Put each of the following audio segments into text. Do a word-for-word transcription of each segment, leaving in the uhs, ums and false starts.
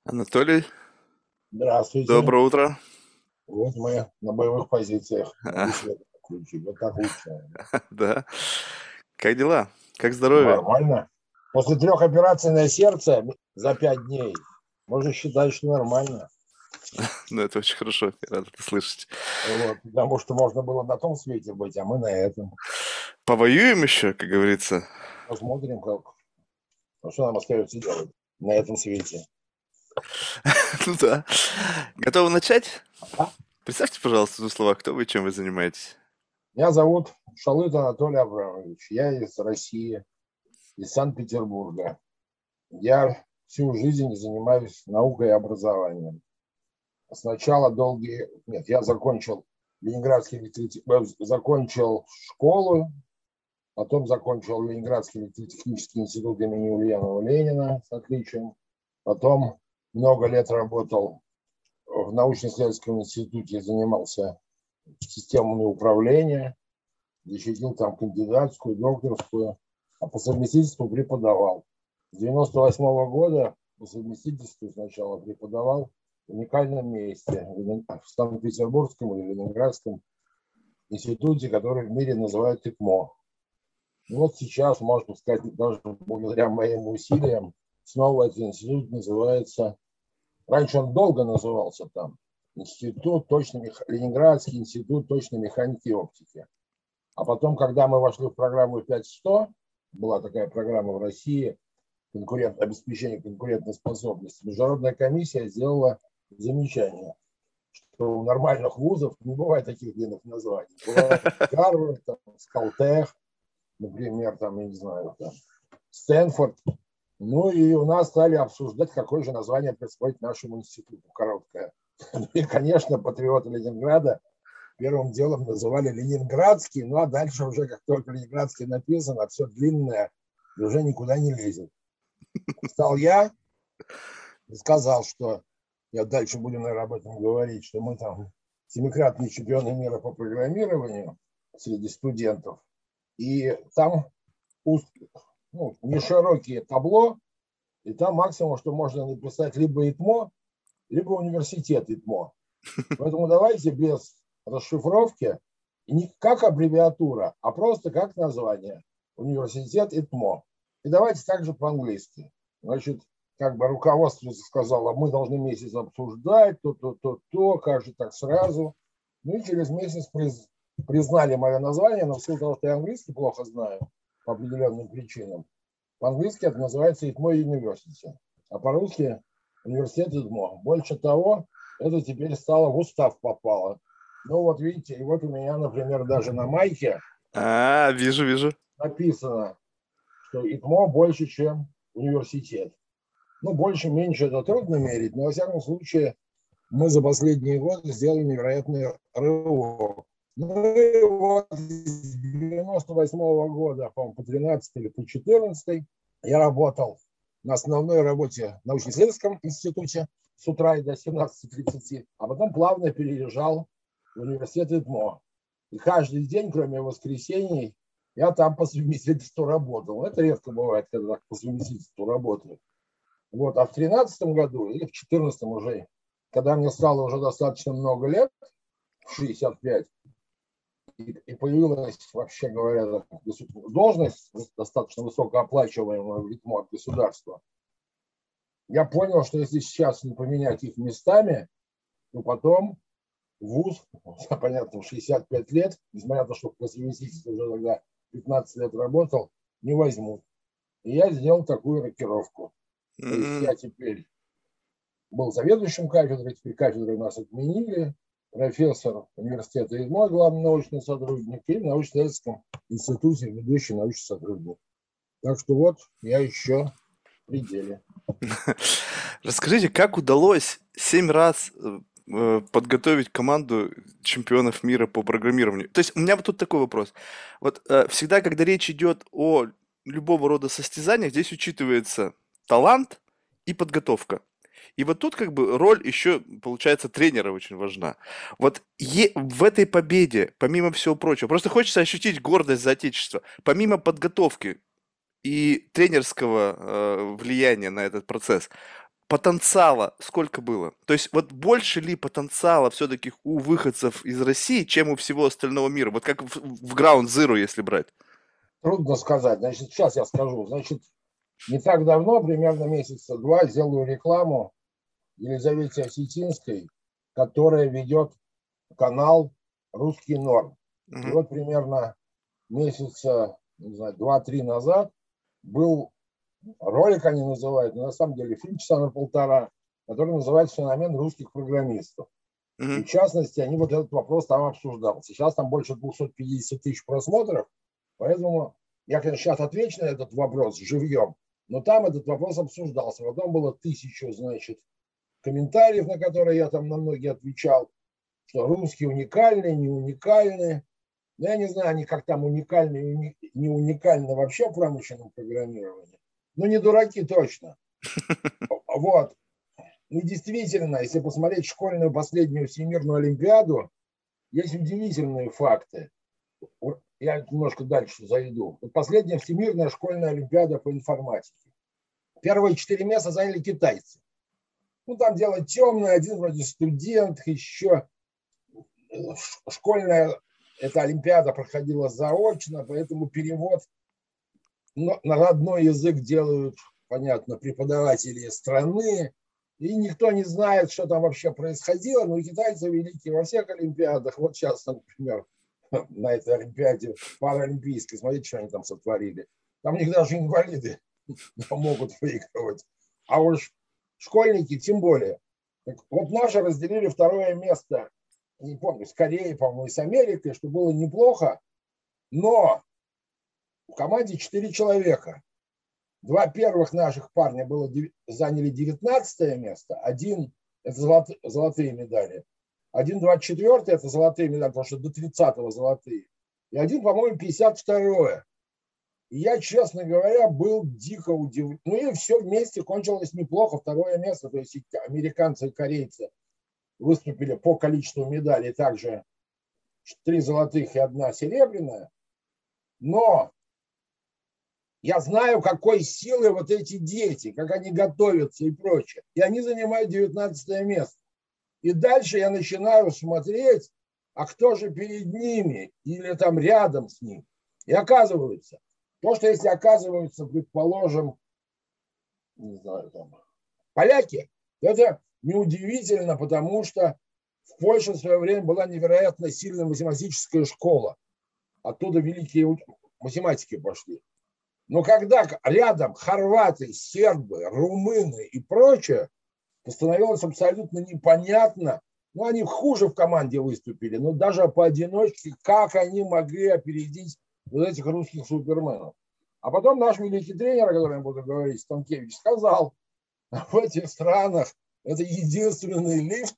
Анатолий, Здравствуйте. доброе утро. Вот мы на боевых позициях. А, Могу свет включить. Вот так лучше, наверно. да. Как дела? Как здоровье? Нормально. После трех операций на сердце за пять дней можно считать, что нормально. Ну, это очень хорошо, я рад это слышать. Вот. Потому что можно было на том свете быть, а мы на этом. Повоюем еще, как говорится. Посмотрим, как. Ну, что нам остается делать на этом свете. Ну да. Готовы начать? А? Представьте, пожалуйста, в двух словах, кто вы и чем вы занимаетесь. Меня зовут Шалыт Анатолий Абрамович. Я из России, из Санкт-Петербурга. Я всю жизнь занимаюсь наукой и образованием. Сначала долгие... Нет, я закончил Ленинградский электротех... закончил школу, потом закончил Ленинградский электротехнический институт имени Ульянова Ленина с отличием. Потом много лет работал в научно-исследовательском институте, занимался системами управления, защитил там кандидатскую, докторскую, а по совместительству преподавал. С девяносто восьмого года по совместительству сначала преподавал в уникальном месте, в Санкт-Петербургском или Ленинградском институте, который в мире называют ИКМО. И вот сейчас, можно сказать, даже благодаря моим усилиям, снова этот институт называется, раньше он долго назывался там, Институт точной, Ленинградский институт точной механики и оптики. А потом, когда мы вошли в программу пять сто, была такая программа в России, конкурент, обеспечение конкурентной способности, международная комиссия сделала замечание, что у нормальных вузов не бывает таких длинных названий. Бывает Гарвард, Скалтех, например, там, я не знаю, там, Стэнфорд. Ну и у нас стали обсуждать, какое же название присвоить нашему институту, короткое. И, конечно, патриоты Ленинграда первым делом называли Ленинградский, ну а дальше уже, как только Ленинградский написано, все длинное и уже никуда не лезет. Стал я и сказал, что я дальше буду, наверное, об этом говорить, что мы там семикратные чемпионы мира по программированию среди студентов. И там ну, не широкие табло, и там максимум, что можно написать либо ИТМО, либо университет ИТМО. Поэтому давайте без расшифровки, не как аббревиатура, а просто как название. Университет ИТМО. И давайте также по-английски. Значит, как бы руководство сказало, мы должны месяц обсуждать, то, то, то, то, как же так сразу. Ну и через месяц приз, признали мое название, но в силу того, что я английский плохо знаю по определенным причинам, по-английски это называется ИТМО University, а по-русски университет ИТМО. Больше того, это теперь стало в устав попало. Ну вот видите, и вот у меня, например, даже на майке А, вижу, вижу. написано, что ИТМО больше, чем университет. Ну, больше-меньше это трудно мерить, но, во всяком случае, мы за последние годы сделали невероятный рывок. Ну и вот с девяносто восьмого года, по-моему, по тринадцатый или по четырнадцатый я работал на основной работе в научно-исследовательском институте с утра и до семнадцати тридцати, а потом плавно переезжал в университет ИТМО. И каждый день, кроме воскресений, я там по совместительству работал. Это редко бывает, когда так по совместительству работают. Вот. А в тринадцатом году или в четырнадцатом уже, когда мне стало уже достаточно много лет, шестьдесят пять, и, и появилась, вообще говоря, должность достаточно высокооплачиваемая в ИТМО от государства, я понял, что если сейчас не поменять их местами, то потом вуз, понятно, в шестьдесят пять лет, несмотря на то, что по совместительству уже тогда пятнадцать лет работал, не возьмут. И я сделал такую рокировку. То есть М, я теперь был заведующим кафедрой, теперь кафедры у нас отменили, профессор университета ИТМО, главный научный сотрудник, и в научно-исследовательском институте ведущий научный сотрудник. Так что вот я еще в пределе. Расскажите, как удалось семь раз э, э, подготовить команду чемпионов мира по программированию? То есть у меня вот тут такой вопрос. Вот э, всегда, когда речь идет о любого рода состязаниях, здесь учитывается талант и подготовка. И вот тут как бы роль еще, получается, тренера очень важна. Вот е- в этой победе, помимо всего прочего, просто хочется ощутить гордость за отечество. Помимо подготовки и тренерского э, влияния на этот процесс, потенциала сколько было? То есть вот больше ли потенциала все-таки у выходцев из России, чем у всего остального мира? Вот как в, в Ground Zero, если брать. Трудно сказать. Значит, сейчас я скажу. Значит, не так давно, примерно месяца два, сделаю рекламу Елизавете Осетинской, которая ведет канал «Русский норм». И Мгм. вот примерно месяца, не знаю, два-три назад был ролик, они называют, но на самом деле фильм часа на полтора, который называется «Феномен русских программистов». И Мгм. в частности, они вот этот вопрос там обсуждал. Сейчас там больше двухсот пятидесяти тысяч просмотров, поэтому я, конечно, сейчас отвечу на этот вопрос живьем, но там этот вопрос обсуждался. Потом было тысячу, значит, комментариев, на которые я там на многие отвечал, что русские уникальные, не уникальные. Но я не знаю, они как там уникальные, не уникальны вообще в промышленном программировании. Ну, не дураки точно. Вот. Ну, действительно, если посмотреть школьную последнюю Всемирную Олимпиаду, есть удивительные факты. Я немножко дальше зайду. Вот последняя Всемирная школьная Олимпиада по информатике. Первые четыре места заняли китайцы. Ну, там дело темное, один вроде студент, еще школьная эта Олимпиада проходила заочно, поэтому перевод на родной язык делают, понятно, преподаватели страны, и никто не знает, что там вообще происходило, но китайцы великие во всех Олимпиадах. Вот сейчас, например, на этой Олимпиаде паралимпийской, смотрите, что они там сотворили. Там у них даже инвалиды могут выигрывать. А уж школьники тем более. Так вот наши разделили второе место, не помню, с Кореей, по-моему, и с Америкой, что было неплохо, но в команде четыре человека. Два первых наших парня было, заняли девятнадцатое место, один – это золот, золотые медали, один двадцать четвёртое – это золотые медали, потому что до тридцатого золотые, и один, по-моему, пятьдесят второе. И я, честно говоря, был дико удивлен. Ну и все вместе кончилось неплохо, второе место, то есть американцы и корейцы выступили по количеству медалей также три золотых и одна серебряная, но я знаю, какой силы вот эти дети, как они готовятся и прочее. И они занимают девятнадцатое место. И дальше я начинаю смотреть, а кто же перед ними или там рядом с ним. И оказывается, то, что если оказываются, предположим, не знаю, там, поляки, это неудивительно, потому что в Польше в свое время была невероятно сильная математическая школа. Оттуда великие математики пошли. Но когда рядом хорваты, сербы, румыны и прочее, то становилось абсолютно непонятно. Ну, они хуже в команде выступили, но даже поодиночке, как они могли опередить вот этих русских суперменов. А потом наш великий тренер, о котором я буду говорить, Станкевич, сказал, в этих странах это единственный лифт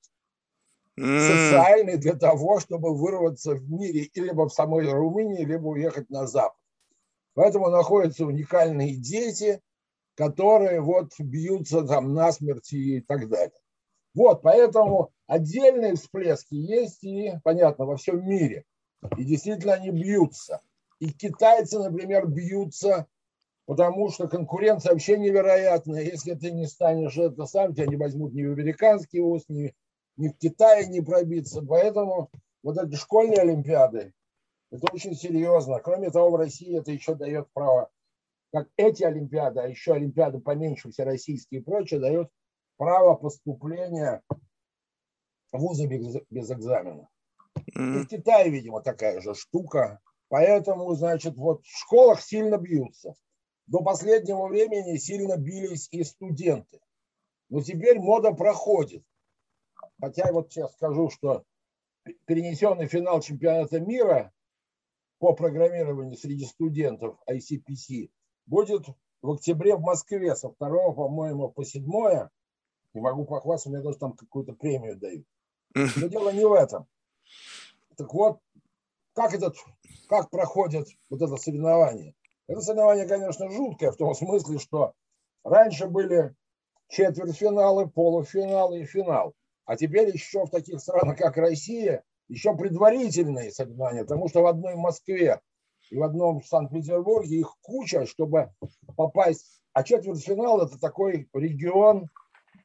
М. социальный для того, чтобы вырваться в мире либо в самой Румынии, либо уехать на Запад. Поэтому находятся уникальные дети, которые вот бьются там насмерть и так далее. Вот, поэтому отдельные всплески есть и, понятно, во всем мире. И действительно они бьются. И китайцы, например, бьются, потому что конкуренция вообще невероятная. Если ты не станешь это сам, тебя не возьмут ни в американский вуз, ни, ни в Китае не пробиться. Поэтому вот эти школьные олимпиады, это очень серьезно. Кроме того, в России это еще дает право, как эти олимпиады, а еще олимпиады поменьше, все российские и прочее, дает право поступления в вузы без, без экзамена. И в Китае, видимо, такая же штука. Поэтому, значит, вот в школах сильно бьются. До последнего времени сильно бились и студенты. Но теперь мода проходит. Хотя вот сейчас скажу, что перенесенный финал чемпионата мира по программированию среди студентов ай си пи си будет в октябре в Москве со второго, по-моему, по седьмое. Не могу похвастаться, мне даже там какую-то премию дают. Но дело не в этом. Так вот, как, этот, как проходит вот это соревнование? Это соревнование, конечно, жуткое в том смысле, что раньше были четвертьфиналы, полуфиналы и финал. А теперь еще в таких странах, как Россия, еще предварительные соревнования, потому что в одной Москве и в одном в Санкт-Петербурге их куча, чтобы попасть. А четвертьфинал – это такой регион,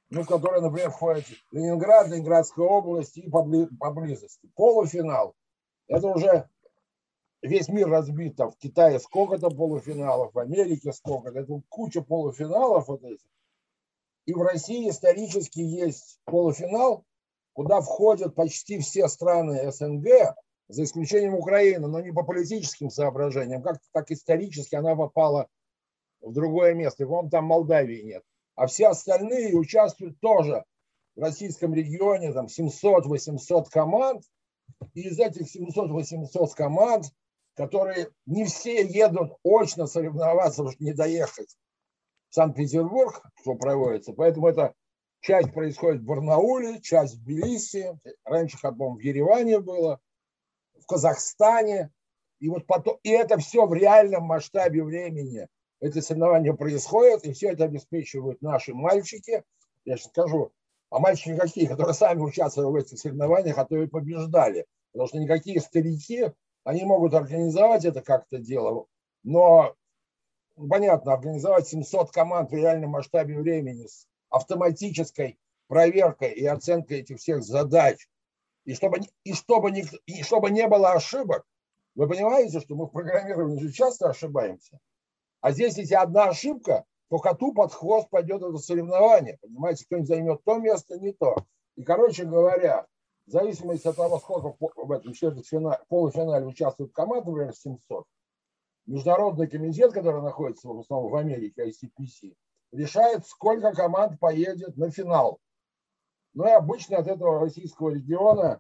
ну, в который, например, входит Ленинград, Ленинградская область и поблизости. Полуфинал. Это уже весь мир разбит. Там в Китае сколько-то полуфиналов, в Америке сколько-то. Это куча полуфиналов вот этих. И в России исторически есть полуфинал, куда входят почти все страны СНГ, за исключением Украины, но не по политическим соображениям. Как-то так исторически она попала в другое место. По-моему, там Молдавии нет. А все остальные участвуют тоже в российском регионе, там семьсот-восемьсот команд. И из этих семьсот-восемьсот команд, которые не все едут очно соревноваться, потому что не доехать в Санкт-Петербург, что проводится. Поэтому эта часть происходит в Барнауле, часть в Тбилиси. Раньше, по-моему, в Ереване было, в Казахстане. И, вот потом, и это все в реальном масштабе времени. Эти соревнования происходят, и все это обеспечивают наши мальчики. Я сейчас скажу, а мальчики какие, которые сами участвовали в этих соревнованиях, а то и побеждали. Потому что никакие старики, они могут организовать это как-то дело, но, понятно, организовать семьсот команд в реальном масштабе времени с автоматической проверкой и оценкой этих всех задач, и чтобы, и чтобы, не, и чтобы не было ошибок. Вы понимаете, что мы в программировании же часто ошибаемся? А здесь, если одна ошибка, то коту под хвост пойдет это соревнование. Понимаете, кто-нибудь займет то место, не то. И, короче говоря, в зависимости от того, сколько в этом полуфинале участвуют команды, например, семьсот, Международный комитет, который находится в основном в Америке, ай си пи си, решает, сколько команд поедет на финал. Ну и обычно от этого российского региона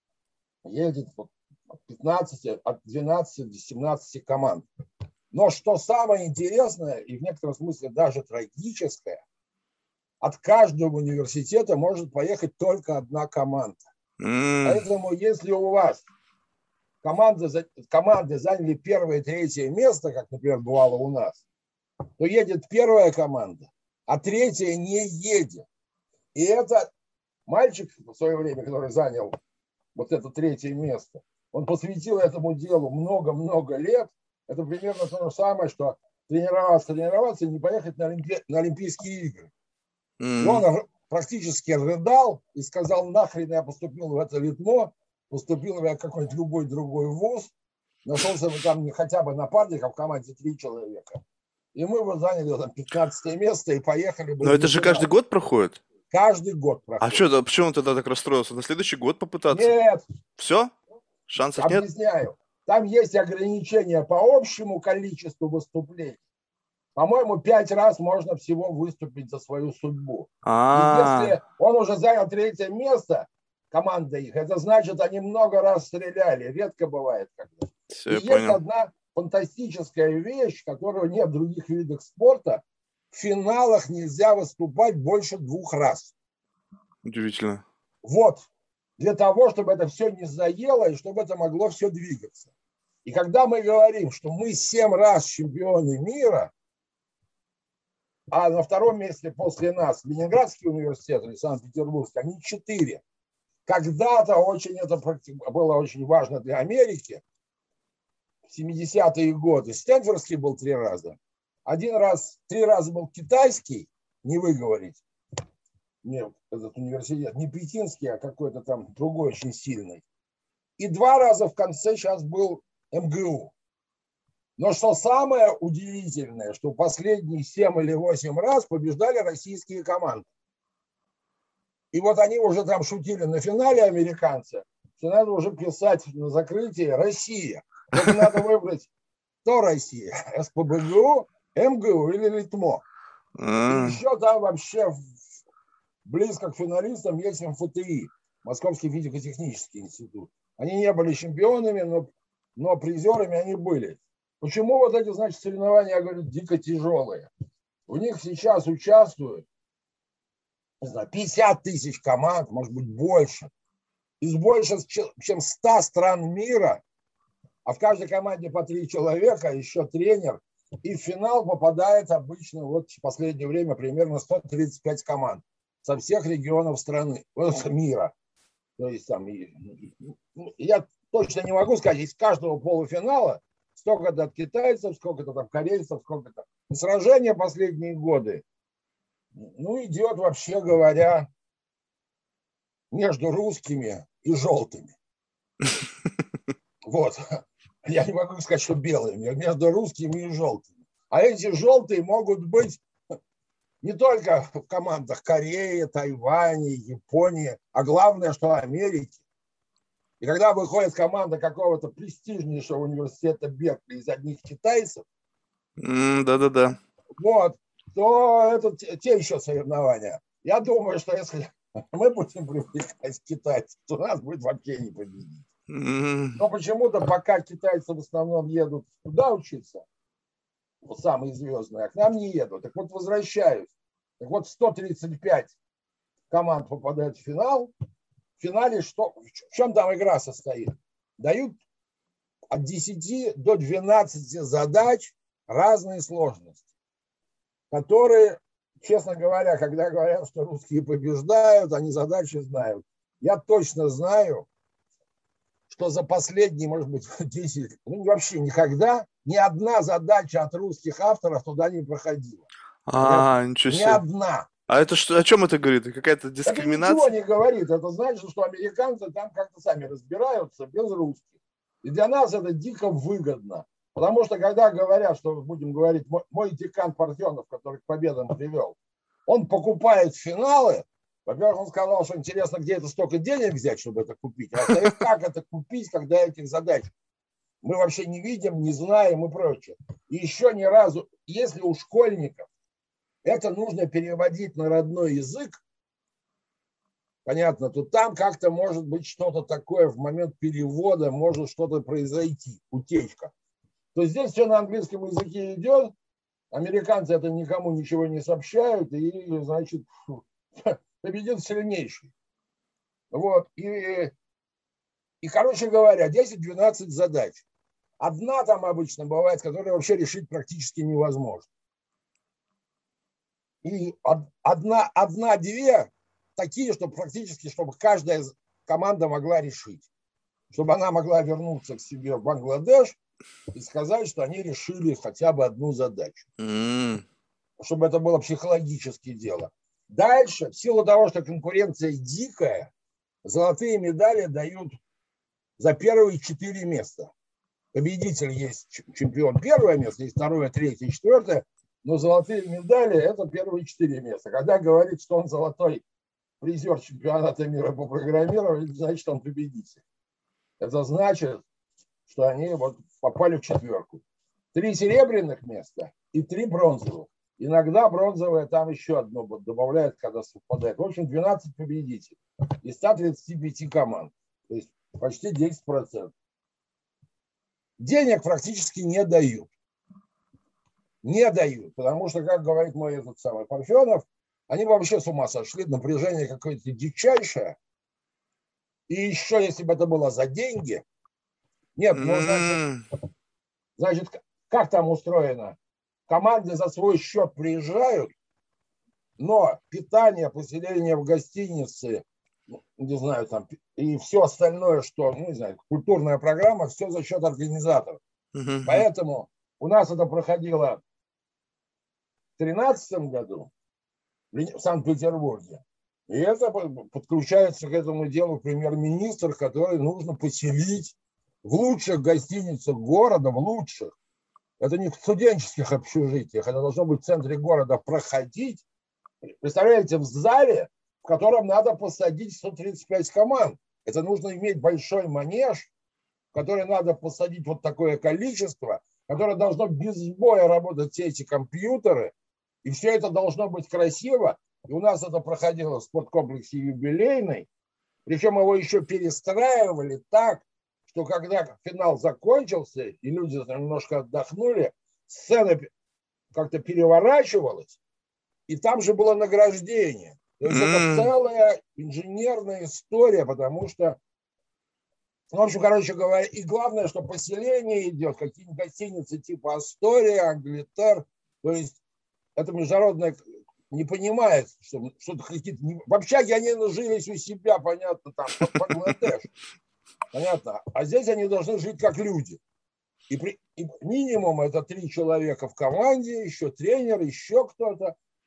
едет от пятнадцати, от двенадцати до семнадцати команд. Но что самое интересное, и в некотором смысле даже трагическое, от каждого университета может поехать только одна команда. Mm. Поэтому если у вас команды, команды заняли первое и третье место, как, например, бывало у нас, то едет первая команда, а третья не едет. И это мальчик в свое время, который занял вот это третье место, он посвятил этому делу много-много лет. Это примерно то же самое, что тренироваться, тренироваться и не поехать на, Олимпи... на Олимпийские игры. Mm. И он практически рыдал и сказал: нахрен я поступил в это ЛИТМО, поступил в какой-нибудь любой другой вуз, нашелся бы там хотя бы напарников в команде три человека. И мы бы заняли там пятнадцатое место и поехали бы. Но это же каждый год проходит? Каждый год проходит. А что, почему он тогда так расстроился? На следующий год попытаться? Нет. Все? Шансов Объясняю. нет? Объясняю. Там есть ограничения по общему количеству выступлений. По-моему, пять раз можно всего выступить за свою судьбу. А-а-а. И если он уже занял третье место, команда их, это значит, они много раз стреляли. Редко бывает когда. Все, и есть понял. Одна фантастическая вещь, которую нет в других видах спорта. В финалах нельзя выступать больше двух раз. Удивительно. Вот. Для того, чтобы это все не заело и чтобы это могло все двигаться. И когда мы говорим, что мы семь раз чемпионы мира, а на втором месте после нас Ленинградский университет или Санкт-Петербургский, они четыре. Когда-то очень это было очень важно для Америки. В семидесятые годы Стэнфордский был три раза. Один раз, три раза был китайский, не выговорить. Нет, этот университет не Пекинский, а какой-то там другой очень сильный. И два раза в конце сейчас был эм гэ у. Но что самое удивительное, что последние семь или восемь раз побеждали российские команды. И вот они уже там шутили на финале, американцы, что надо уже писать на закрытии «Россия». Вот надо выбрать, кто Россия, эс пэ бэ гэ у, эм гэ у или ЛИТМО. И еще там вообще близко к финалистам есть эм эф тэ и, Московский физико-технический институт. Они не были чемпионами, но, но призерами они были. Почему вот эти, значит, соревнования, я говорю, дико тяжелые? В них сейчас участвуют, не знаю, пятьдесят тысяч команд, может быть, больше. Из больше, чем ста стран мира, а в каждой команде по три человека, еще тренер. И в финал попадает обычно, вот в последнее время, примерно сто тридцать пять команд со всех регионов страны, мира. То есть там, я точно не могу сказать, из каждого полуфинала столько-то от китайцев, сколько-то там корейцев, сколько-то. И сражения последние годы Ну, идет, вообще говоря, между русскими и желтыми. Вот. Я не могу сказать, что белыми, между русскими и желтыми. А эти желтые могут быть не только в командах Кореи, Тайваня, Японии, а главное, что Америки. И когда выходит команда какого-то престижнейшего университета Беркли из одних китайцев, М, Да-да-да. вот, то это те еще соревнования. Я думаю, что если мы будем привлекать китайцев, то нас будет вообще не победить. М, Но почему-то пока китайцы в основном едут туда учиться, вот самые звездные, а к нам не едут. Так вот, возвращаюсь. Так вот, сто тридцать пять команд попадают в финал. В финале что? В чем там игра состоит? Дают от десяти до двенадцати задач разной сложности, которые, честно говоря, когда говорят, что русские побеждают, они задачи знают. Я точно знаю, что за последние, может быть, десять, ну вообще никогда ни одна задача от русских авторов туда не проходила. Понятно? А, ничего Ни себе. одна. А это что, о чем это говорит? Какая-то Это ничего дискриминация? не говорит. Это значит, что американцы там как-то сами разбираются без русских. И для нас это дико выгодно. Потому что когда говорят, что будем говорить, мой, мой декан Парфенов, который к победам привел, он покупает финалы. Во-первых, он сказал, что интересно, где это столько денег взять, чтобы это купить. А во-вторых, как это купить, когда этих задач мы вообще не видим, не знаем и прочее. И еще ни разу, если у школьников это нужно переводить на родной язык, понятно, то там как-то может быть что-то такое в момент перевода, может что-то произойти, утечка. То здесь все на английском языке идет, американцы это никому ничего не сообщают, и, значит, победит сильнейший. Вот, и, и короче говоря, десять-двенадцать задач. Одна там обычно бывает, которую вообще решить практически невозможно. И одна, одна-две такие, чтобы практически, чтобы каждая команда могла решить. Чтобы она могла вернуться к себе в Бангладеш и сказать, что они решили хотя бы одну задачу. М, Чтобы это было психологическое дело. Дальше, в силу того, что конкуренция дикая, золотые медали дают за первые четыре места. Победитель есть чемпион первое место, есть второе, третье, четвертое, но золотые медали – это первые четыре места. Когда говорит, что он золотой призер чемпионата мира по программированию, это значит, что он победитель. Это значит, что они вот попали в четверку. Три серебряных места и три бронзовых. Иногда бронзовое там еще одно добавляют, когда совпадает. В общем, двенадцать победителей из ста тридцати пяти команд. То есть почти десять процентов. Денег практически не дают. Не дают, потому что, как говорит мой этот самый Парфенов, они вообще с ума сошли, напряжение какое-то дичайшее. И еще, если бы это было за деньги, нет, ну, значит, м, значит, как там устроено? Команды за свой счет приезжают, но питание, поселение в гостинице, не знаю, там, и все остальное, что, ну, не знаю, культурная программа, все за счет организаторов. мгм, мгм. Поэтому у нас это проходило в две тысячи тринадцатом году в Санкт-Петербурге. И это подключается к этому делу премьер-министр, который нужно поселить в лучших гостиницах города, в лучших. Это не в студенческих общежитиях, это должно быть в центре города проходить. Представляете, в зале, в котором надо посадить сто тридцать пять команд. Это нужно иметь большой манеж, в который надо посадить вот такое количество, которое должно без сбоя работать все эти компьютеры, и все это должно быть красиво. И у нас это проходило в спорткомплексе «Юбилейный», причем его еще перестраивали так, что когда финал закончился, и люди немножко отдохнули, сцена как-то переворачивалась, и там же было награждение. То есть это М, целая инженерная история, потому что, ну, в общем, короче говоря, и главное, что поселение идет, какие-нибудь гостиницы типа Астория, Англитер, то есть это международная не понимает, что что-то какие-то... В общаге они нажились у себя, понятно, там, Бангладеш, понятно, а здесь они должны жить как люди. И, при, и минимум это три человека в команде, еще тренер, еще кто-то.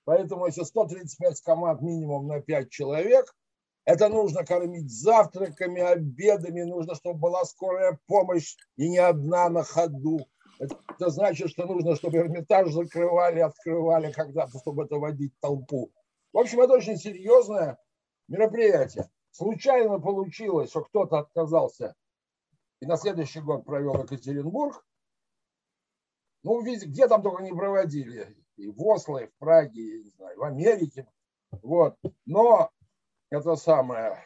Поэтому если сто тридцать пять команд минимум на пять человек, это нужно кормить завтраками, обедами, нужно, чтобы была скорая помощь и не одна на ходу. Это значит, что нужно, чтобы Эрмитаж закрывали, открывали когда-то, чтобы это водить толпу. В общем, это очень серьезное мероприятие. Случайно получилось, что кто-то отказался и на следующий год провел Екатеринбург. Ну, где там только не проводили. И в Осло, и в Праге, и, не знаю, в Америке. Вот. Но это самое...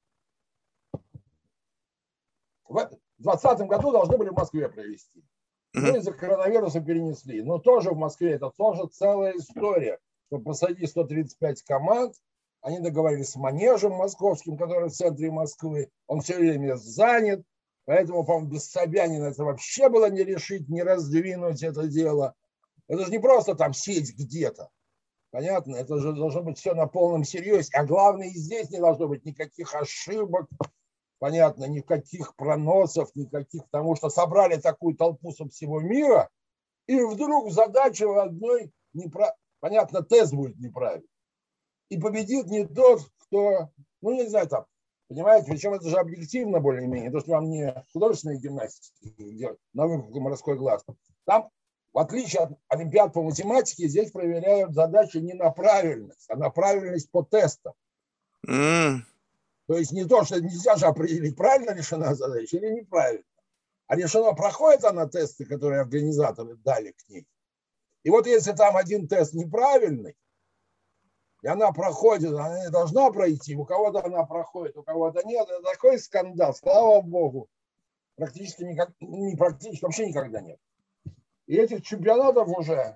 В двадцатом году должны были в Москве провести. Ну, из-за коронавируса перенесли. Но тоже в Москве это тоже целая история. Чтобы посадить сто тридцать пять команд, они договорились с Манежем московским, который в центре Москвы. Он все время занят. Поэтому, по-моему, без Собянина это вообще было не решить, не раздвинуть это дело. Это же не просто там сеть где-то. Понятно? Это же должно быть все на полном серьезе. А главное, и здесь не должно быть никаких ошибок. Понятно, никаких проносов, никаких, потому что собрали такую толпу со всего мира, и вдруг задача в одной, непра... понятно, тест будет неправильный. И победит не тот, кто, ну, не знаю, там, понимаете, причем это же объективно более-менее, то, что вам не художественная гимнастика делать, на выкупку морской глаз. Там, в отличие от олимпиад по математике, здесь проверяют задачи не на правильность, а на правильность по тестам. Mm. То есть не то, что нельзя же определить, правильно решена задача или неправильно. А решено, проходит она тесты, которые организаторы дали к ней. И вот если там один тест неправильный, и она проходит, она не должна пройти, у кого-то она проходит, у кого-то нет, это такой скандал, слава богу, практически никак, не практически, вообще никогда нет. И этих чемпионатов уже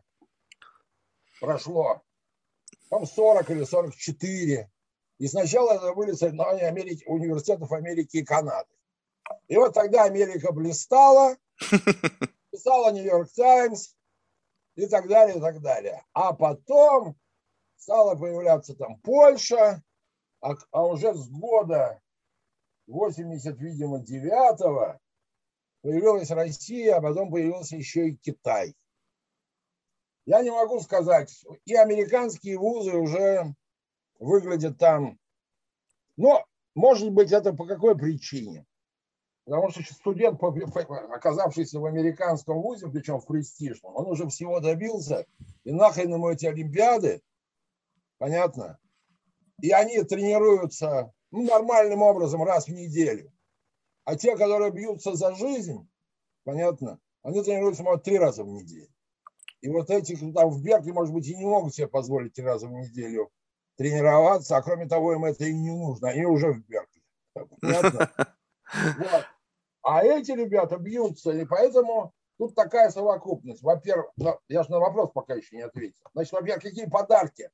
прошло, там сорок или сорок четыре. И сначала это были соревнования Америки, университетов Америки и Канады. И вот тогда Америка блистала, писала Нью-Йорк Таймс и так далее, и так далее. А потом стала появляться там Польша, а, а уже с года восемьдесят, видимо, девятого появилась Россия, а потом появился еще и Китай. Я не могу сказать, и американские вузы уже выглядят там, но, может быть, это по какой причине? Потому что студент, оказавшийся в американском вузе, причем в престижном, он уже всего добился, и нахрен ему эти олимпиады, понятно? И они тренируются, ну, нормальным образом раз в неделю. А те, которые бьются за жизнь, понятно, они тренируются, может, три раза в неделю. И вот эти, там в Беркли, может быть, и не могут себе позволить три раза в неделю тренироваться, а кроме того, им это и не нужно, они уже в Беркли. Понятно? Вот. А эти ребята бьются, и поэтому тут такая совокупность. Во-первых, я же на вопрос пока еще не ответил. Значит, во-первых, какие подарки?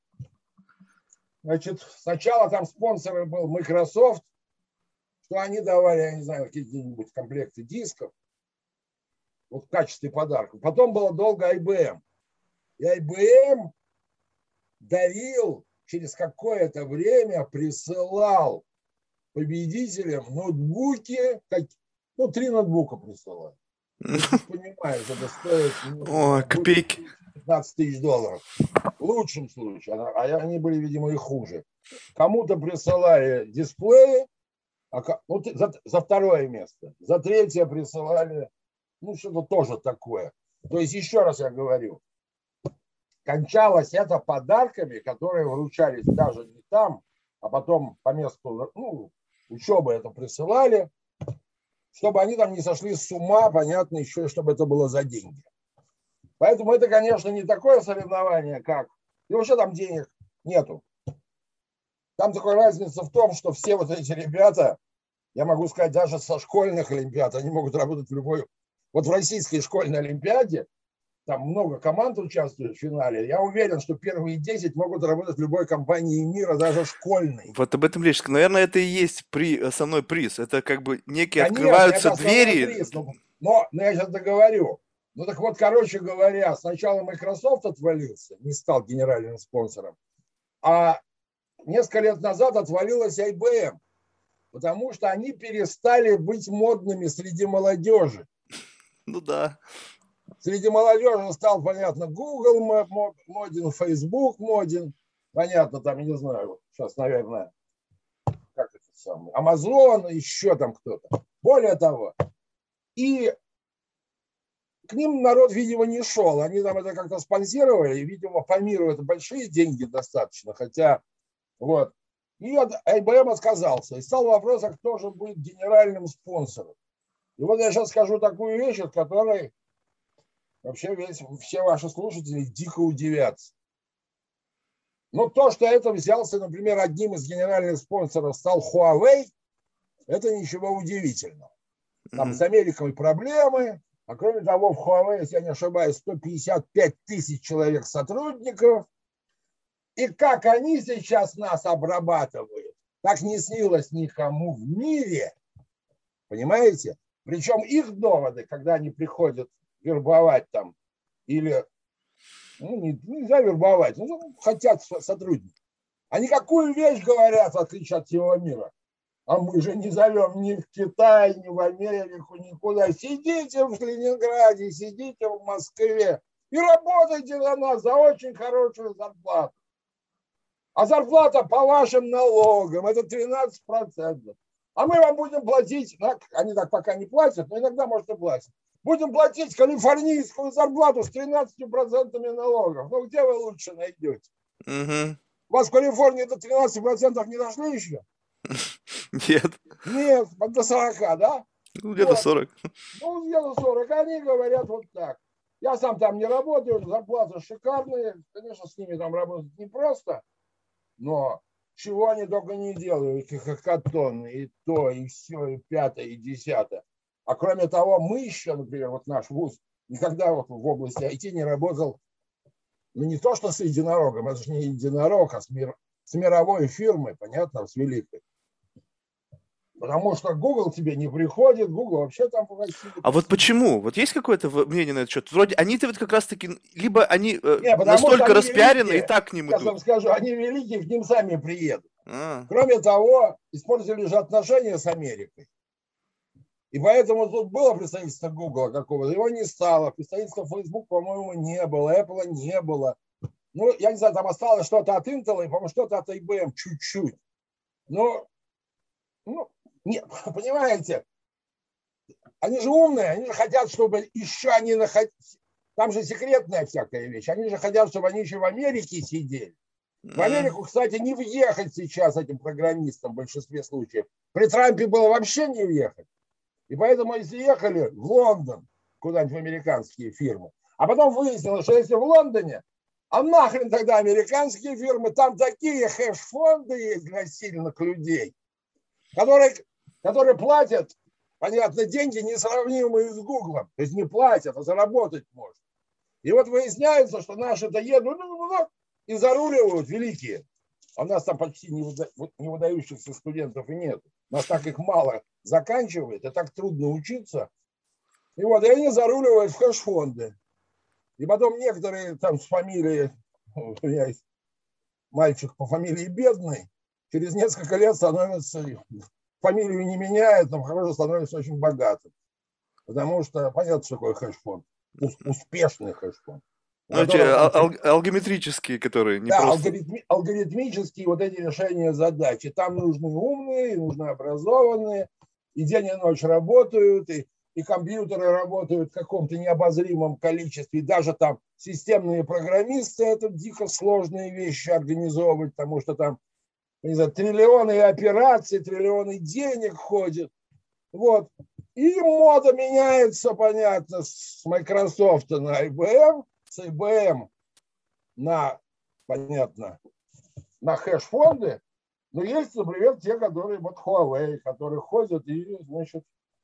Значит, сначала там спонсоры был Microsoft, что они давали, я не знаю, какие-нибудь комплекты дисков, вот в качестве подарка. Потом было долго ай би эм. И ай би эм дарил, через какое-то время присылал победителям ноутбуки, ну, три ноутбука присылали. Ну, ты понимаешь, это стоит, ну, О, копейки. пятнадцать тысяч долларов. В лучшем случае. А они были, видимо, и хуже. Кому-то присылали дисплеи, а, ну, за, за второе место. За третье присылали, ну, что-то тоже такое. То есть, еще раз я говорю, кончалось это подарками, которые вручались даже не там, а потом по месту, ну, учебы это присылали, чтобы они там не сошли с ума, понятно, еще и чтобы это было за деньги. Поэтому это, конечно, не такое соревнование, как... И вообще там денег нету. Там такая разница в том, что все вот эти ребята, я могу сказать, даже со школьных олимпиад, они могут работать в любой... Вот в российской школьной олимпиаде там много команд участвует в финале. Я уверен, что первые десять могут работать в любой компании мира, даже школьной. Вот об этом речь. Наверное, это и есть при, основной приз. Это как бы некие Конечно, открываются это двери. Приз, но, но, но я сейчас договорю. Ну так вот, короче говоря, сначала Microsoft отвалился, не стал генеральным спонсором, а несколько лет назад отвалилась ай би эм, потому что они перестали быть модными среди молодежи. Ну да. Среди молодежи стал, понятно, Google моден, Facebook моден. Понятно, там, я не знаю, сейчас, наверное, как это самое, Amazon, еще там кто-то. Более того, и к ним народ, видимо, не шел. Они там это как-то спонсировали, и, видимо, по миру это большие деньги достаточно, хотя, вот. И ай би эм отказался. И стал вопрос, а кто же будет генеральным спонсором. И вот я сейчас скажу такую вещь, от которой вообще весь, все ваши слушатели дико удивятся. Но то, что это взялся, например, одним из генеральных спонсоров стал Huawei, это ничего удивительного. Там mm-hmm. с Америкой проблемы, а кроме того, в Huawei, если я не ошибаюсь, сто пятьдесят пять тысяч человек сотрудников. И как они сейчас нас обрабатывают, так не снилось никому в мире. Понимаете? Причем их доводы, когда они приходят вербовать там, или, ну, не, нельзя вербовать, ну, хотят сотрудники. Они какую вещь говорят, в отличие от всего мира? А мы же не зовем ни в Китай, ни в Америку, никуда. Сидите в Ленинграде, сидите в Москве и работайте на нас за очень хорошую зарплату. А зарплата по вашим налогам это тринадцать процентов. А мы вам будем платить, они так пока не платят, но иногда, может, и платят. Будем платить калифорнийскую зарплату с тринадцатью процентами налогов. Ну, где вы лучше найдете? Угу. У вас в Калифорнии до тринадцати процентов не дошли еще? Нет. Нет, до сорока, да? Ну, где-то вот. сорок. Ну, где-то сорок. Они говорят вот так. Я сам там не работаю, зарплаты шикарные. Конечно, с ними там работать непросто. Но чего они только не делают, и хакатоны, и то, и все, и пятое, и десятое. А кроме того, мы еще, например, вот наш вуз никогда вот в области ай ти не работал, ну не то, что с единорогом, это же не единорог, а с, мир, с мировой фирмой, понятно, с великой. Потому что Google тебе не приходит, Google вообще там в России. А вот почему? Вот есть какое-то мнение на этот счет? Вроде они-то вот как раз-таки, либо они не, настолько они распиарены, великие, и так к ним идут. Я вам скажу, они великие, к ним сами приедут. А. Кроме того, использовали же отношения с Америкой. И поэтому тут было представительство Google какого-то, его не стало. Представительства Facebook, по-моему, не было, Apple не было. Ну, я не знаю, там осталось что-то от Intel, и, по-моему, что-то от ай би эм чуть-чуть. Но, ну, нет, понимаете, они же умные, они же хотят, чтобы еще они находились. Там же секретная всякая вещь. Они же хотят, чтобы они еще в Америке сидели. В Америку, кстати, не въехать сейчас этим программистам в большинстве случаев. При Трампе было вообще не въехать. И поэтому, если ехали в Лондон, куда-нибудь в американские фирмы, а потом выяснилось, что если в Лондоне, а нахрен тогда американские фирмы, там такие хэш-фонды есть для сильных людей, которые, которые платят, понятно, деньги несравнимые с Гуглом. То есть не платят, а заработать можно. И вот выясняется, что наши-то едут и заруливают великие. А у нас там почти не выдающихся студентов и нет. У нас так их мало заканчивает, и так трудно учиться. И вот и они заруливают в хэш-фонды. И потом некоторые там с фамилией, у меня есть мальчик по фамилии Бедный, через несколько лет становится, фамилию не меняет, но, похоже, становится очень богатым. Потому что, понятно, что такое хэш-фонд. Успешный хэш-фонд. Ну, эти ал- алгометрические, которые не да, просто... алгоритми- алгоритмические вот эти решения задач. И там нужны умные, нужны образованные, и день и ночь работают, и, и компьютеры работают в каком-то необозримом количестве. И даже там системные программисты, это дико сложные вещи организовывать, потому что там, не знаю, триллионы операций, триллионы денег ходят. Вот. И мода меняется, понятно, с Microsoft на ай би эм, с ай би эм на, понятно, на хэш-фонды, но есть, например, те, которые вот Huawei, которые ходят и, значит,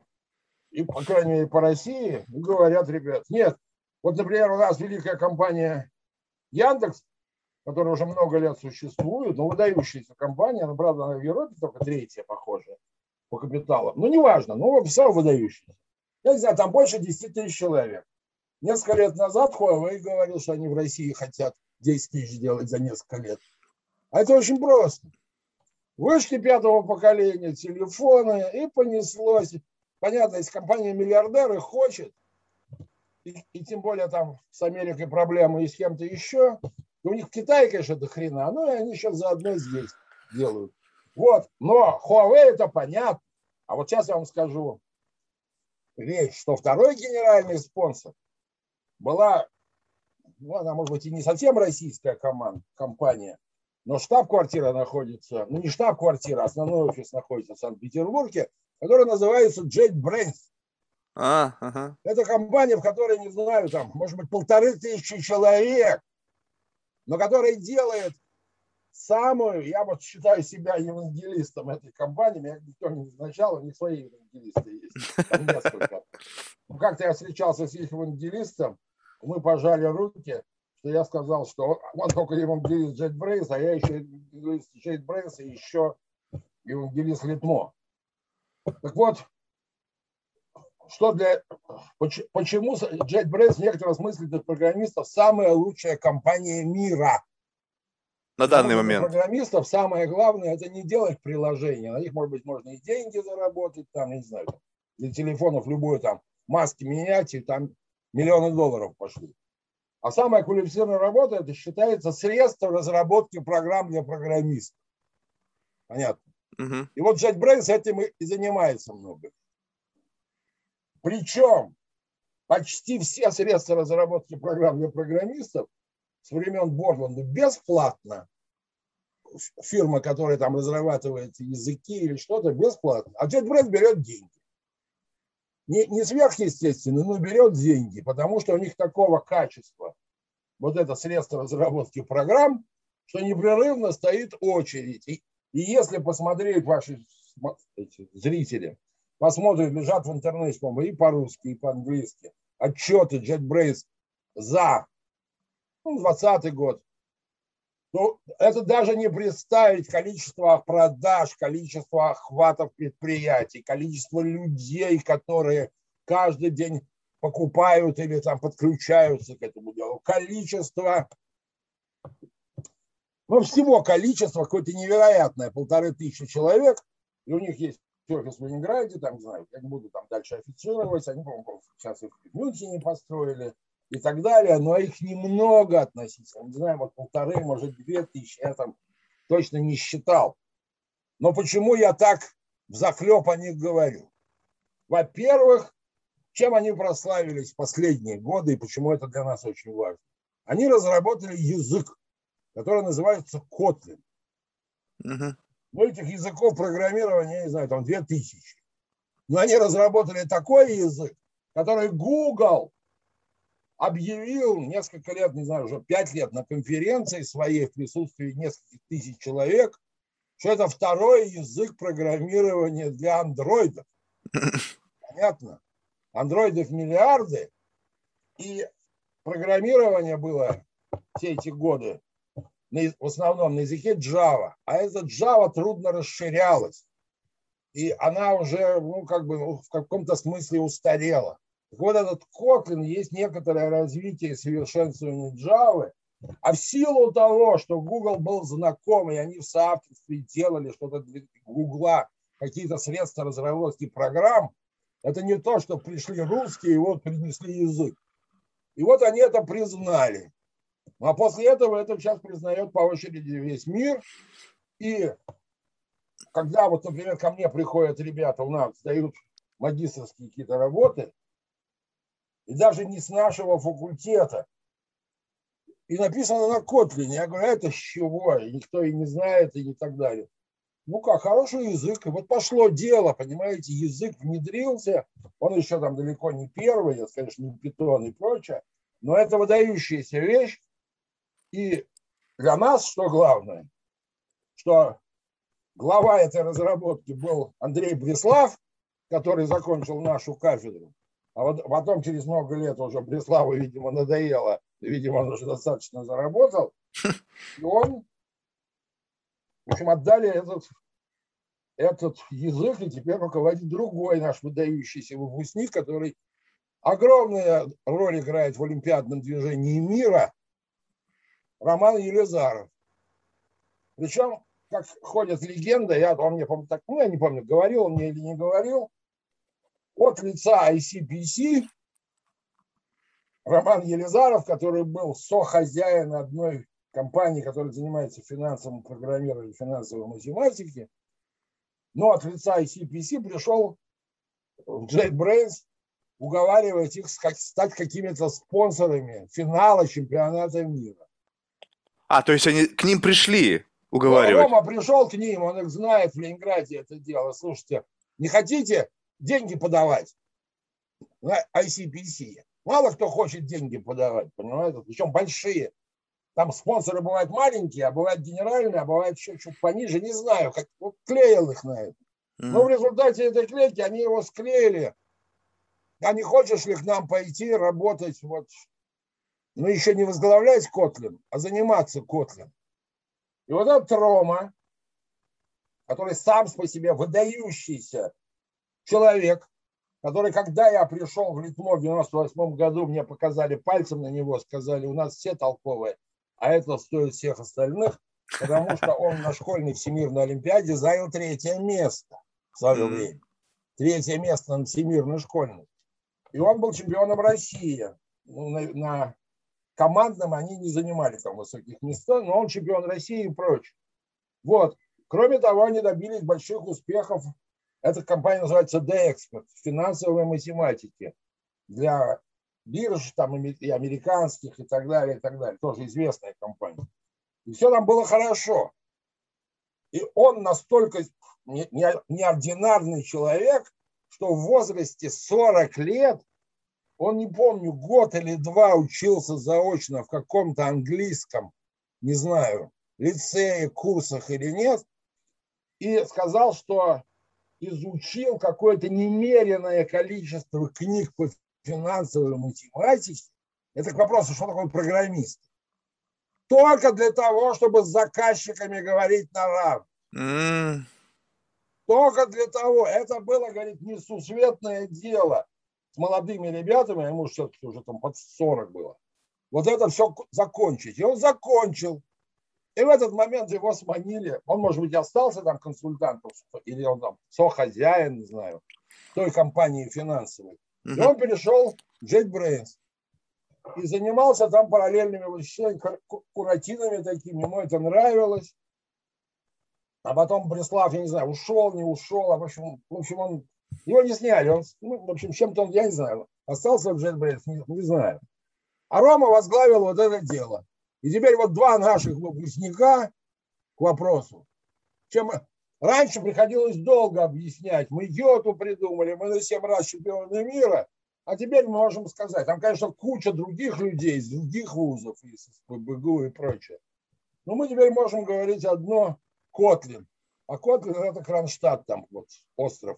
и, по крайней мере, по России говорят, ребят, нет, вот, например, у нас великая компания Яндекс, которая уже много лет существует, но выдающаяся компания, но, правда, она в Европе только третья, похоже, по капиталу, ну, неважно, но все выдающаяся. Я не знаю, там больше десять тысяч человек. Несколько лет назад Huawei говорил, что они в России хотят десять тысяч делать за несколько лет. А это очень просто. Вышки пятого поколения, телефоны, и понеслось. Понятно, если компания миллиардеры хочет, и, и тем более там с Америкой проблемы и с кем-то еще. И у них в Китае, конечно, до хрена, но и они сейчас заодно здесь делают. Вот, но Huawei это понятно. А вот сейчас я вам скажу вещь, что второй генеральный спонсор была, ну, она, может быть, и не совсем российская команда, компания, но штаб-квартира находится, ну, не штаб-квартира, основной офис находится в Санкт-Петербурге, которая называется JetBrains. А, ага. Это компания, в которой, не знаю, там, может быть, полторы тысячи человек, но которая делает самую, я вот считаю себя евангелистом этой компании, меня никто не назначал, у них свои евангелисты есть, там несколько. Ну, как-то я встречался с их евангелистом, мы пожали руки, что я сказал, что он, он только евангелист JetBrains, а я еще евангелист JetBrains и еще евангелист Литмо. Так вот, что для, почему JetBrains в некотором смысле для программистов самая лучшая компания мира? На Потому данный что для момент. программистов самое главное это не делать приложения. На них, может быть, можно и деньги заработать, там, не знаю, там, для телефонов любой там маски менять, и там миллионы долларов пошли. А самая квалифицированная работа это считается средство разработки программ для программистов. Понятно? Угу. И вот JetBrains этим и занимается много. Причем почти все средства разработки программ для программистов с времен Бортланда бесплатно. Фирма, которая там разрабатывает языки или что-то, бесплатно. А JetBrains берет деньги. Не, не сверхъестественно, но берет деньги, потому что у них такого качества вот это средство разработки программ, что непрерывно стоит очередь. И, и если посмотреть, ваши эти, зрители, посмотрят, лежат в интернете, по-моему, и по-русски, и по-английски, отчеты JetBrains за ну, двадцатый год, то это даже не представить количество продаж, количество охватов предприятий, количество людей, которые каждый день покупают или там подключаются к этому делу, количество, ну, всего количество какое-то невероятное, полторы тысячи человек, и у них есть офис в Ленинграде, там, не знаю, как буду там дальше официировать, они, по-моему, сейчас их в Мюнхене построили и так далее, но их немного относительно, не знаю, вот полторы, может, две тысячи, я там точно не считал. Но почему я так взахлеб о них говорю? Во-первых, чем они прославились в последние годы и почему это для нас очень важно? Они разработали язык, который называется Kotlin. Угу. Ну, этих языков программирования, я не знаю, там две тысячи. Но они разработали такой язык, который Google объявил несколько лет, не знаю, уже пять лет на конференции своей в присутствии нескольких тысяч человек, что это второй язык программирования для андроидов. Понятно? Андроидов миллиарды, и программирование было все эти годы в основном на языке Java, а эта Java трудно расширялась, и она уже, ну, как бы в каком-то смысле устарела. Так вот этот Kotlin есть некоторое развитие и совершенствование Java, а в силу того, что Google был знаком, и они в сообществе делали что-то для Google, какие-то средства разработки программ, это не то, что пришли русские и вот принесли язык. И вот они это признали. А после этого это сейчас признает по очереди весь мир. И когда вот, например, ко мне приходят ребята, у нас сдают магистерские какие-то работы, и даже не с нашего факультета, и написано на Kotlin, я говорю, это с чего? И никто и не знает, и не так далее. Ну как, хороший язык. И вот пошло дело, понимаете, язык внедрился, он еще там далеко не первый, это, конечно, не Python и прочее, но это выдающаяся вещь. И для нас, что главное, что глава этой разработки был Андрей Бреслав, который закончил нашу кафедру, а вот потом через много лет уже Бреславу, видимо, надоело, видимо, он уже достаточно заработал, и он, в общем, отдали этот, этот язык, и теперь руководит другой наш выдающийся выпускник, который огромную роль играет в олимпиадном движении мира, Роман Елизаров. Причем, как ходит легенда, я, он мне, помню, так, ну, я не помню, говорил он мне или не говорил, от лица ай си пи си Роман Елизаров, который был сохозяин одной компании, которая занимается финансовым программированием, финансовой математики, но от лица ай си пи си пришел в JetBrains уговаривать их стать какими-то спонсорами финала чемпионата мира. А, то есть они к ним пришли уговаривать? Рома пришел к ним, он их знает в Ленинграде это дело. Слушайте, не хотите деньги подавать на ай си пи си? Мало кто хочет деньги подавать, понимаете? Причем большие. Там спонсоры бывают маленькие, а бывают генеральные, а бывают чуть-чуть пониже. Не знаю, как вот клеил их на это. Но в результате этой клейки они его склеили. А не хочешь ли к нам пойти работать, вот, ну, еще не возглавлять Kotlin, а заниматься Kotlin? И вот этот Рома, который сам по себе выдающийся человек, который, когда я пришел в Литву в девяносто восьмом году, мне показали пальцем на него, сказали, у нас все толковые, а это стоит всех остальных, потому что он на школьной всемирной олимпиаде занял третье место в свое время. Третье место на всемирной школьной. И он был чемпионом России. Ну, на, на командном они не занимали там высоких мест, но он чемпион России и прочее. Вот. Кроме того, они добились больших успехов. Эта компания называется D-Expert, финансовой математики для бирж там, и американских и так далее, и так далее. Тоже известная компания. И все там было хорошо. И он настолько неординарный человек, что в возрасте сорок лет, он, не помню, год или два учился заочно в каком-то английском, не знаю, лицее, курсах или нет, и сказал, что изучил какое-то немеренное количество книг по финансовой математике. Это к вопросу, что такое программист. Только для того, чтобы с заказчиками говорить на равных. Mm. Только для того. Это было, говорит, несусветное дело с молодыми ребятами, ему все-таки уже там под сорок было. Вот это все закончить. И он закончил. И в этот момент его сманили. Он, может быть, остался там консультантом, или он там сохозяин, не знаю, той компании финансовой. Mm-hmm. И он перешел в JetBrains. И занимался там параллельными вещами, куратинами такими. Ему это нравилось. А потом Бреслав, я не знаю, ушел, не ушел. А в общем, в общем он, его не сняли. Он, ну, в общем, чем-то он, я не знаю, остался в JetBrains, не, не знаю. А Рома возглавил вот это дело. И теперь вот два наших выпускника к вопросу. Чем раньше приходилось долго объяснять. Мы йоту придумали, мы на семь раз чемпионы мира. А теперь мы можем сказать, там, конечно, куча других людей из других вузов, из ПБГУ и прочее. Но мы теперь можем говорить одно Kotlin. А Kotlin это Кронштадт, там вот остров,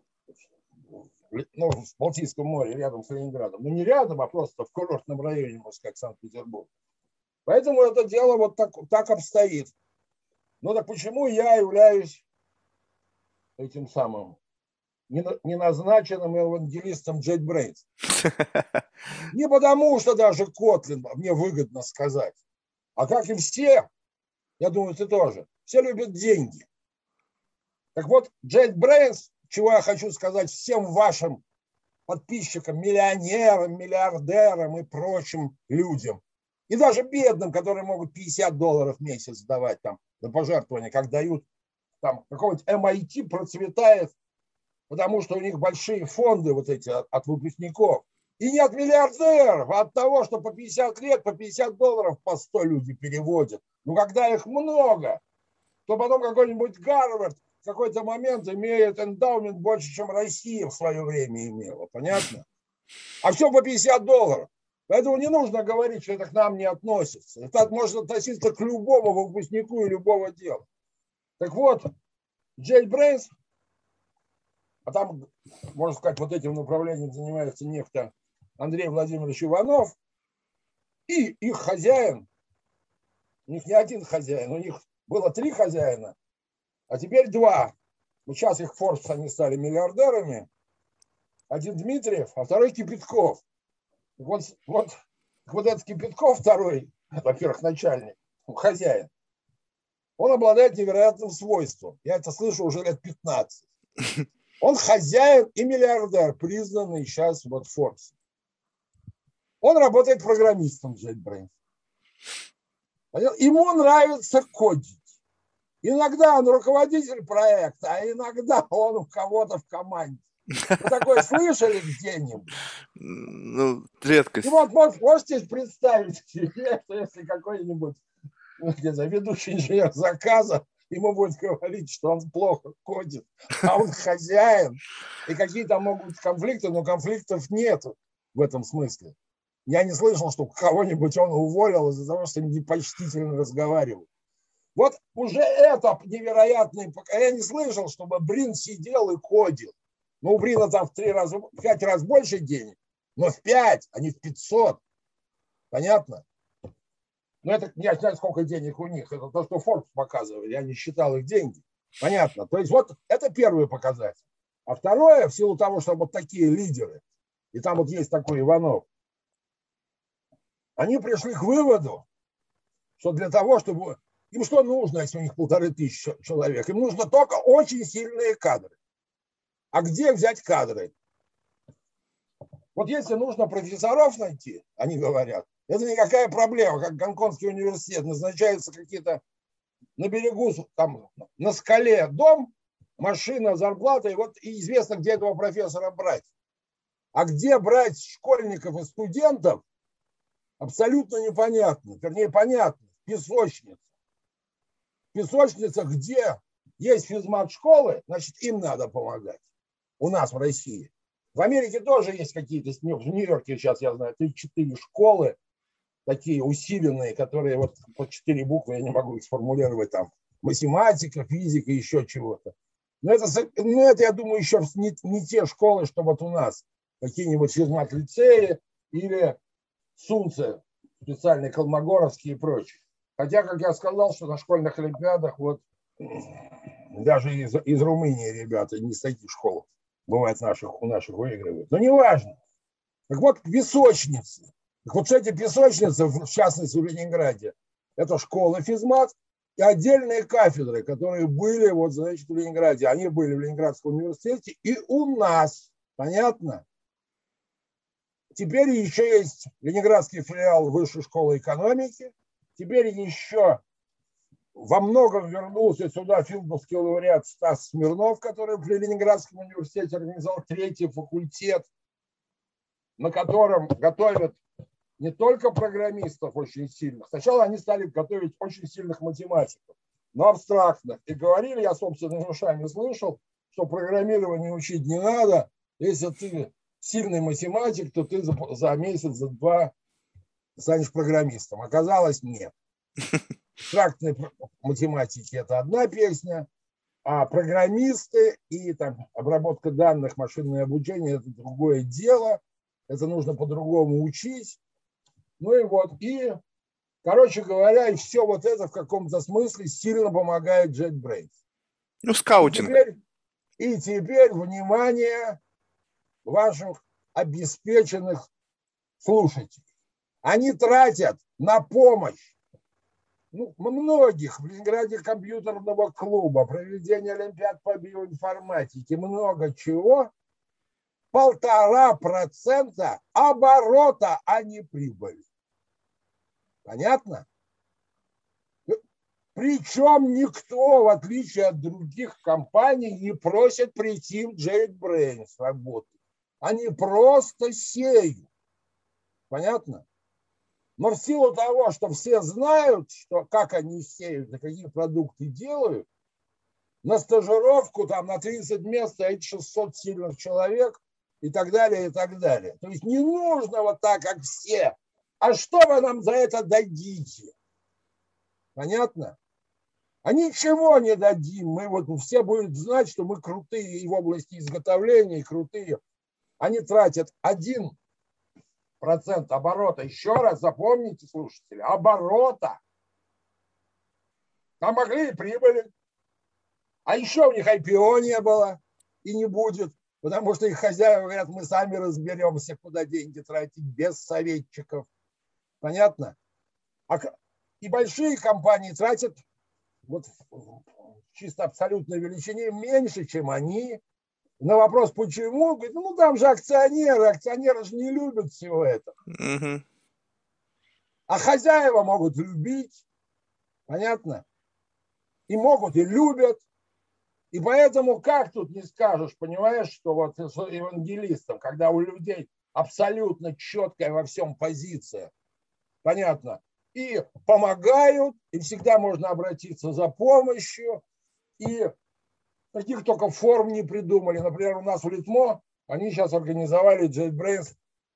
ну, в Балтийском море, рядом с Ленинградом. Ну, не рядом, а просто в курортном районе, можно сказать, Санкт-Петербург. Поэтому это дело вот так, так обстоит. Ну, так почему я являюсь этим самым неназначенным евангелистом JetBrains? Не потому, что даже Kotlin мне выгодно сказать, а как и все, я думаю, ты тоже, все любят деньги. Так вот, JetBrains, чего я хочу сказать всем вашим подписчикам, миллионерам, миллиардерам и прочим людям, и даже бедным, которые могут пятьдесят долларов в месяц давать там на пожертвования, как дают, там какой-нибудь эм ай ти процветает, потому что у них большие фонды вот эти от, от выпускников. И не от миллиардеров, а от того, что по пятьдесят лет, по пятьдесят долларов по сто люди переводят. Но когда их много, то потом какой-нибудь Гарвард в какой-то момент имеет эндаумент больше, чем Россия в свое время имела. Понятно? А все по пятьдесят долларов. Поэтому не нужно говорить, что это к нам не относится. Это может относиться к любому выпускнику и любого дела. Так вот, JetBrains, а там, можно сказать, вот этим направлением занимается некто Андрей Владимирович Иванов, и их хозяин, у них не один хозяин, у них было три хозяина, а теперь два. Вот сейчас их Forbes, они стали миллиардерами. Один Дмитриев, а второй Кипятков. Вот, вот, вот этот Кипятков второй, во-первых, начальник, хозяин, он обладает невероятным свойством. Я это слышу уже лет пятнадцать. Он хозяин и миллиардер, признанный сейчас вот Forbes. Он работает программистом JetBrains. Ему нравится кодить. Иногда он руководитель проекта, а иногда он у кого-то в команде. Вы такое слышали где-нибудь? Ну, редкость. И вот, вот можете представить себе, что если какой-нибудь, ну, не знаю, ведущий инженер заказа, ему будет говорить, что он плохо кодит, а он хозяин, и какие-то могут быть конфликты, но конфликтов нет в этом смысле. Я не слышал, что кого-нибудь он уволил из-за того, что непочтительно разговаривал. Вот уже это невероятное. Я не слышал, чтобы Брин сидел и кодил. Ну, у Брина там в три раза, в пять раз больше денег, но в пять, а не в пятьсот. Понятно? Но это я знаю, сколько денег у них. Это то, что Forbes показывает. Я не считал их деньги. Понятно. То есть вот это первый показатель. А второе, в силу того, что вот такие лидеры, и там вот есть такой Иванов, они пришли к выводу, что для того, чтобы... Им что нужно, если у них полторы тысячи человек? Им нужно только очень сильные кадры. А где взять кадры? Вот если нужно профессоров найти, они говорят, это никакая проблема, как Гонконгский университет, назначаются какие-то на берегу, там, на скале дом, машина, зарплата, и вот и известно, где этого профессора брать. А где брать школьников и студентов, абсолютно непонятно. Вернее, понятно, песочница. Песочница, где есть физмат-школы, значит, им надо помогать. У нас в России. В Америке тоже есть какие-то, в Нью-Йорке сейчас, я знаю, три-четыре школы, такие усиленные, которые вот по четыре буквы, я не могу их сформулировать, там, математика, физика, еще чего-то. Но это, ну, это, я думаю, еще не, не те школы, что вот у нас, какие-нибудь физмат-лицеи или Сунцы, специальные колмогоровские и прочее. Хотя, как я сказал, что на школьных олимпиадах вот даже из, из Румынии ребята не из таких школ, бывает, наших, у наших выигрывают. Но неважно. Так вот, песочницы. Так вот, эти песочницы, в частности в Ленинграде, это школа физмат и отдельные кафедры, которые были вот, значит, в Ленинграде. Они были в Ленинградском университете и у нас. Понятно? Теперь еще есть Ленинградский филиал Высшей школы экономики. Теперь еще во многом вернулся сюда филдовский лауреат Стас Смирнов, который при Ленинградском университете организовал третий факультет, на котором готовят не только программистов очень сильных. Сначала они стали готовить очень сильных математиков, но абстрактных. И говорили, я собственными ушами слышал, что программирование учить не надо. Если ты сильный математик, то ты за, за месяц, за два станешь программистом. Оказалось, нет. Абстрактные математики – это одна песня, а программисты и там, обработка данных, машинное обучение – это другое дело. Это нужно по-другому учить. Ну и вот, и, короче говоря, и все вот это в каком-то смысле сильно помогает JetBrains. Ну, скаутинг. И теперь, и теперь внимание ваших обеспеченных слушателей. Они тратят на помощь, ну, многих в Ленинграде компьютерного клуба, проведение олимпиад по биоинформатике, много чего, полтора процента оборота, а не прибыли. Понятно? Причем никто, в отличие от других компаний, не просит прийти в JetBrains работать. Они просто сеют. Понятно? Но в силу того, что все знают, что, как они сеют и какие продукты делают, на стажировку там на тридцать мест стоит шестьсот сильных человек и так далее, и так далее. То есть не нужно вот так, как все. А что вы нам за это дадите? Понятно? А ничего не дадим. Мы вот все будут знать, что мы крутые и в области изготовления, и крутые. Они тратят один процент оборота. Еще раз запомните, слушатели, оборота. Там могли и прибыли. А еще у них ай пи о не было и не будет, потому что их хозяева говорят, мы сами разберемся, куда деньги тратить без советчиков. Понятно? И большие компании тратят вот в чисто абсолютной величине меньше, чем они. На вопрос, почему, говорит, ну там же акционеры, акционеры же не любят всего этого. Мгм. А хозяева могут любить, понятно? И могут, и любят. И поэтому как тут не скажешь, понимаешь, что вот с евангелистом, когда у людей абсолютно четкая во всем позиция, понятно, и помогают, и всегда можно обратиться за помощью, и каких только форм не придумали. Например, у нас в Литмо они сейчас организовали JetBrains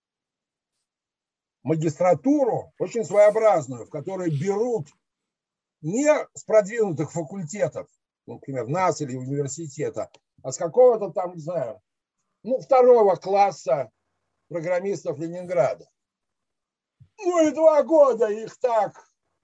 магистратуру, очень своеобразную, в которой берут не с продвинутых факультетов, например, НАС или университета, а с какого-то там, не знаю, ну, второго класса программистов Ленинграда. Ну и два года их так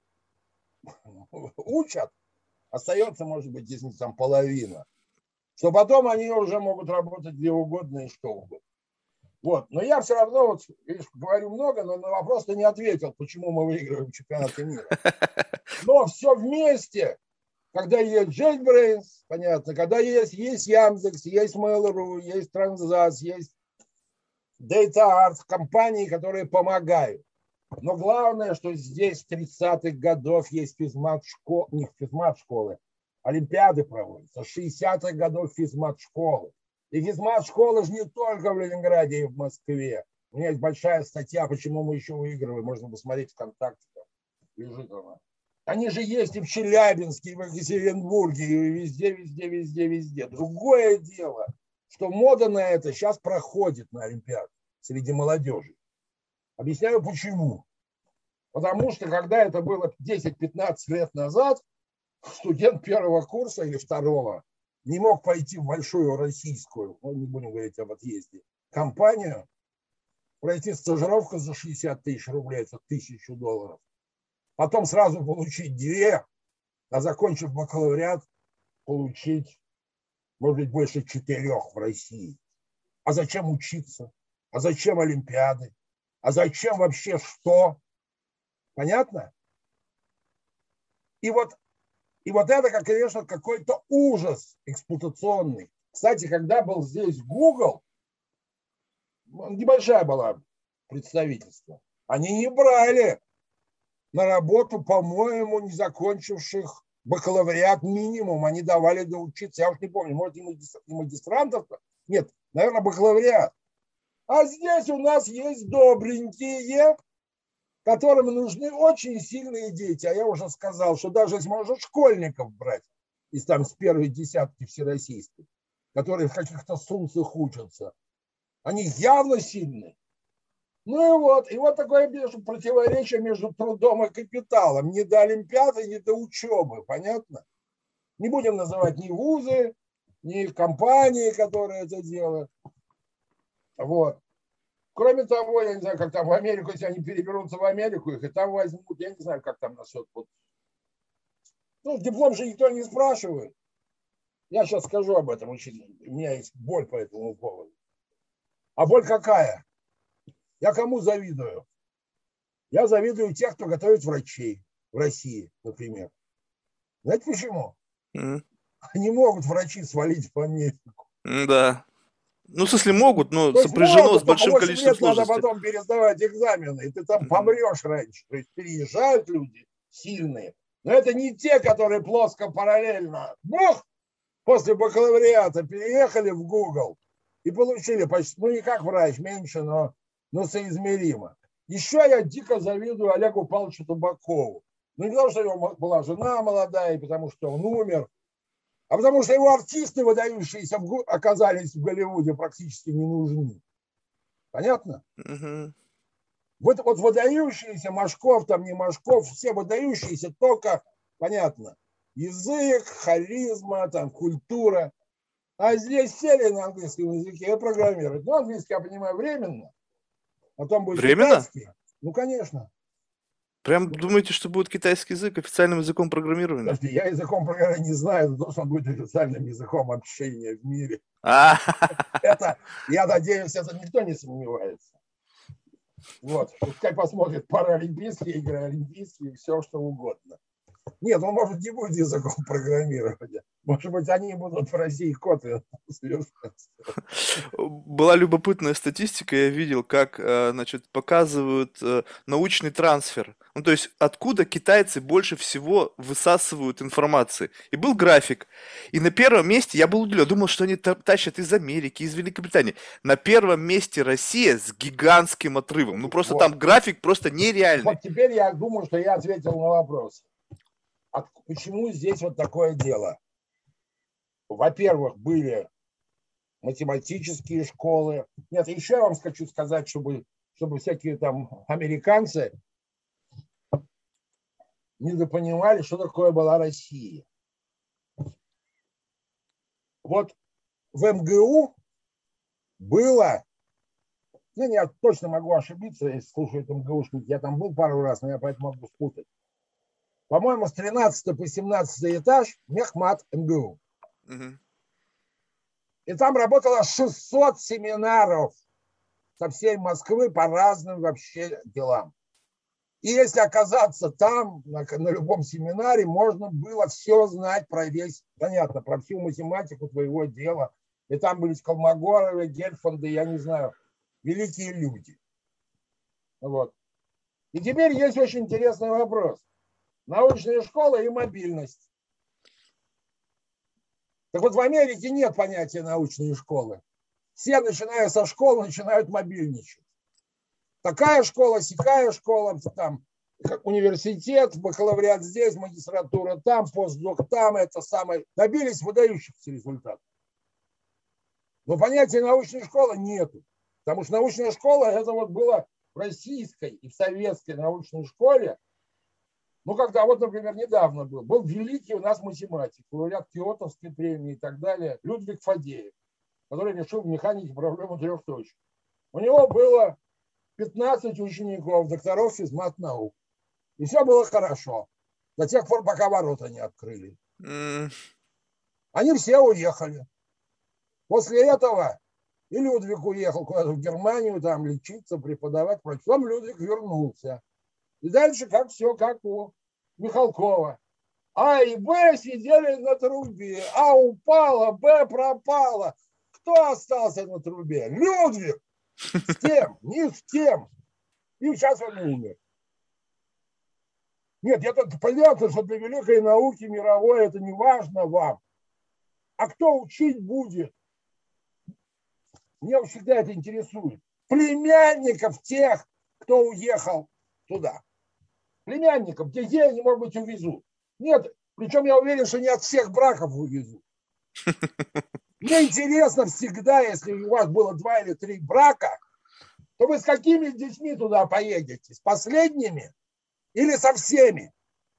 учат, остается, может быть, если там половина, что потом они уже могут работать где угодно и что угодно. Вот. Но я все равно, вот, видишь, говорю много, но на вопрос ты не ответил, почему мы выигрываем чемпионаты мира. Но все вместе, когда есть JetBrains, понятно, когда есть, есть Яндекс, есть Mail.ru, есть Transas, есть DataArt, компании, которые помогают. Но главное, что здесь с тридцатых годов есть физмат-школы, не физмат-школы, олимпиады проводятся, с шестидесятых годов физмат-школы. И физмат-школы же не только в Ленинграде и в Москве. У меня есть большая статья, почему мы еще выигрываем, можно посмотреть ВКонтакте, лежит она. Они же есть и в Челябинске, и в Екатеринбурге, и везде, везде, везде, везде. Другое дело, что мода на это сейчас проходит на Олимпиаде среди молодежи. Объясняю почему. Потому что когда это было десять-пятнадцать лет назад, студент первого курса или второго не мог пойти в большую российскую, ну, не будем говорить об отъезде, компанию, пройти стажировку за шестьдесят тысяч рублей, это тысячу долларов, потом сразу получить две, а закончив бакалавриат, получить, может быть, больше четырех в России. А зачем учиться? А зачем олимпиады? А зачем вообще что? Понятно? И вот, и вот это, как, конечно, какой-то ужас эксплуатационный. Кстати, когда был здесь Google, небольшая была представительство, они не брали на работу, по-моему, не закончивших бакалавриат минимум. Они давали доучиться. Я уж не помню, может, и магистрантов? Нет, наверное, бакалавриат. А здесь у нас есть добренькие, которым нужны очень сильные дети. А я уже сказал, что даже если можно школьников брать, из там с первой десятки всероссийских, которые в каких-то сумсах учатся, они явно сильные. Ну и вот, и вот такое противоречие между трудом и капиталом. Не до олимпиады, не до учебы, понятно? Не будем называть ни вузы, ни компании, которые это делают. Вот. Кроме того, я не знаю, как там в Америку, если они переберутся в Америку, их и там возьмут, я не знаю, как там насчет. Вот. Ну, диплом же никто не спрашивает. Я сейчас скажу об этом очень. У меня есть боль по этому поводу. А боль какая? Я кому завидую? Я завидую тех, кто готовит врачей в России, например. Знаете почему? Mm. Они могут врачи свалить в Америку. Да. Ну, в смысле, могут, но То есть сопряжено могут, с большим восемь количеством лет надо сложностей. потом пересдавать экзамены, и ты там помрешь раньше. То есть переезжают люди сильные. Но это не те, которые плоско параллельно. Бог! После бакалавриата переехали в Google и получили почти, ну не как врач, меньше, но, но соизмеримо. Еще я дико завидую Олегу Павловичу Табакову. Ну не потому, что у него была жена молодая, и потому что он умер, а потому что его артисты, выдающиеся, оказались в Голливуде практически не нужны. Понятно? Угу. Вот, вот выдающиеся, Машков, там не Машков, все выдающиеся только, понятно, язык, харизма, там, культура. А здесь сели на английском языке и программируют. Ну, английский, я понимаю, временно. Потом будет Временно? китайский. Ну, конечно. Прям думаете, что будет китайский язык официальным языком программирования? Подожди, я языком программирования не знаю, но что он будет официальным языком общения в мире. А. Это, я надеюсь, это никто не сомневается. Вот. Пускай посмотрит паралимпийские игры, олимпийские, все что угодно. Нет, он, может, не будет языком программирования. Может быть, они будут в России код совершенствовать. Была любопытная статистика, я видел, как, э, значит, показывают э, научный трансфер. Ну, то есть, откуда китайцы больше всего высасывают информации. И был график. И на первом месте, я был удивлен, думал, что они та- тащат из Америки, из Великобритании. На первом месте Россия с гигантским отрывом. Ну, просто Вот. там график просто нереальный. Вот теперь я думаю, что я ответил на вопрос. А почему здесь вот такое дело? Во-первых, были математические школы. Нет, еще я вам хочу сказать, чтобы, чтобы всякие там американцы недопонимали, что такое была Россия. Вот в эм гэ у было, ну, я точно могу ошибиться, если слушают эм гэ ушники, я там был пару раз, но я поэтому могу спутать. По-моему, с тринадцатого по семнадцатый этаж мехмат эм гэ у. Мгм. И там работало шестьсот семинаров со всей Москвы по разным вообще делам. И если оказаться там, на, на любом семинаре, можно было все знать про весь, понятно, про всю математику твоего дела. И там были Колмогоровы, Гельфанды, я не знаю, великие люди. Вот. И теперь есть очень интересный вопрос. Научная школа и мобильность. Так вот, в Америке нет понятия научной школы. Все, начиная со школы, начинают мобильничать. Такая школа, сякая школа, там, как университет, бакалавриат здесь, магистратура там, постдок там, это самое. Добились выдающихся результатов. Но понятия научной школы нету. Потому что научная школа, это вот было в российской и в советской научной школе. Ну, когда вот, например, недавно был, был великий у нас математик, лауреат Киотовской премии и так далее, Людвиг Фадеев, который решил в механике проблему трех точек. У него было пятнадцать учеников, докторов физмат-наук. И все было хорошо. До тех пор, пока ворота не открыли. М, Они все уехали. После этого и Людвиг уехал куда-то в Германию, там лечиться, преподавать. Потом Людвиг вернулся. И дальше как все, как у Михалкова. А и Б сидели на трубе. А упала, Б пропала. Кто остался на трубе? Людвиг. С кем? Не с кем. И сейчас он умер. Нет, это понятно, что для великой науки мировой это не важно вам. А кто учить будет? Меня всегда это интересует. Племянников тех, кто уехал туда. Племянников, детей они, может быть, увезут. Нет, причем я уверен, что не от всех браков увезут. Мне интересно всегда, если у вас было два или три брака, то вы с какими детьми туда поедете? С последними или со всеми?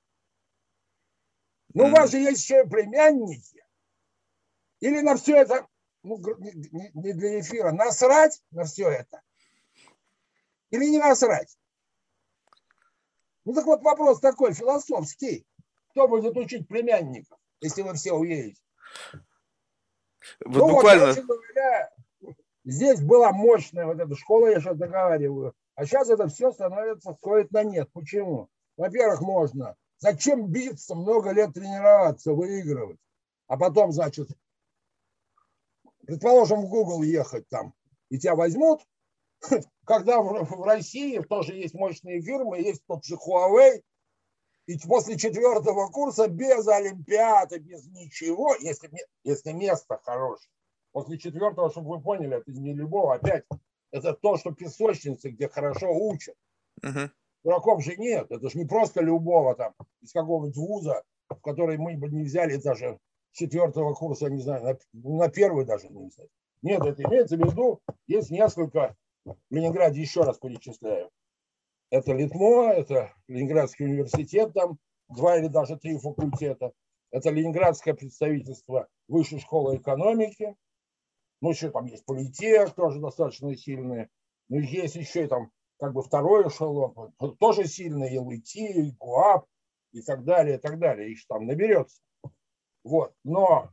Ну, у вас м. же есть еще и племянники. Или на все это, ну, не для эфира, насрать на все это? Или не насрать? Ну, так вот вопрос такой, философский. Кто будет учить племянников, если вы все уедете? Вот Ну вот, буквально, короче говоря, здесь была мощная вот эта школа, я сейчас договариваю. А сейчас это все становится, сходит на нет. Почему? Во-первых, можно. Зачем биться, много лет тренироваться, выигрывать? А потом, значит, предположим, в Google ехать там, и тебя возьмут, когда в России тоже есть мощные фирмы, есть тот же Huawei, и после четвертого курса без олимпиады, без ничего, если, если место хорошее, после четвертого, чтобы вы поняли, это не любого, опять, это то, что песочницы, где хорошо учат. мгм. Дураков же нет, это же не просто любого там, из какого-нибудь вуза, в который мы бы не взяли даже четвертого курса, не знаю, на, на первый даже не взяли. Нет, это имеется в виду, есть несколько, в Ленинграде еще раз перечисляю. Это ЛИТМО, это Ленинградский университет, там два или даже три факультета. Это Ленинградское представительство Высшей школы экономики. Ну, еще там есть политех, тоже достаточно сильные. Ну, есть еще и там как бы второй эшелон, тоже сильный, ЛИТИ, ГУАП и так далее, и так далее. Их там наберется. Вот. Но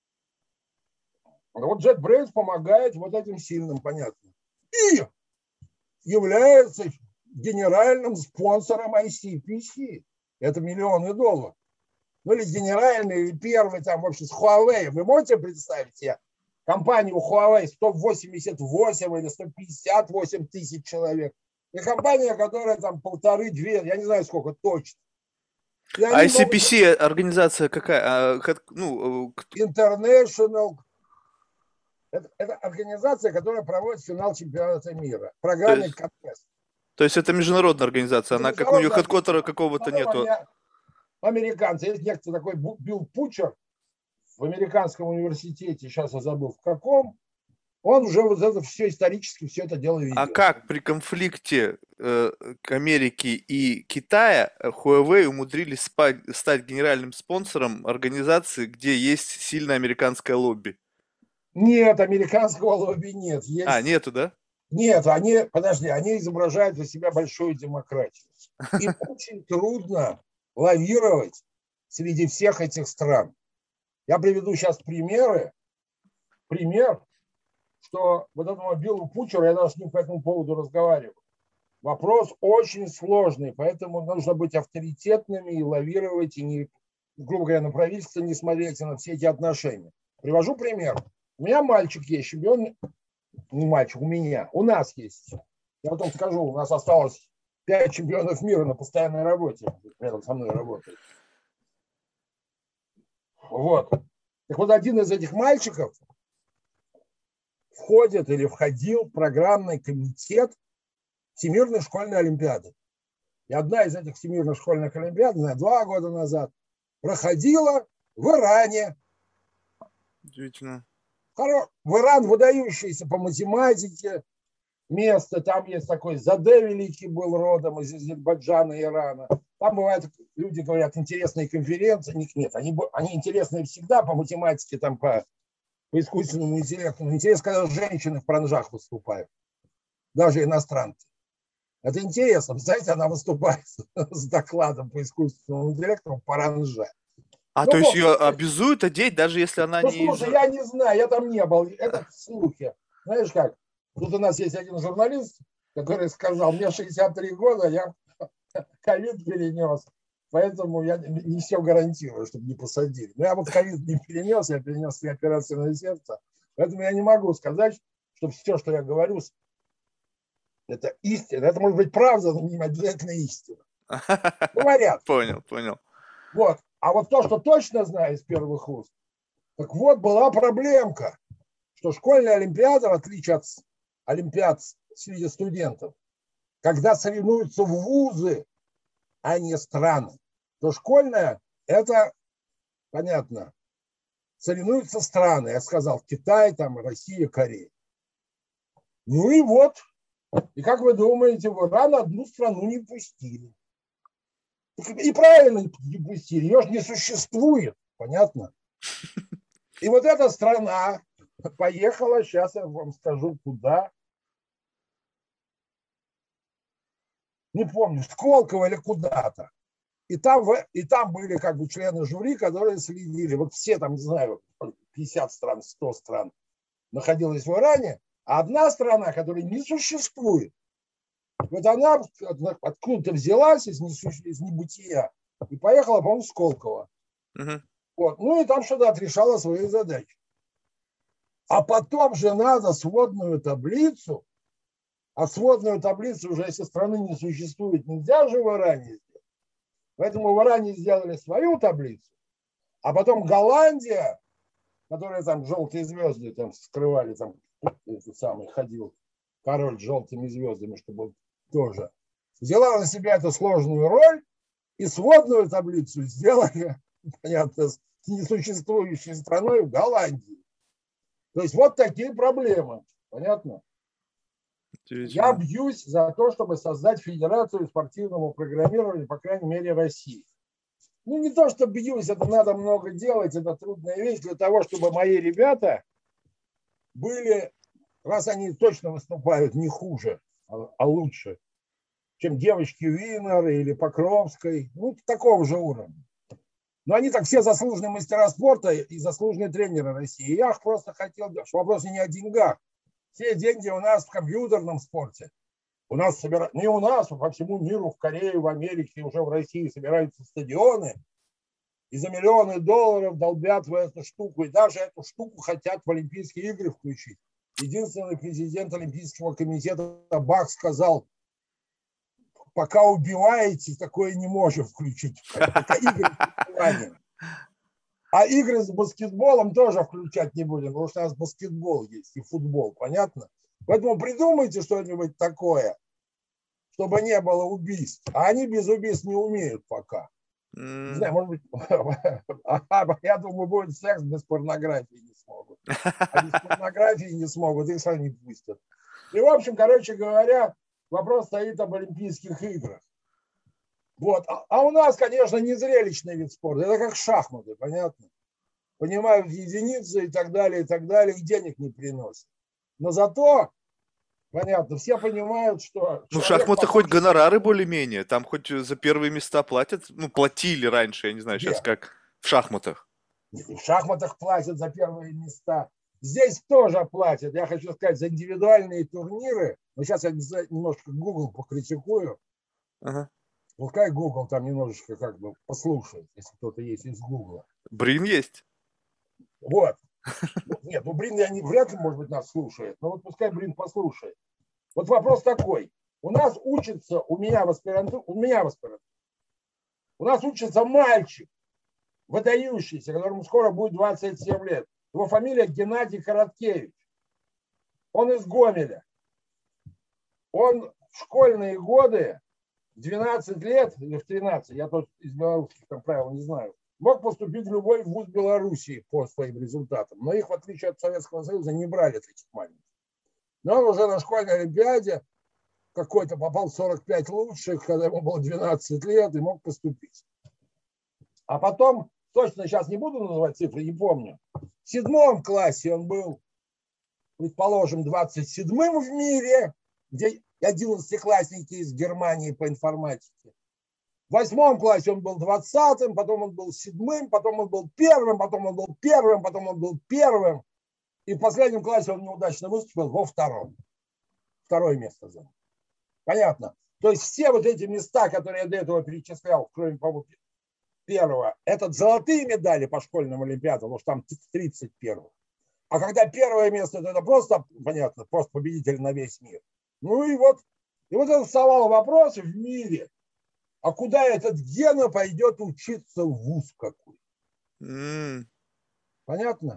вот JetBrains помогает вот этим сильным, понятно. И является генеральным спонсором ай си пи си. Это миллионы долларов. Ну или генеральный, или первый, там, в общем, с Huawei. Вы можете представить себе компанию Huawei сто восемьдесят восемь или сто пятьдесят восемь тысяч человек? И компания, которая там полторы-две, я не знаю сколько точно. И А они могут... ай си пи си организация какая? А, как- ну, э, кто- International. Это, это организация, которая проводит финал чемпионата мира. то Программный есть, контест. то есть это международная организация, Это она как у нее международная хедквотера организация. какого-то Потом нету. они, американцы, есть некто такой Билл Пучер в американском университете, сейчас я забыл в каком, он уже вот это все исторически, все это дело А ведет. как при конфликте э, к Америки и Китая э, Huawei умудрились спать- стать генеральным спонсором организации, где есть сильное американское лобби? Нет, американского лобби нет. А, Есть... нету, да? Нет, они, подожди, они изображают из себя большую демократию. Им очень трудно лавировать среди всех этих стран. Я приведу сейчас примеры. Пример, что вот этому Биллу Пучеру, я даже с ним по этому поводу разговаривал. Вопрос очень сложный, поэтому нужно быть авторитетными и лавировать, и, не, грубо говоря, на правительство не смотреть на все эти отношения. Привожу пример. У меня мальчик есть, чемпион, не мальчик, у меня, у нас есть. Я потом скажу, у нас осталось пять чемпионов мира на постоянной работе, рядом со мной работает. Вот. Так вот, один из этих мальчиков входит или входил в программный комитет Всемирной школьной олимпиады. И одна из этих всемирных школьных олимпиад, знаю, два года назад, проходила в Иране. Удивительно. В Иран выдающийся по математике место. Там есть такой Заде Великий был родом из Азербайджана и Ирана. Там бывают, люди говорят, интересные конференции. Нет, они, они интересные всегда по математике, там по, по искусственному интеллекту. Интересно, когда женщины в паранжах выступают, даже иностранцы. Это интересно. Знаете, она выступает с докладом по искусственному интеллекту в паранже. А, то Ну, есть в ее общем, обязуют одеть, даже если она ну, не из... слушай, я не знаю, я там не был. Это слухи. Знаешь как? Тут у нас есть один журналист, который сказал, мне шестьдесят три года, я ковид перенес, поэтому я не все гарантирую, чтобы не посадили. Но я вот ковид не перенес, я перенес три операции на сердце, поэтому я не могу сказать, что все, что я говорю, это истина. Это может быть правда, но не обязательно истина. Говорят. Понял, понял. Вот. А вот то, что точно знаю из первых уст, так вот, была проблемка, что школьная олимпиада, в отличие от олимпиад среди студентов, когда соревнуются вузы, а не страны, то школьная, это, понятно, соревнуются страны. Я сказал, Китай, там, Россия, Корея. Ну и вот. И как вы думаете, в Иран одну страну не пустили. И правильно не пустили, ее же не существует, понятно? И вот эта страна поехала, сейчас я вам скажу, куда. Не помню, Сколково или куда-то. И там, и там были как бы члены жюри, которые следили. Вот все там, не знаю, пятьдесят стран, сто стран находилась в Иране, а одна страна, которая не существует, вот она откуда-то взялась из, из небытия и поехала, по-моему, в Сколково. Угу. Вот. Ну и там что-то отрешала свои задачи. А потом же надо сводную таблицу, а сводную таблицу уже, если страны не существует, нельзя же в Иране сделать. Поэтому в Иране сделали свою таблицу, а потом Голландия, которая там желтые звезды там скрывали, там этот самый ходил король с желтыми звездами, чтобы тоже взяла на себя эту сложную роль и сводную таблицу сделали, понятно, с несуществующей страной в Голландии. То есть вот такие проблемы, понятно? Я бьюсь за то, чтобы создать федерацию спортивного программирования, по крайней мере, России. Ну, не то, что бьюсь, это надо много делать, это трудная вещь для того, чтобы мои ребята были, раз они точно выступают не хуже, а лучше, чем девочки Винер или Покровской, ну, такого же уровня. Но они так все заслуженные мастера спорта и заслуженные тренеры России. Я просто хотел, что вопрос не о деньгах. Все деньги у нас в компьютерном спорте. У нас собирают, не у нас, а по всему миру, в Корее, в Америке, уже в России собираются стадионы. И за миллионы долларов долбят в эту штуку. И даже эту штуку хотят в Олимпийские игры включить. Единственный президент Олимпийского комитета Бах сказал: пока убиваете, такое не можем включить. Это игры с убиванием. А игры с баскетболом тоже включать не будем, потому что у нас баскетбол есть и футбол, понятно? Поэтому придумайте что-нибудь такое, чтобы не было убийств. А они без убийств не умеют пока. Не знаю, может быть, я думаю, будет секс без порнографии не смогут. А без порнографии не смогут, их сами не пустят. И, в общем, короче говоря, вопрос стоит об Олимпийских играх. Вот. А, а у нас, конечно, не зрелищный вид спорта. Это как шахматы, понятно? Понимают единицы и так далее, и так далее, и денег не приносят. Но зато, понятно, все понимают, что... Ну, шахматы хоть гонорары более-менее, там хоть за первые места платят, ну, платили раньше, я не знаю, сейчас как в шахматах. В шахматах платят за первые места. Здесь тоже платят, я хочу сказать, за индивидуальные турниры. Но сейчас я немножко Google покритикую. Ага. Пускай Google там немножечко как бы послушает, если кто-то есть из Google. Брин есть. Вот. Нет, ну Брин я не, вряд ли, может быть, нас слушает, но вот пускай Брин послушает. Вот вопрос такой. У нас учится, у меня в аспирантуре, у меня в аспирантуре, у нас учится мальчик, выдающийся, которому скоро будет двадцать семь лет. Его фамилия Геннадий Короткевич. Он из Гомеля. Он в школьные годы, в двенадцать лет или в тринадцать, я тут из белорусских там правил не знаю, мог поступить в любой вуз Белоруссии по своим результатам. Но их, в отличие от Советского Союза, не брали таких маленьких. Но он уже на школьной олимпиаде какой-то попал в сорок пять лучших, когда ему было двенадцать лет, и мог поступить. А потом, точно сейчас не буду называть цифры, не помню, в седьмом классе он был, предположим, двадцать седьмым в мире, где одиннадцатиклассники из Германии по информатике. В восьмом классе он был двадцатым, потом он был седьмым, потом он был первым, потом он был первым, потом он был первым. И в последнем классе он неудачно выступил во втором. Второе место занял. Понятно? То есть все вот эти места, которые я до этого перечислял, кроме, по-моему, первого, это золотые медали по школьным олимпиадам, потому что там тридцать первых. А когда первое место, то это просто, понятно, просто победитель на весь мир. Ну и вот, и вот это вставал вопрос в мире, а куда этот Гена пойдет учиться в вуз какой? Mm. Понятно?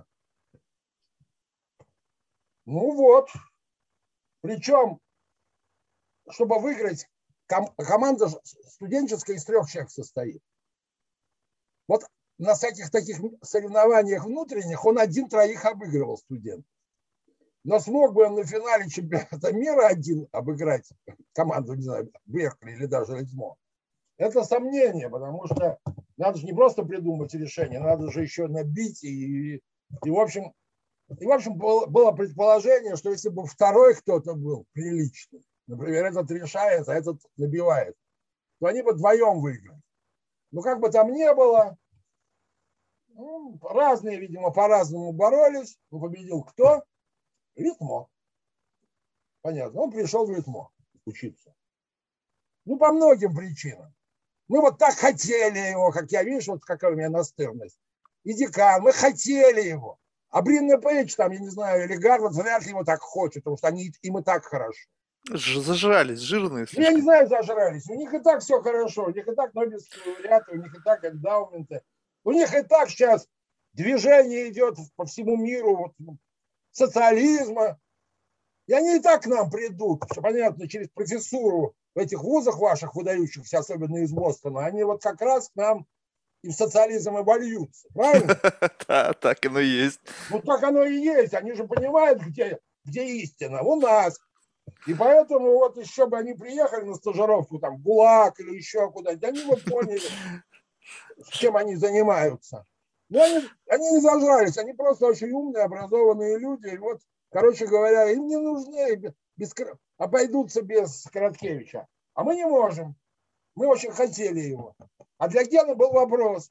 Ну вот. Причем, чтобы выиграть, ком- команда студенческая из трех человек состоит. Вот на всяких таких соревнованиях внутренних он один-троих обыгрывал студент. Но смог бы он на финале чемпионата мира один обыграть команду, не знаю, Беркли или даже Литмо? Это сомнение, потому что надо же не просто придумать решение, надо же еще набить. И, и, в общем, и, в общем было предположение, что если бы второй кто-то был приличный, например, этот решает, а этот набивает, то они бы вдвоем выиграли. Но как бы там ни было, ну, разные, видимо, по-разному боролись. Но победил кто? Литмо. Понятно. Он пришел в Литмо учиться. Ну, по многим причинам. Мы вот так хотели его, как я вижу, вот какая у меня настырность. И декан, мы хотели его. А Брин Пейдж, там, я не знаю, или Гарвард вряд ли его так хочет, потому что они, им и так хорошо. Зажрались, жирные слишком. Ну, я не знаю, зажрались. У них и так все хорошо. У них и так Нобелевские лауреаты, у них и так эндаументы. У них и так сейчас движение идет по всему миру вот, социализма. И они и так к нам придут, все понятно, через профессуру в этих вузах ваших выдающихся, особенно из Бостона, они вот как раз к нам и в социализм и вольются. Правильно? Да, так оно и есть. Ну, так оно и есть. Они же понимают, где, где истина. У нас. И поэтому вот еще бы они приехали на стажировку, там, в ГУЛАГ или еще куда-нибудь, они бы поняли, чем они занимаются. Но они, они не зажрались, они просто очень умные, образованные люди. И вот, короче говоря, им не нужны, без, обойдутся без Короткевича. А мы не можем. Мы очень хотели его. А для Гены был вопрос.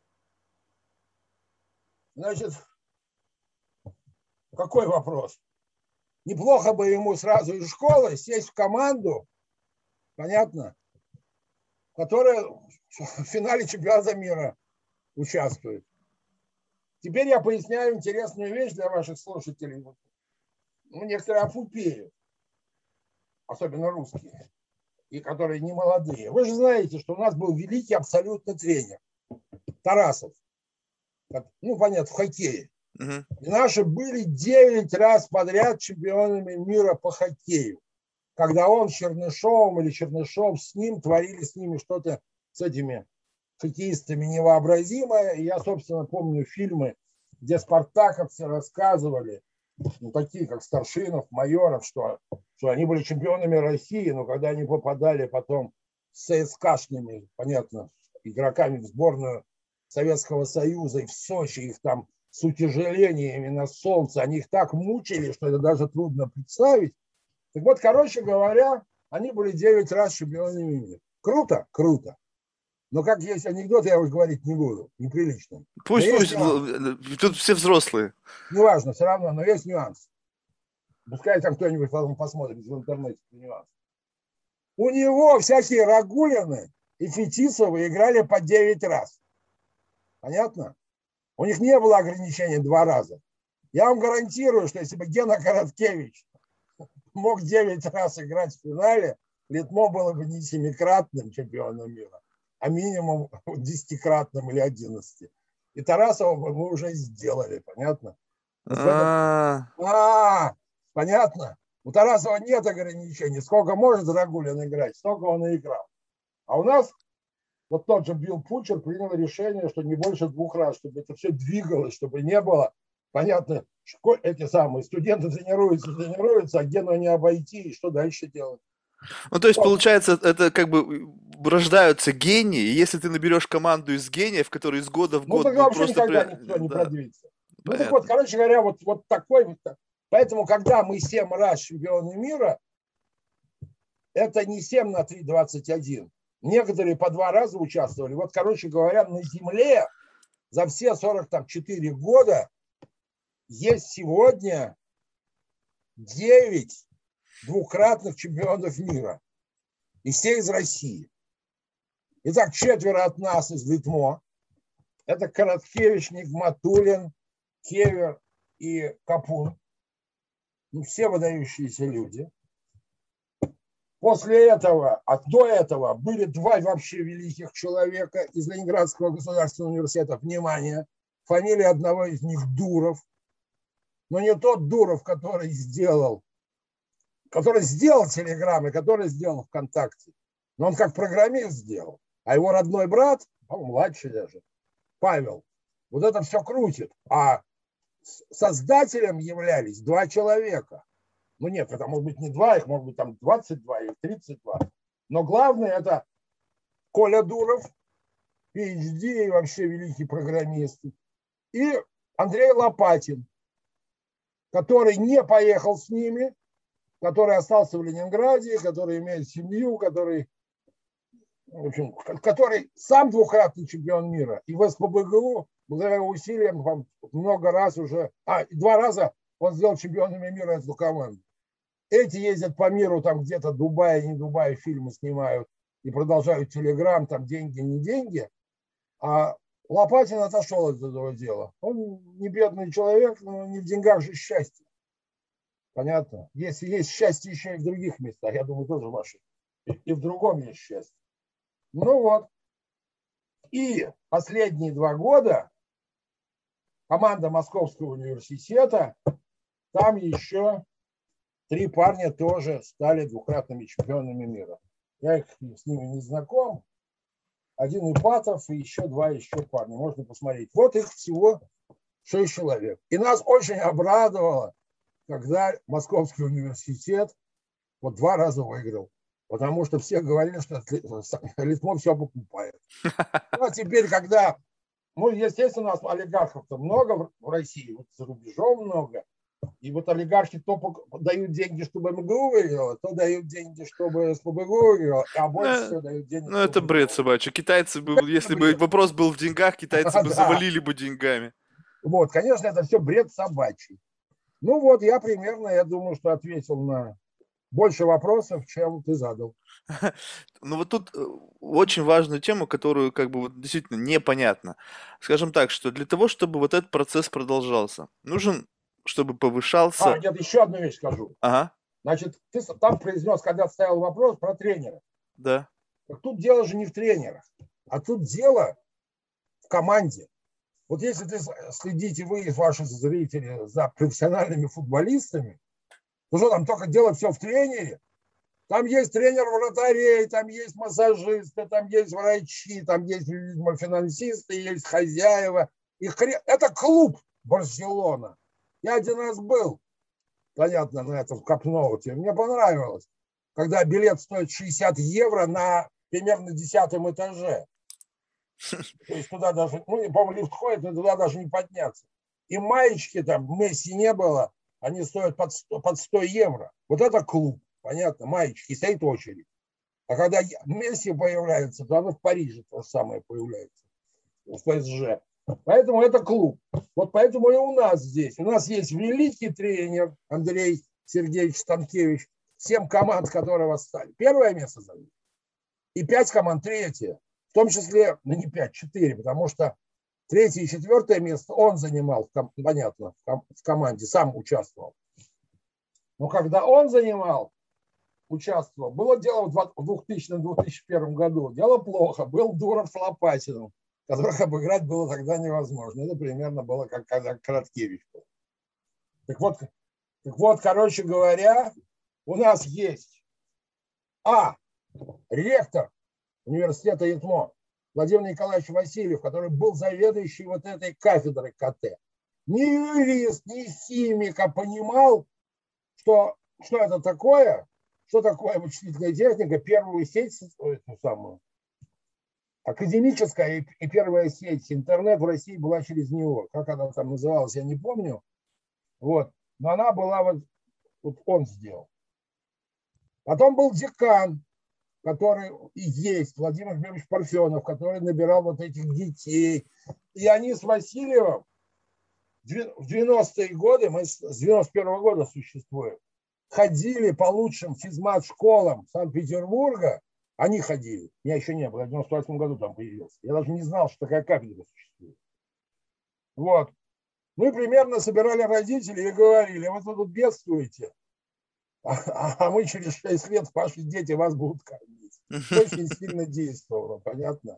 Значит, какой вопрос? Неплохо бы ему сразу из школы сесть в команду, понятно, которая в финале чемпионата мира участвуют. Теперь я поясняю интересную вещь для ваших слушателей. Ну, некоторые опупеют, особенно русские, и которые не молодые. Вы же знаете, что у нас был великий абсолютный тренер Тарасов. Ну, понятно, в хоккее. Угу. И наши были девять раз подряд чемпионами мира по хоккею. Когда он с Чернышовым или Чернышов с ним творили с ними что-то, с этими хоккеистами невообразимое. И я, собственно, помню фильмы, где спартаковцы рассказывали, ну, такие как Старшинов, Майоров, что, что они были чемпионами России, но когда они попадали потом с ЦСКАшными, понятно, игроками в сборную Советского Союза и в Сочи, их там с утяжелениями на солнце, они их так мучили, что это даже трудно представить. Так вот, короче говоря, они были девять раз чемпионами мира. Круто? Круто. Но как есть анекдот, я уже говорить не буду, неприлично. Пусть, пусть, нюанс. Тут все взрослые. Неважно, все равно, но есть нюанс. Пускай там кто-нибудь потом посмотрит в интернете нюанс. У него всякие Рагулины и Фетисовы играли по девять раз. Понятно? У них не было ограничения два раза. Я вам гарантирую, что если бы Гена Короткевич мог девять раз играть в финале, Литмо было бы не семикратным чемпионом мира, а минимум десятикратным или одиннадцати. И Тарасова мы уже сделали, понятно? Вот этом... А, понятно? У Тарасова нет ограничений. Сколько может Рагулин играть, столько он и играл. А у нас вот тот же Билл Пучер принял решение, что не больше двух раз, чтобы это все двигалось, чтобы не было, понятно, школь... эти самые студенты тренируются, тренируются, а Гену не обойти, и что дальше делать? Ну, то есть, получается, это как бы рождаются гении, и если ты наберешь команду из гениев, которые из года в ну, год... Ну, так вообще просто никогда при... никто не да. продвинется. Ну, Понятно. так вот, короче говоря, вот, вот такой вот. Поэтому, когда мы семь раз чемпионы мира, это не семь на три двадцать один. Некоторые по два раза участвовали. Вот, короче говоря, на Земле за все сорок четыре года есть сегодня девять двукратных чемпионов мира. И все из России. Итак, четверо от нас из Литмо. Это Короткевич, Нигматуллин, Кевер и Капун. Ну, все выдающиеся люди. После этого, а до этого были два вообще великих человека из Ленинградского государственного университета. Внимание, фамилия одного из них Дуров. Но не тот Дуров, который сделал, который сделал Телеграм и который сделал ВКонтакте. Но он как программист сделал. А его родной брат, по-моему, младший даже, Павел, вот это все крутит. А создателем являлись два человека. Ну нет, это может быть не два, их может быть там двадцать два или тридцать два. Но главное это Коля Дуров, пи эйч ди и вообще великий программист. И Андрей Лопатин, который не поехал с ними, который остался в Ленинграде, который имеет семью, который, в общем, который сам двукратный чемпион мира. И в СПбГУ, благодаря усилиям, много раз уже, а, два раза он сделал чемпионами мира эту команду. Эти ездят по миру, там где-то Дубай, не Дубай, фильмы снимают и продолжают Телеграм, там деньги, не деньги. А Лопатин отошел от этого дела. Он не бедный человек, но не в деньгах же счастье. Понятно? Если есть счастье еще и в других местах, я думаю, тоже ваше. И в другом есть счастье. Ну вот. И последние два года команда Московского университета, там еще три парня тоже стали двукратными чемпионами мира. Я их, с ними не знаком. Один Ипатов и еще два еще парня. Можно посмотреть. Вот их всего шесть человек. И нас очень обрадовало, когда Московский университет вот два раза выиграл. Потому что все говорили, что Литмо все покупает. Ну, а теперь, когда... Ну, естественно, у нас олигархов-то много в России, вот за рубежом много. И вот олигархи то дают деньги, чтобы МГУ выиграла, то дают деньги, чтобы СПбГУ выиграла, а больше Ну, всего дают денег. ну это бред собачий. Китайцы бы, Это если бред. бы вопрос был в деньгах, китайцы бы Да. завалили бы деньгами. Вот, конечно, это все бред собачий. Ну вот, я примерно, я думаю, что ответил на больше вопросов, чем ты задал. Ну вот тут э, очень важную тему, которую как бы вот действительно непонятно. Скажем так, что для того, чтобы вот этот процесс продолжался, нужен, чтобы повышался... А, нет, еще одну вещь скажу. Ага, Значит, ты там произнес, когда ставил вопрос про тренера. да. Так тут дело же не в тренерах, а тут дело в команде. Вот если ты следите вы, ваши зрители, за профессиональными футболистами, то что там только дело все в тренере? Там есть тренер вратарей, там есть массажисты, там есть врачи, там есть, видимо, финансисты, есть хозяева. И хрен... Это клуб Барселона. Я один раз был, понятно, на этом капноуте. Мне понравилось, когда билет стоит шестьдесят евро на примерно десятом этаже. То есть туда даже, ну, по-моему, лифт ходит, но туда даже не подняться. И маечки там, Месси не было, они стоят под сто, под сто евро. Вот это клуб, понятно, маечки, стоит очередь. А когда Месси появляется, то оно в Париже то же самое появляется, в ПСЖ. Поэтому это клуб. Вот поэтому и у нас здесь. У нас есть великий тренер Андрей Сергеевич Станкевич, семь команд, которые восстали. Первое место заняли. И пять команд третье. В том числе, ну не пять, четыре, потому что третье и четвертое место он занимал, понятно, в команде, сам участвовал. Но когда он занимал, участвовал, было дело в двухтысячном — две тысячи первом году, дело плохо, был Дуров с Лопатиным, которых обыграть было тогда невозможно. Это примерно было как когда Короткевич был. Так вот, так вот, короче говоря, у нас есть А, ректор университета ИТМО Владимир Николаевич Васильев, который был заведующий вот этой кафедрой КТ. Ни юрист, ни химик, а понимал, что, что это такое, что такое вычислительная техника, первую сеть, эту самую, академическая и, и первая сеть, интернет в России была через него. Как она там называлась, я не помню. Вот. Но она была вот, вот он сделал. Потом был декан, который и есть, Владимир Григорьевич Парфенов, который набирал вот этих детей. И они с Васильевым в девяностые годы, мы с девяносто первого года существуем, ходили по лучшим физмат-школам Санкт-Петербурга. Они ходили. Меня еще не было. Я в девяносто восьмом году там появился. Я даже не знал, что такая кафедра существует. Вот. Мы примерно собирали родителей и говорили: вот вы тут бедствуете, а мы через шесть лет, ваши дети вас будут кормить. Очень сильно действовало, понятно?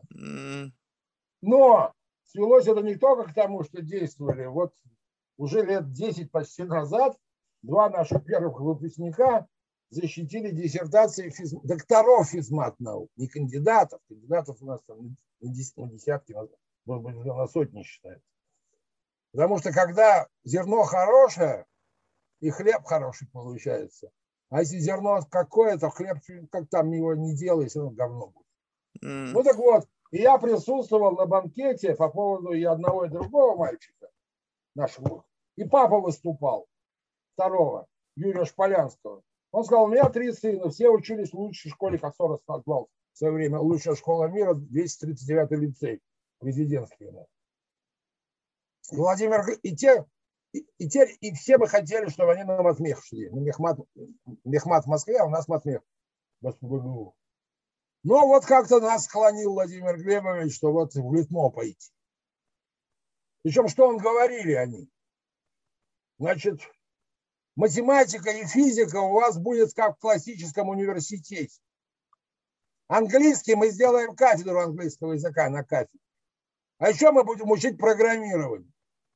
Но свелось это не только к тому, что действовали. Вот уже лет десять почти назад два наших первых выпускника защитили диссертации физ... докторов физмат-наук, не кандидатов. Кандидатов у нас там на десятки, может быть, на сотни считается. Потому что когда зерно хорошее, и хлеб хороший получается, а если зерно какое-то, хлеб, как там его не делай, все равно говно будет. Mm. Ну так вот, и я присутствовал на банкете по поводу и одного, и другого мальчика нашего. И папа выступал, второго, Юрия Шполянского. Он сказал: у меня три сына, все учились в лучшей школе, как Сорос назвал в свое время, лучшая школа мира, двести тридцать девятый лицей, президентский. И Владимир, и те, и, и те, и все бы хотели, чтобы они на матмех шли. На мехмат, мехмат в Москве, а у нас матмех. Но вот как-то нас склонил Владимир Глебович, что вот в ЛИТМО пойти. Причем, что он говорили они? Значит, математика и физика у вас будет как в классическом университете. Английский мы сделаем кафедру английского языка на кафедре. А еще мы будем учить программирование.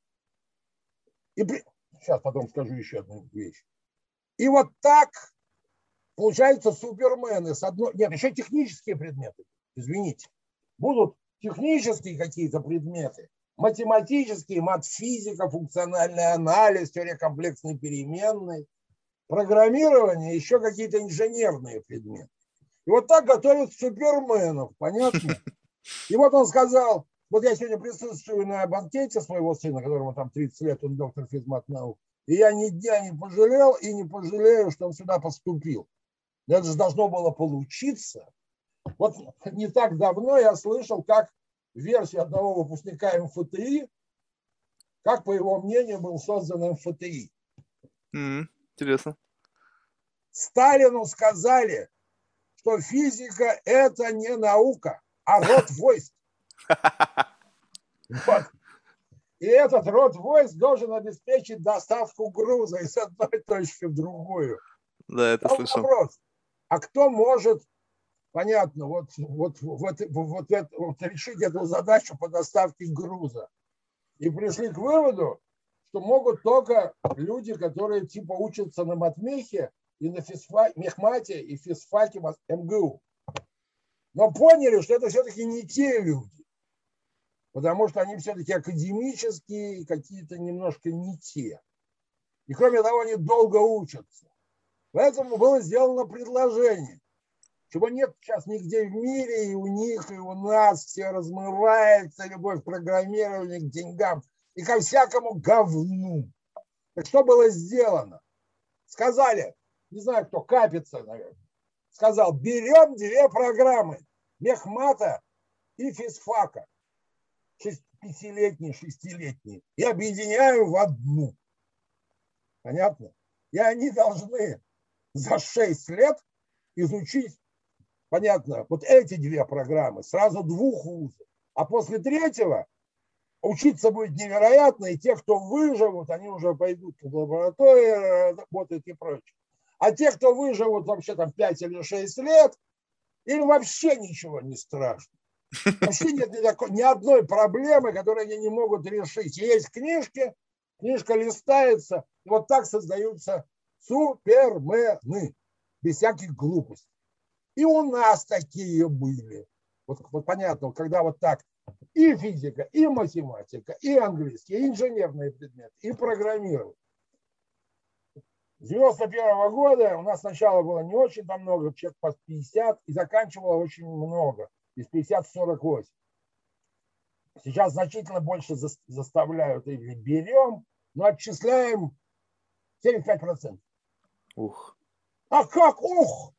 И при... Сейчас потом скажу еще одну вещь. И вот так получаются супермены. С одной... Нет, еще технические предметы. Извините. Будут технические какие-то предметы. Математические, матфизика, функциональный анализ, теория комплексной переменной, программирование, еще какие-то инженерные предметы. И вот так готовят суперменов, понятно? И вот он сказал: вот я сегодня присутствую на банкете своего сына, которому там тридцать лет, он доктор физмат-наук, и я ни дня не пожалел и не пожалею, что он сюда поступил. Это же должно было получиться. Вот не так давно я слышал, как версия одного выпускника эм эф тэ и, как, по его мнению, был создан эм эф тэ и. Mm, интересно. Сталину сказали, что физика – это не наука, а род войск. Вот. И этот род войск должен обеспечить доставку груза из одной точки в другую. Да, это Там слышал. вопрос, а кто может, понятно, вот, вот, вот, вот, это, вот решить эту задачу по доставке груза? И пришли к выводу, что могут только люди, которые типа учатся на матмехе и на физфаке, мехмате и физфаке эм гэ у. Но поняли, что это все-таки не те люди, потому что они все-таки академические, какие-то немножко не те. И кроме того, они долго учатся. Поэтому было сделано предложение, чего нет сейчас нигде в мире, и у них, и у нас все размывается любовь к программированию, к деньгам и ко всякому говну. Так что было сделано? Сказали, не знаю кто, Капица, наверное, сказал, берем две программы, мехмата и физфака, пятилетние, шестилетние, и объединяю в одну. Понятно? И они должны за шесть лет изучить, понятно, вот эти две программы, сразу двух вузов. А после третьего учиться будет невероятно, и те, кто выживут, они уже пойдут в лаборатории, работают и прочее. А те, кто выживут вообще там пять или шесть лет, им вообще ничего не страшно. Вообще нет никакой, ни одной проблемы, которую они не могут решить. Есть книжки, книжка листается, и вот так создаются супермены, без всяких глупостей. И у нас такие были. Вот, вот понятно, когда вот так и физика, и математика, и английский, и инженерные предметы, и программирование. С девяносто первого года у нас сначала было не очень там много, человек по пятьдесят, и заканчивало очень много, из пятидесяти в сорок восемь. Сейчас значительно больше заставляют или берем, но отчисляем семьдесят пять процентов. Ух. А как ух?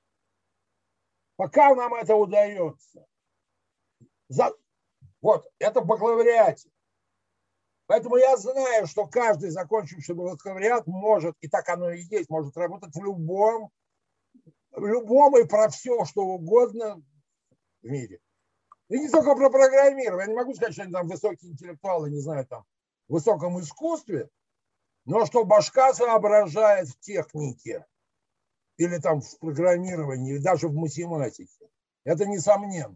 Пока нам это удается. За... Вот, это в бакалавриате. Поэтому я знаю, что каждый, закончивший бакалавриат, может, и так оно и есть, может работать в любом, в любом и про все, что угодно в мире. И не только про программирование. Я не могу сказать, что они там высокие интеллектуалы, не знаю, там, в высоком искусстве, но что башка соображает в технике или там в программировании, или даже в математике. Это несомненно.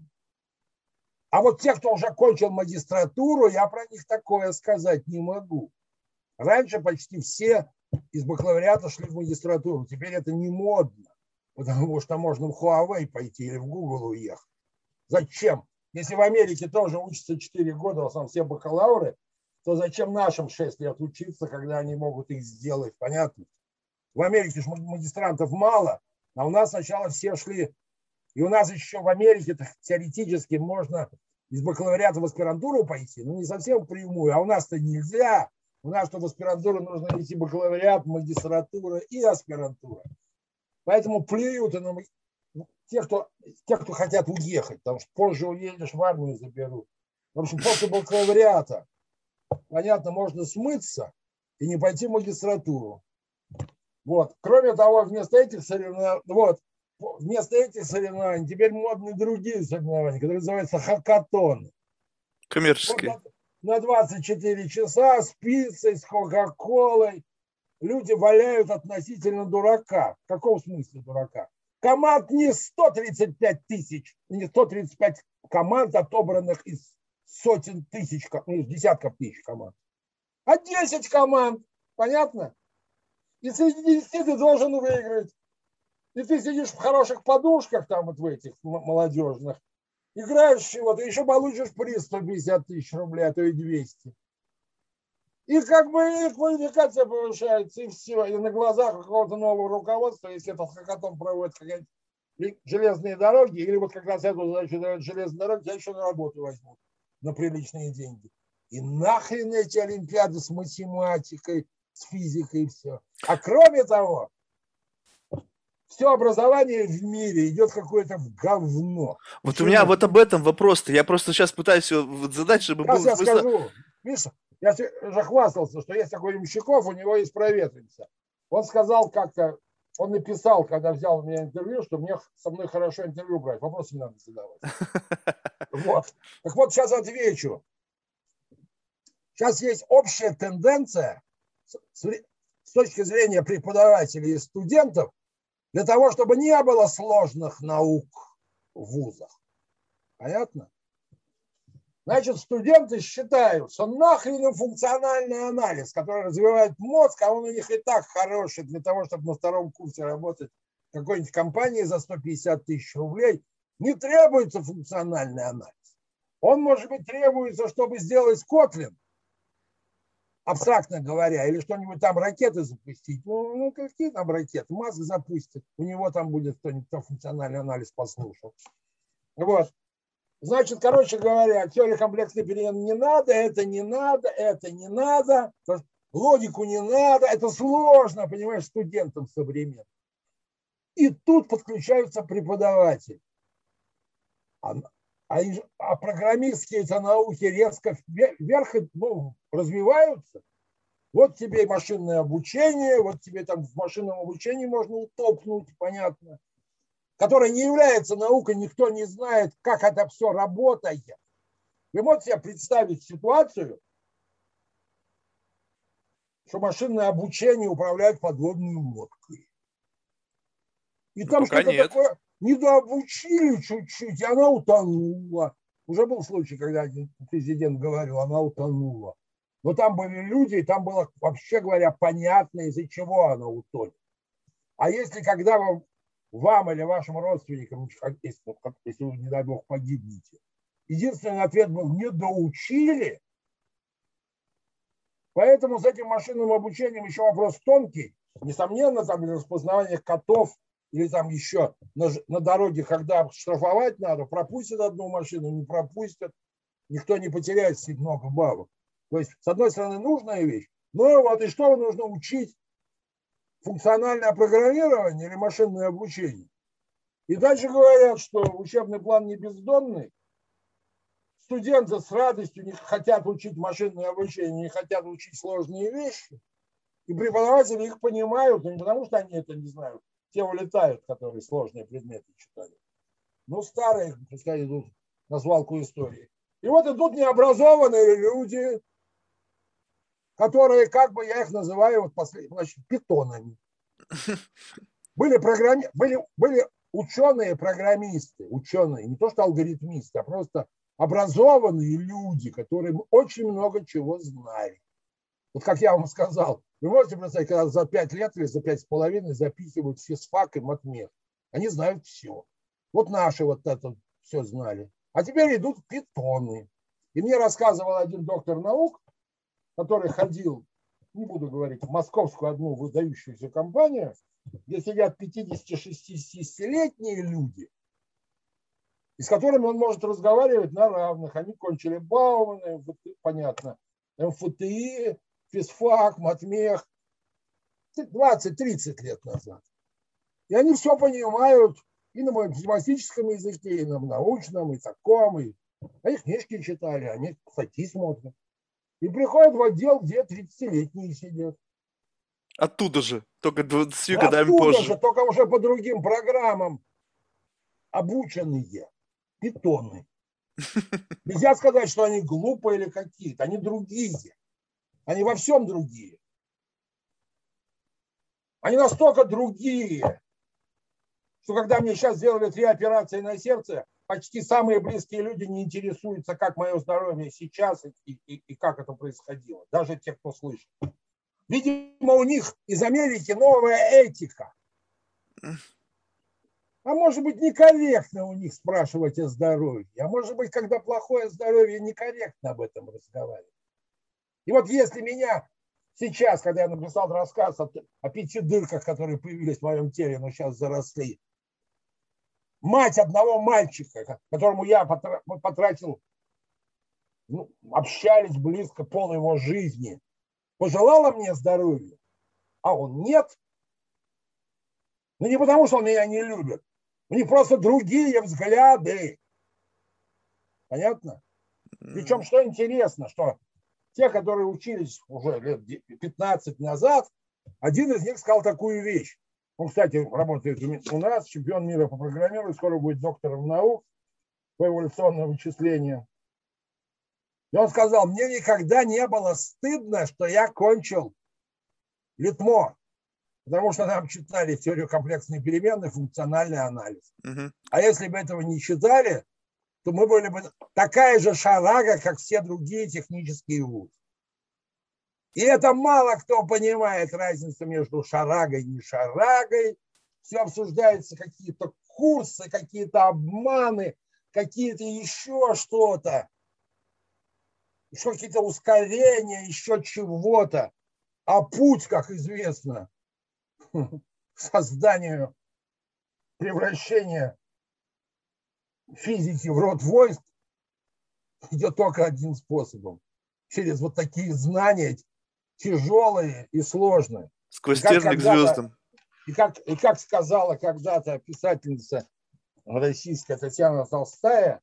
А вот те, кто уже кончил магистратуру, я про них такое сказать не могу. Раньше почти все из бакалавриата шли в магистратуру. Теперь это не модно, потому что можно в Huawei пойти или в Google уехать. Зачем? Если в Америке тоже учатся четыре года, в основном все бакалавры, то зачем нашим шесть лет учиться, когда они могут их сделать? Понятно? В Америке же магистрантов мало, а у нас сначала все шли. И у нас еще в Америке теоретически можно из бакалавриата в аспирантуру пойти, но не совсем прямую, а у нас-то нельзя. У нас, чтобы в аспирантуру, нужно идти бакалавриат, магистратура и аспирантура. Поэтому плюют на те, кто, те, кто хотят уехать, потому что позже уедешь, в армию заберут. В общем, после бакалавриата, понятно, можно смыться и не пойти в магистратуру. Вот. Кроме того, вместо этих соревнований, вот, вместо этих соревнований теперь модны другие соревнования, которые называются хакатоны. Коммерческие. Вот на, на двадцать четыре часа с пиццей, с кока-колой люди валяют относительно дурака. В каком смысле дурака? Команд не сто тридцать пять тысяч, не сто тридцать пять команд, отобранных из сотен тысяч, ну, из десятков тысяч команд, а десять команд. Понятно? И среди десяти ты должен выиграть. И ты сидишь в хороших подушках, там вот в этих молодежных, играешь чего-то, еще получишь приз сто пятьдесят тысяч рублей, а то и двести. И как бы их квалификация повышается, и все. И на глазах какого-то нового руководства, если этот хакатон проводит какие-нибудь железные дороги, или вот как раз эту задачу дают железные дороги, я еще на работу возьму на приличные деньги. И нахрен эти олимпиады с математикой, с физикой и все. А кроме того, все образование в мире идет какое-то в говно. Вот Почему? у меня вот об этом вопрос-то. Я просто сейчас пытаюсь его задать, чтобы Сейчас был я смысл. скажу. Видишь, я уже хвастался, что есть такой Ямщиков, у него есть проветриваться. Он сказал как-то, Он написал, когда взял у меня интервью, что мне со мной хорошо интервью брать. Вопросы не надо задавать. Вот. Так вот, сейчас отвечу. Сейчас есть общая тенденция с точки зрения преподавателей и студентов для того, чтобы не было сложных наук в вузах. Понятно? Значит, студенты считают, что нахрен им функциональный анализ, который развивает мозг, а он у них и так хороший для того, чтобы на втором курсе работать в какой-нибудь компании за сто пятьдесят тысяч рублей. Не требуется функциональный анализ. Он, может быть, требуется, чтобы сделать Kotlin, абстрактно говоря, или что-нибудь там ракеты запустить. Ну, ну какие там ракеты? Маск запустит. У него там будет кто-нибудь, кто функциональный анализ послушал. Вот. Значит, короче говоря, теория комплексной переменной не надо, это не надо, это не надо, логику не надо, это сложно, понимаешь, студентам современным. И тут подключаются преподаватели. А, а, а программистские эти науки резко вверх ну, развиваются. Вот тебе и машинное обучение, вот тебе там в машинном обучении можно утопнуть, понятно, которое не является наукой, никто не знает, как это все работает. Вы можете себе представить ситуацию, что машинное обучение управляет подводной лодкой. И Ну, там пока что-то нет. такое недообучили чуть-чуть, и она утонула. Уже был случай, когда один президент говорил, она утонула. Но там были люди, и там было, вообще говоря, понятно, из-за чего она утонет. А если когда вам, вам или вашим родственникам, если, если вы, не дай бог, погибнете, единственный ответ был «не доучили», поэтому с этим машинным обучением еще вопрос тонкий. Несомненно, там для распознавания котов или там еще на, на дороге, когда штрафовать надо, пропустят одну машину, не пропустят, никто не потеряет много баллов. То есть, с одной стороны, нужная вещь, но вот и что нужно учить? Функциональное программирование или машинное обучение? И дальше говорят, что учебный план не бездонный, студенты с радостью не хотят учить машинное обучение, не хотят учить сложные вещи, и преподаватели их понимают, но не потому что они это не знают, те улетают, которые сложные предметы читали. Ну, старые, пускай идут на свалку истории. И вот идут необразованные люди, которые, как бы я их называю, вот послед... значит, питонами. Были, программи... были, были ученые-программисты, ученые, не то что алгоритмисты, а просто образованные люди, которые очень много чего знали. Вот как я вам сказал, вы можете представить, когда за пять лет или за пять с половиной запихивают физфак и матмех. Они знают все. Вот наши вот это все знали. А теперь идут питоны. И мне рассказывал один доктор наук, который ходил, не буду говорить, в московскую одну выдающуюся компанию, где сидят пятидесяти-шестидесятилетние люди, и с которыми он может разговаривать на равных. Они кончили Баумана, понятно, эм эф тэ и, физфак, матмех двадцать-тридцать лет назад. И они все понимают и на математическом языке, и на научном, и таком. И... Они книжки читали, они статьи смотрят. И приходят в отдел, где тридцатилетние сидят. Оттуда же, только двадцатью Оттуда годами позже. же, только уже по другим программам обученные питоны. Нельзя сказать, что они глупые или какие-то. Они другие. Они во всем другие. Они настолько другие, что когда мне сейчас сделали три операции на сердце, почти самые близкие люди не интересуются, как мое здоровье сейчас и, и, и как это происходило. Даже те, кто слышит. Видимо, у них из Америки новая этика. А может быть, некорректно у них спрашивать о здоровье. А может быть, когда плохое здоровье, некорректно об этом разговаривать. И вот если меня сейчас, когда я написал рассказ о, о пяти дырках, которые появились в моем теле, но сейчас заросли, мать одного мальчика, которому я потратил, ну, общались близко пол его жизни, пожелала мне здоровья, а он нет. Ну не потому, что он меня не любит. У них просто другие взгляды. Понятно? Причем, что интересно, что те, которые учились уже лет пятнадцать назад, один из них сказал такую вещь. Он, кстати, работает у нас, чемпион мира по программированию, скоро будет доктором наук по эволюционным вычислениям. И он сказал, мне никогда не было стыдно, что я кончил ЛИТМО, потому что нам читали теорию комплексной переменной, функциональный анализ. Uh-huh. А если бы этого не читали, то мы были бы такая же шарага, как все другие технические вузы. И это мало кто понимает разницу между шарагой и не шарагой. Все обсуждаются какие-то курсы, какие-то обманы, какие-то еще что-то. Еще какие-то ускорения, еще чего-то. А путь, как известно, к созданию, превращения физики в род войск идет только одним способом. Через вот такие знания, тяжелые и сложные. Сквозь терник к звездам. И как, и как сказала когда-то писательница российская Татьяна Толстая,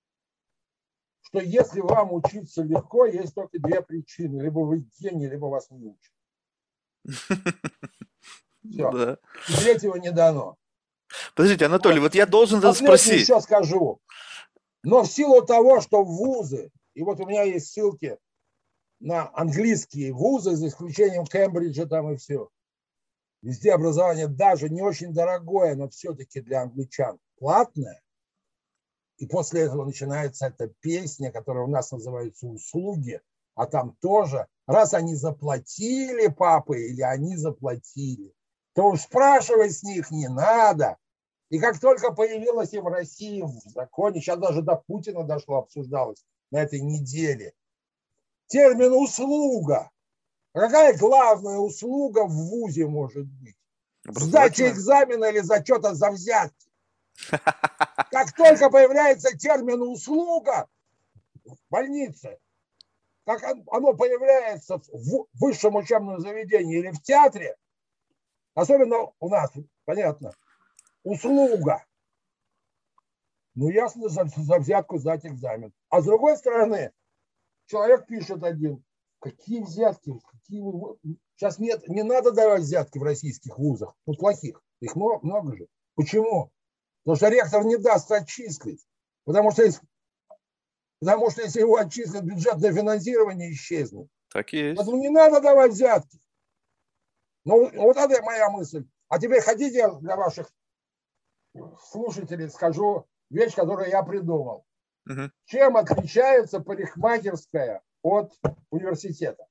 что если вам учиться легко, есть только две причины. Либо вы гений, либо вас не учат. Все. Да. И третьего не дано. Подождите, Анатолий, вот, вот я должен это спросить. Еще скажу. Но в силу того, что вузы, и вот у меня есть ссылки на английские вузы, за исключением Кембриджа там и все. Везде образование даже не очень дорогое, но все-таки для англичан платное. И после этого начинается эта песня, которая у нас называется «Услуги», а там тоже, раз они заплатили, папы, или они заплатили, то уж спрашивать с них не надо. И как только появилось и в России в законе, сейчас даже до Путина дошло, обсуждалось на этой неделе, термин «услуга». Какая главная услуга в вузе может быть? Сдача экзамена или зачета за взятки? Как только появляется термин «услуга» в больнице, как оно появляется в высшем учебном заведении или в театре, особенно у нас, понятно, услуга. Ну, ясно, за, за взятку сдать экзамен. А с другой стороны, человек пишет один, какие взятки, какие... Сейчас нет, не надо давать взятки в российских вузах, ну, плохих, их много, много же. Почему? Потому что ректор не даст отчислить. Потому что, если, потому что если его отчислят, бюджетное финансирование исчезнет. Так и есть. Поэтому не надо давать взятки. Ну, вот это моя мысль. А теперь хотите, для ваших слушателей скажу вещь, которую я придумал. Угу. Чем отличается парикмахерская от университета?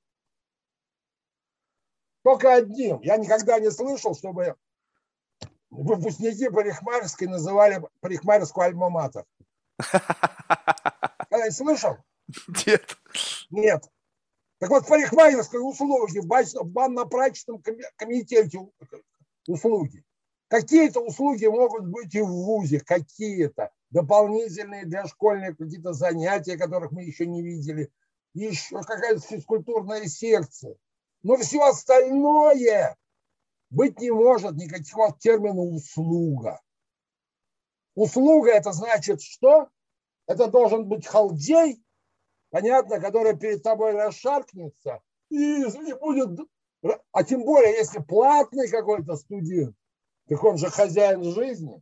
Только одним. Я никогда не слышал, чтобы выпускники парикмахерской называли парикмахерскую альма-матер. Когда-нибудь слышал? Нет. Нет. Так вот, парикмахерской услуги, в банно-прачечном комитете услуги. Какие-то услуги могут быть и в вузе, какие-то дополнительные для школьных какие-то занятия, которых мы еще не видели, еще какая-то физкультурная секция. Но все остальное быть не может никакого термина «услуга». Услуга – это значит что? Это должен быть халдей, понятно, который перед тобой расшаркнется и, и будет... А тем более, если платный какой-то студент, так он же хозяин жизни.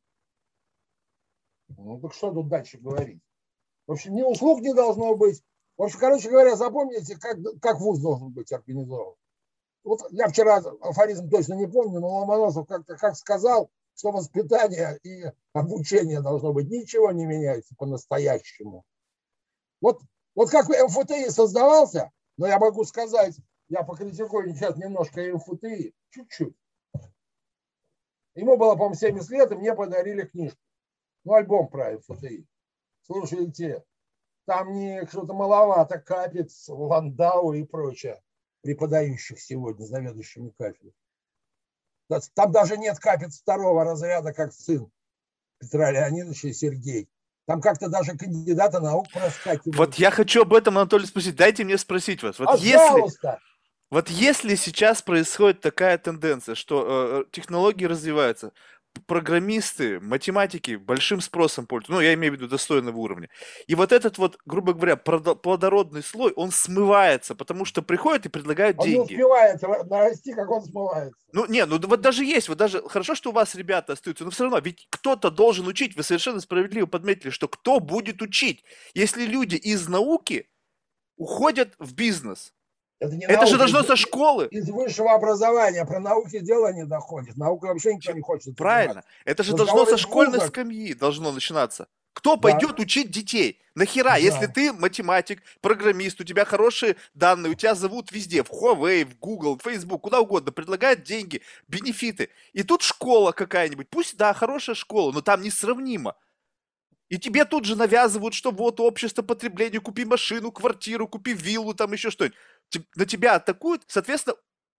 Ну так что тут дальше говорить? В общем, ни услуг не должно быть. В общем, короче говоря, запомните, как, как вуз должен быть организован. Вот я вчера афоризм точно не помню, но Ломоносов как-то как сказал, что воспитание и обучение должно быть. Ничего не меняется по-настоящему. Вот, вот как эм эф тэ и создавался, но я могу сказать, я покритикую сейчас немножко эм эф тэ и, чуть-чуть. Ему было, по-моему, семьдесят лет, и мне подарили книжку. Ну, альбом про эм эф тэ и. Слушайте, там не что-то маловато, Капец, Ландау и прочее, преподающих сегодня, заведующими кафедрой. Там даже нет Капец второго разряда, как сын Петра Леонидовича и Сергей. Там как-то даже кандидата наук проскакивают. Вот я хочу об этом, Анатолий, спросить. Дайте мне спросить вас. Вот Пожалуйста. Если... Вот если сейчас происходит такая тенденция, что э, технологии развиваются, программисты, математики большим спросом пользуются. Ну, я имею в виду достойного уровня. И вот этот вот, грубо говоря, продо- плодородный слой, он смывается, потому что приходят и предлагают Он не деньги. успевает ра- нарасти, как он смывается. Ну, не, ну вот даже есть, вот даже хорошо, что у вас ребята остаются, но все равно, ведь кто-то должен учить. Вы совершенно справедливо подметили, что кто будет учить, если люди из науки уходят в бизнес? Это не Это же наука, из, должно со школы. из высшего образования. Про науки дело не доходит. Наукой вообще никто Чё- не хочет Правильно. заниматься. Это же должно Разговор со из школьной вуза, скамьи должно начинаться. Кто да, пойдет учить детей? Нахера? Если да. ты математик, программист, у тебя хорошие данные, у тебя зовут везде, в Huawei, в Google, в Facebook, куда угодно, предлагают деньги, бенефиты. И тут школа какая-нибудь, пусть, да, хорошая школа, но там несравнимо. И тебе тут же навязывают, что вот общество потребления, купи машину, квартиру, купи виллу, там еще что-нибудь. Те- На тебя атакуют, соответственно,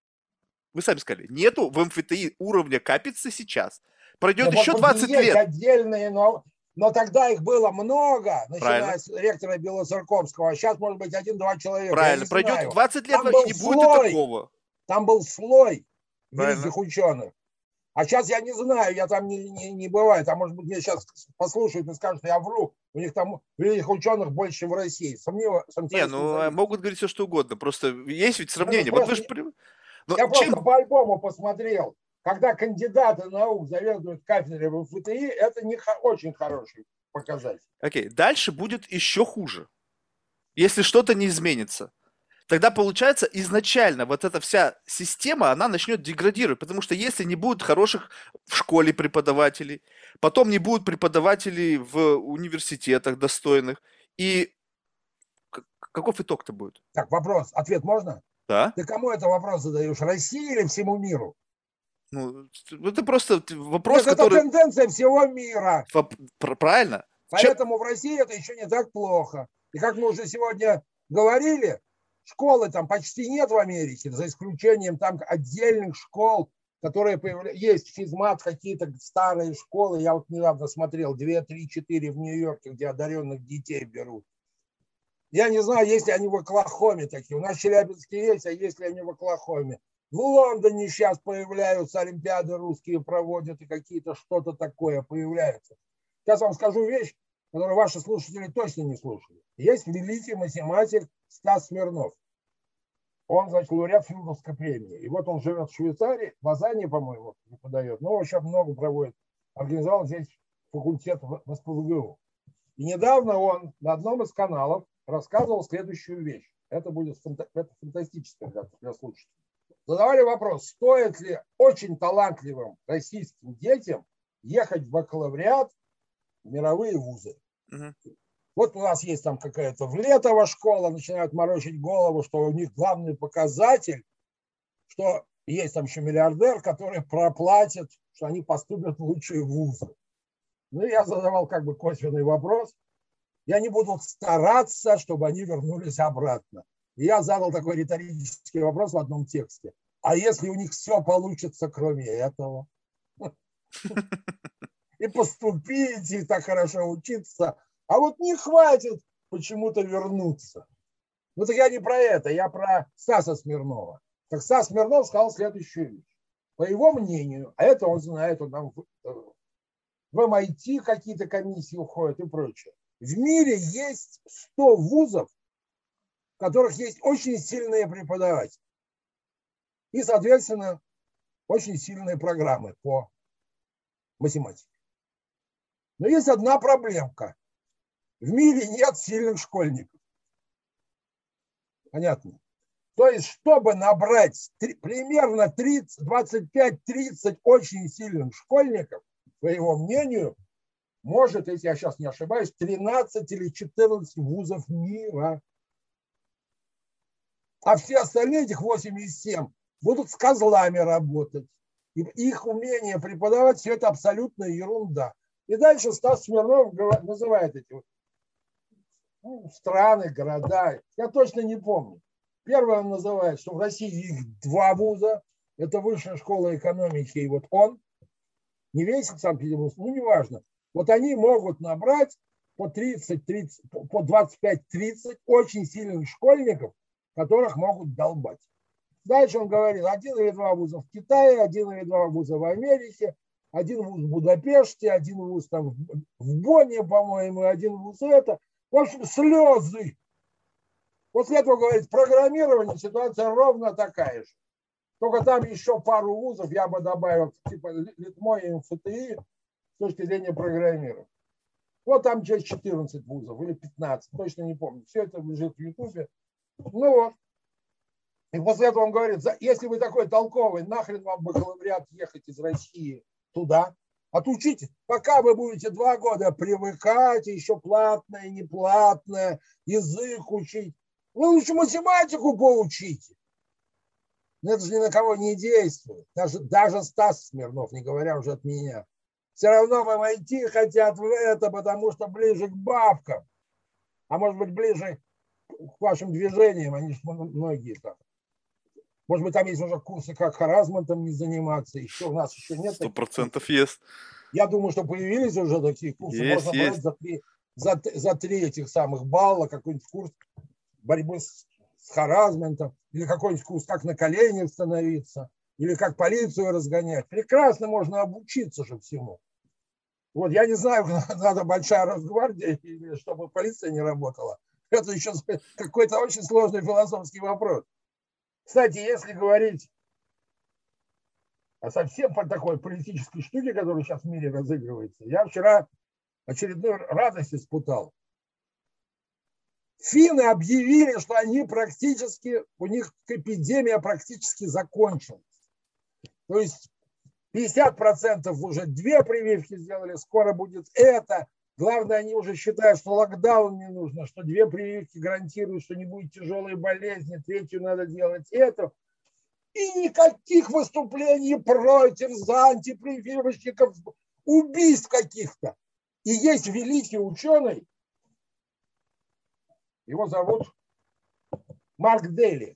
вы сами сказали, нету в МФТИ уровня капицы сейчас. Пройдет Нет, может еще быть, и двадцать есть лет. отдельные, но, но тогда их было много, Правильно, начиная с ректора Белоцерковского. А сейчас, может быть, один-два человека. Я правильно. не Пройдет знаю. двадцать лет, Там и был не будет и слой, такого. там был слой Правильно. великих ученых. А сейчас я не знаю, я там не, не, не бываю. Там, может быть, меня сейчас послушают и скажут, что я вру. У них там великих ученых больше, чем в России. Сомнева- Не, сомневаюсь, не ну а завидую. могут говорить все, что угодно. Просто есть ведь Ну, это сравнение. Вот вы просто, же... Но я просто чем... по альбому посмотрел. Когда кандидаты наук заведуют кафедрой в МФТИ, это не хо- очень хороший показатель. Окей, дальше будет еще хуже. Если что-то не изменится. Тогда получается изначально вот эта вся система, она начнет деградировать, потому что если не будет хороших в школе преподавателей, потом не будет преподавателей в университетах достойных, и к- каков итог-то будет? Так, вопрос, ответ можно? Да? Ты кому это вопрос задаешь? России или всему миру? Ну, это просто вопрос, Нет, это который... тенденция всего мира. Воп- пр- Правильно? Чем... Поэтому в России это еще не так плохо. И как мы уже сегодня говорили, школы там почти нет в Америке, за исключением там отдельных школ, которые появляются. Есть физмат, какие-то старые школы. Я вот недавно смотрел, две, три, четыре в Нью-Йорке, где одаренных детей берут. Я не знаю, есть ли они в Оклахоме такие. У нас в Челябинске есть, а есть ли они в Оклахоме. В Лондоне сейчас появляются олимпиады русские проводят, и какие-то что-то такое появляется. Сейчас вам скажу вещь, которую ваши слушатели точно не слушали. Есть великий математик Стас Смирнов. Он, значит, лауреат Филдовской премии. И вот он живет в Швейцарии, в Лозанне, по-моему, преподает. Но вообще много проводит. Организовал здесь факультет в СПбГУ. И недавно он на одном из каналов рассказывал следующую вещь. Это будет фанта- это фантастическое для, для слушателей. Задавали вопрос, стоит ли очень талантливым российским детям ехать в бакалавриат в мировые вузы. Мгм. Вот у нас есть там какая-то Влетова школа, начинают морочить голову, что у них главный показатель, что есть там еще миллиардер, который проплатит, что они поступят в лучшие вузы. Ну, я задавал как бы косвенный вопрос. Я не буду стараться, чтобы они вернулись обратно. И я задал такой риторический вопрос в одном тексте. А если у них все получится, кроме этого? И поступить, и так хорошо учиться. А вот не хватит почему-то вернуться. Ну, так я не про это, я про Стаса Смирнова. Так Стас Смирнов сказал следующую вещь. По его мнению, а это он знает, он там в эм ай ти какие-то комиссии уходят и прочее. В мире есть сто вузов, в которых есть очень сильные преподаватели. И, соответственно, очень сильные программы по математике. Но есть одна проблемка. В мире нет сильных школьников. Понятно? То есть, чтобы набрать три, примерно тридцать, двадцать пять тридцать очень сильных школьников, по его мнению, может, если я сейчас не ошибаюсь, тринадцать или четырнадцать вузов мира. А все остальные, этих восемьдесят семь, будут с козлами работать. И их умение преподавать, все это абсолютная ерунда. И дальше Стас Смирнов называет эти ну, страны, города. Я точно не помню. Первое он называет, что в России их два вуза. Это Высшая школа экономики и вот он. Не весь Санкт-Петербург, ну неважно. Вот они могут набрать по тридцать, тридцать, по двадцать пять тридцать очень сильных школьников, которых могут долбать. Дальше он говорит, один или два вуза в Китае, один или два вуза в Америке, один вуз в Будапеште, один вуз там в, в Бонне, по-моему, один вуз это. В общем, слезы. После этого, говорит, программирование, ситуация ровно такая же. Только там еще пару вузов я бы добавил, типа Литмо и эм эф тэ и с точки зрения программирования. Вот там через четырнадцать вузов или пятнадцать, точно не помню. Все это лежит в Ютубе. Ну вот. И после этого он говорит, если вы такой толковый, нахрен вам бакалавриат ехать из России туда? Отучите. Пока вы будете два года привыкать, еще платное, неплатное, язык учить. Вы лучше математику поучите. Но это же ни на кого не действует. Даже, даже Стас Смирнов, не говоря уже от меня. Все равно вы войти хотят в это, потому что ближе к бабкам. А может быть, ближе к вашим движениям. Они же многие там. Может быть, там есть уже курсы, как харассментом не заниматься. Еще у нас еще нет. Сто процентов есть. Я думаю, что появились уже такие курсы. Есть, Можно есть. брать за три, за, за три этих самых балла какой-нибудь курс борьбы с, с харассментом. Или какой-нибудь курс, как на коленях становиться. Или как полицию разгонять. Прекрасно можно обучиться же всему. Вот я не знаю, надо большая Росгвардия, чтобы полиция не работала. Это еще какой-то очень сложный философский вопрос. Кстати, если говорить о совсем по такой политической штуке, которая сейчас в мире разыгрывается, я вчера очередную радость испытал. Финны объявили, что они практически, у них эпидемия практически закончилась. То есть пятьдесят процентов уже две прививки сделали, скоро будет это. Главное, они уже считают, что локдаун не нужно, что две прививки гарантируют, что не будет тяжелой болезни, третью надо делать это. И никаких выступлений против, за антипрививочников, убийств каких-то. И есть великий ученый, его зовут Марк Дейли.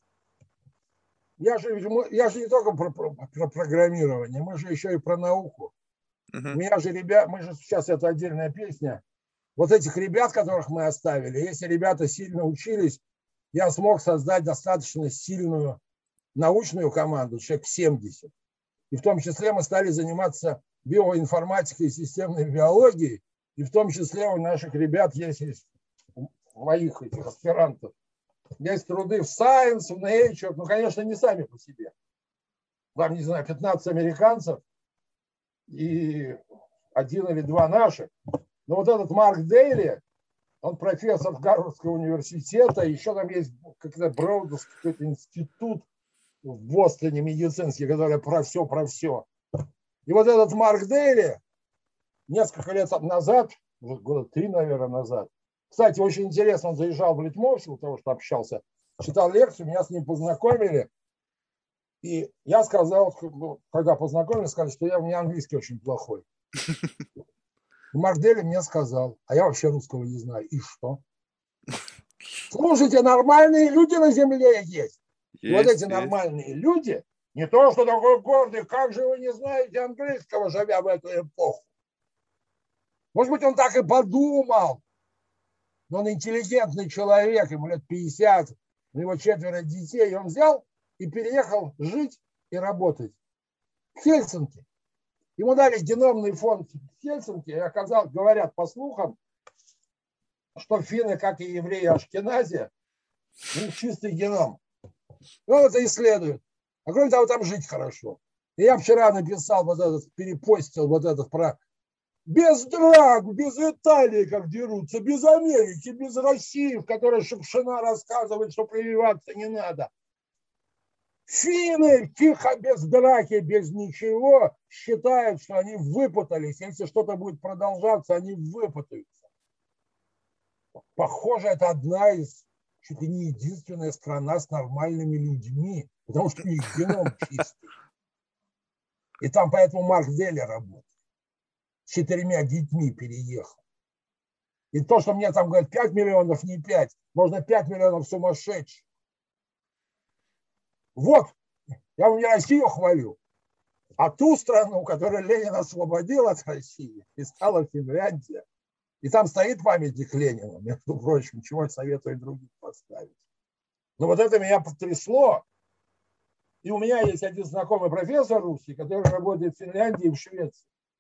Я же, я же не только про, про, про программирование, мы же еще и про науку. Uh-huh. У меня же ребят, мы же сейчас, это отдельная песня. Вот этих ребят, которых мы оставили, если ребята сильно учились, я смог создать достаточно сильную научную команду, человек семьдесят. И в том числе мы стали заниматься биоинформатикой и системной биологией. И в том числе у наших ребят есть, у моих этих аспирантов, есть труды в Science, в Nature, ну, конечно, не сами по себе. Там, не знаю, пятнадцать американцев и один или два наших. Но вот этот Марк Дейли, он профессор Гарвардского университета, еще там есть какой-то Броудовский какой-то институт в Бостоне медицинский, который про все, про все. И вот этот Марк Дейли несколько лет назад, года три, наверное, назад, кстати, очень интересно, он заезжал в Литмо, потому что общался, читал лекцию, меня с ним познакомили. И я сказал, когда познакомились, сказали, что я, у меня английский очень плохой. И Марк Дейли мне сказал, а я вообще русского не знаю. И что? Слушайте, нормальные люди на земле есть. есть и вот эти есть. Нормальные люди, не то, что такой гордый, как же вы не знаете английского, живя в эту эпоху. Может быть, он так и подумал. Но он интеллигентный человек, ему лет пятьдесят, у него четверо детей, и он взял и переехал жить и работать в Хельсинки. Ему дали геномный фонд в Хельсинки, и оказалось, говорят по слухам, что финны, как и евреи Ашкенази, у них чистый геном. И он это исследует. А кроме того, там жить хорошо. И я вчера написал вот этот, перепостил вот этот про без драк, без Италии, как дерутся, без Америки, без России, в которой Шукшина рассказывает, что прививаться не надо. Финны тихо, без драки, без ничего, считают, что они выпутались. Если что-то будет продолжаться, они выпутаются. Похоже, это одна из, чуть ли не единственная страна с нормальными людьми, потому что у них геном чистый. И там поэтому Марк Дейли работает. С четырьмя детьми переехал. И то, что мне там говорят пять миллионов, не пять, можно пять миллионов сумасшедших. Вот, я у меня Россию хвалю. А ту страну, которую Ленин освободил от России, и стала Финляндия. И там стоит памятник Ленину, между прочим, чего я советую другим поставить. Но вот это меня потрясло. И у меня есть один знакомый профессор русский, который работает в Финляндии и в Швеции.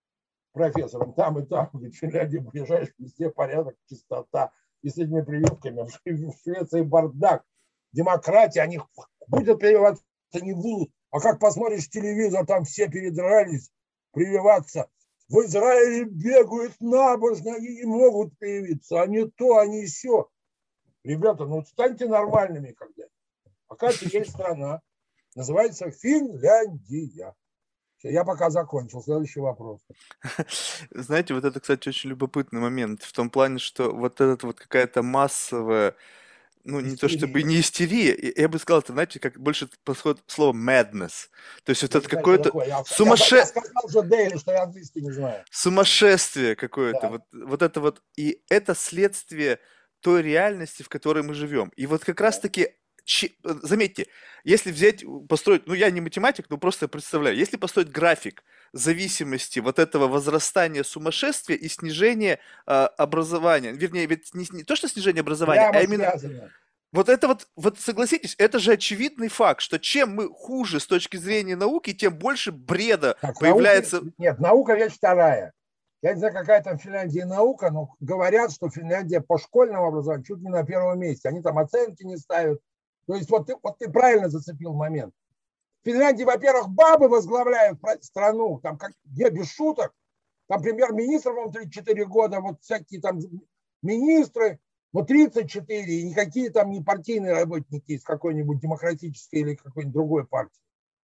профессором там и там, в Финляндии ближайший, везде порядок, чистота. И с этими прививками в Швеции бардак. Демократия, они будут прививаться, не будут. А как посмотришь телевизор, там все передрались прививаться. В Израиле бегают набожно, они не могут привиться. Они то, они все. Ребята, ну станьте нормальными когда-нибудь. Пока есть страна, называется Финляндия. Я пока закончил. Следующий вопрос. Знаете, вот это, кстати, очень любопытный момент. В том плане, что вот этот вот какая-то массовая, ну, не то чтобы Истерия. не истерия, я я бы сказал, это, знаете, как больше подходит слово madness. То есть вот Я это не знаю, что какое-то такое. Я, я, я сумасше... сказал уже Дейли, что я английский не знаю. сумасшествие какое-то. Да, Вот, вот это вот. И это следствие той реальности, в которой мы живем. И вот как да. раз-таки, че- э, заметьте, если взять, построить, ну я не математик, но просто представляю, если построить график зависимости вот этого возрастания сумасшествия и снижения а, образования, вернее, ведь не, не то, что снижение образования, а Прямо именно связано. вот это вот, вот согласитесь, это же очевидный факт, что чем мы хуже с точки зрения науки, тем больше бреда Так, наука... появляется. Нет, наука вещь вторая. Я не знаю, какая там в Финляндии наука, но говорят, что Финляндия по школьному образованию чуть не на первом месте. Они там оценки не ставят. То есть вот ты, вот ты правильно зацепил момент. В Финляндии, во-первых, бабы возглавляют страну, там как, где без шуток. Там премьер-министр, по-моему, тридцать четыре года, вот всякие там министры, но тридцать четыре, и никакие там не партийные работники из какой-нибудь демократической или какой-нибудь другой партии.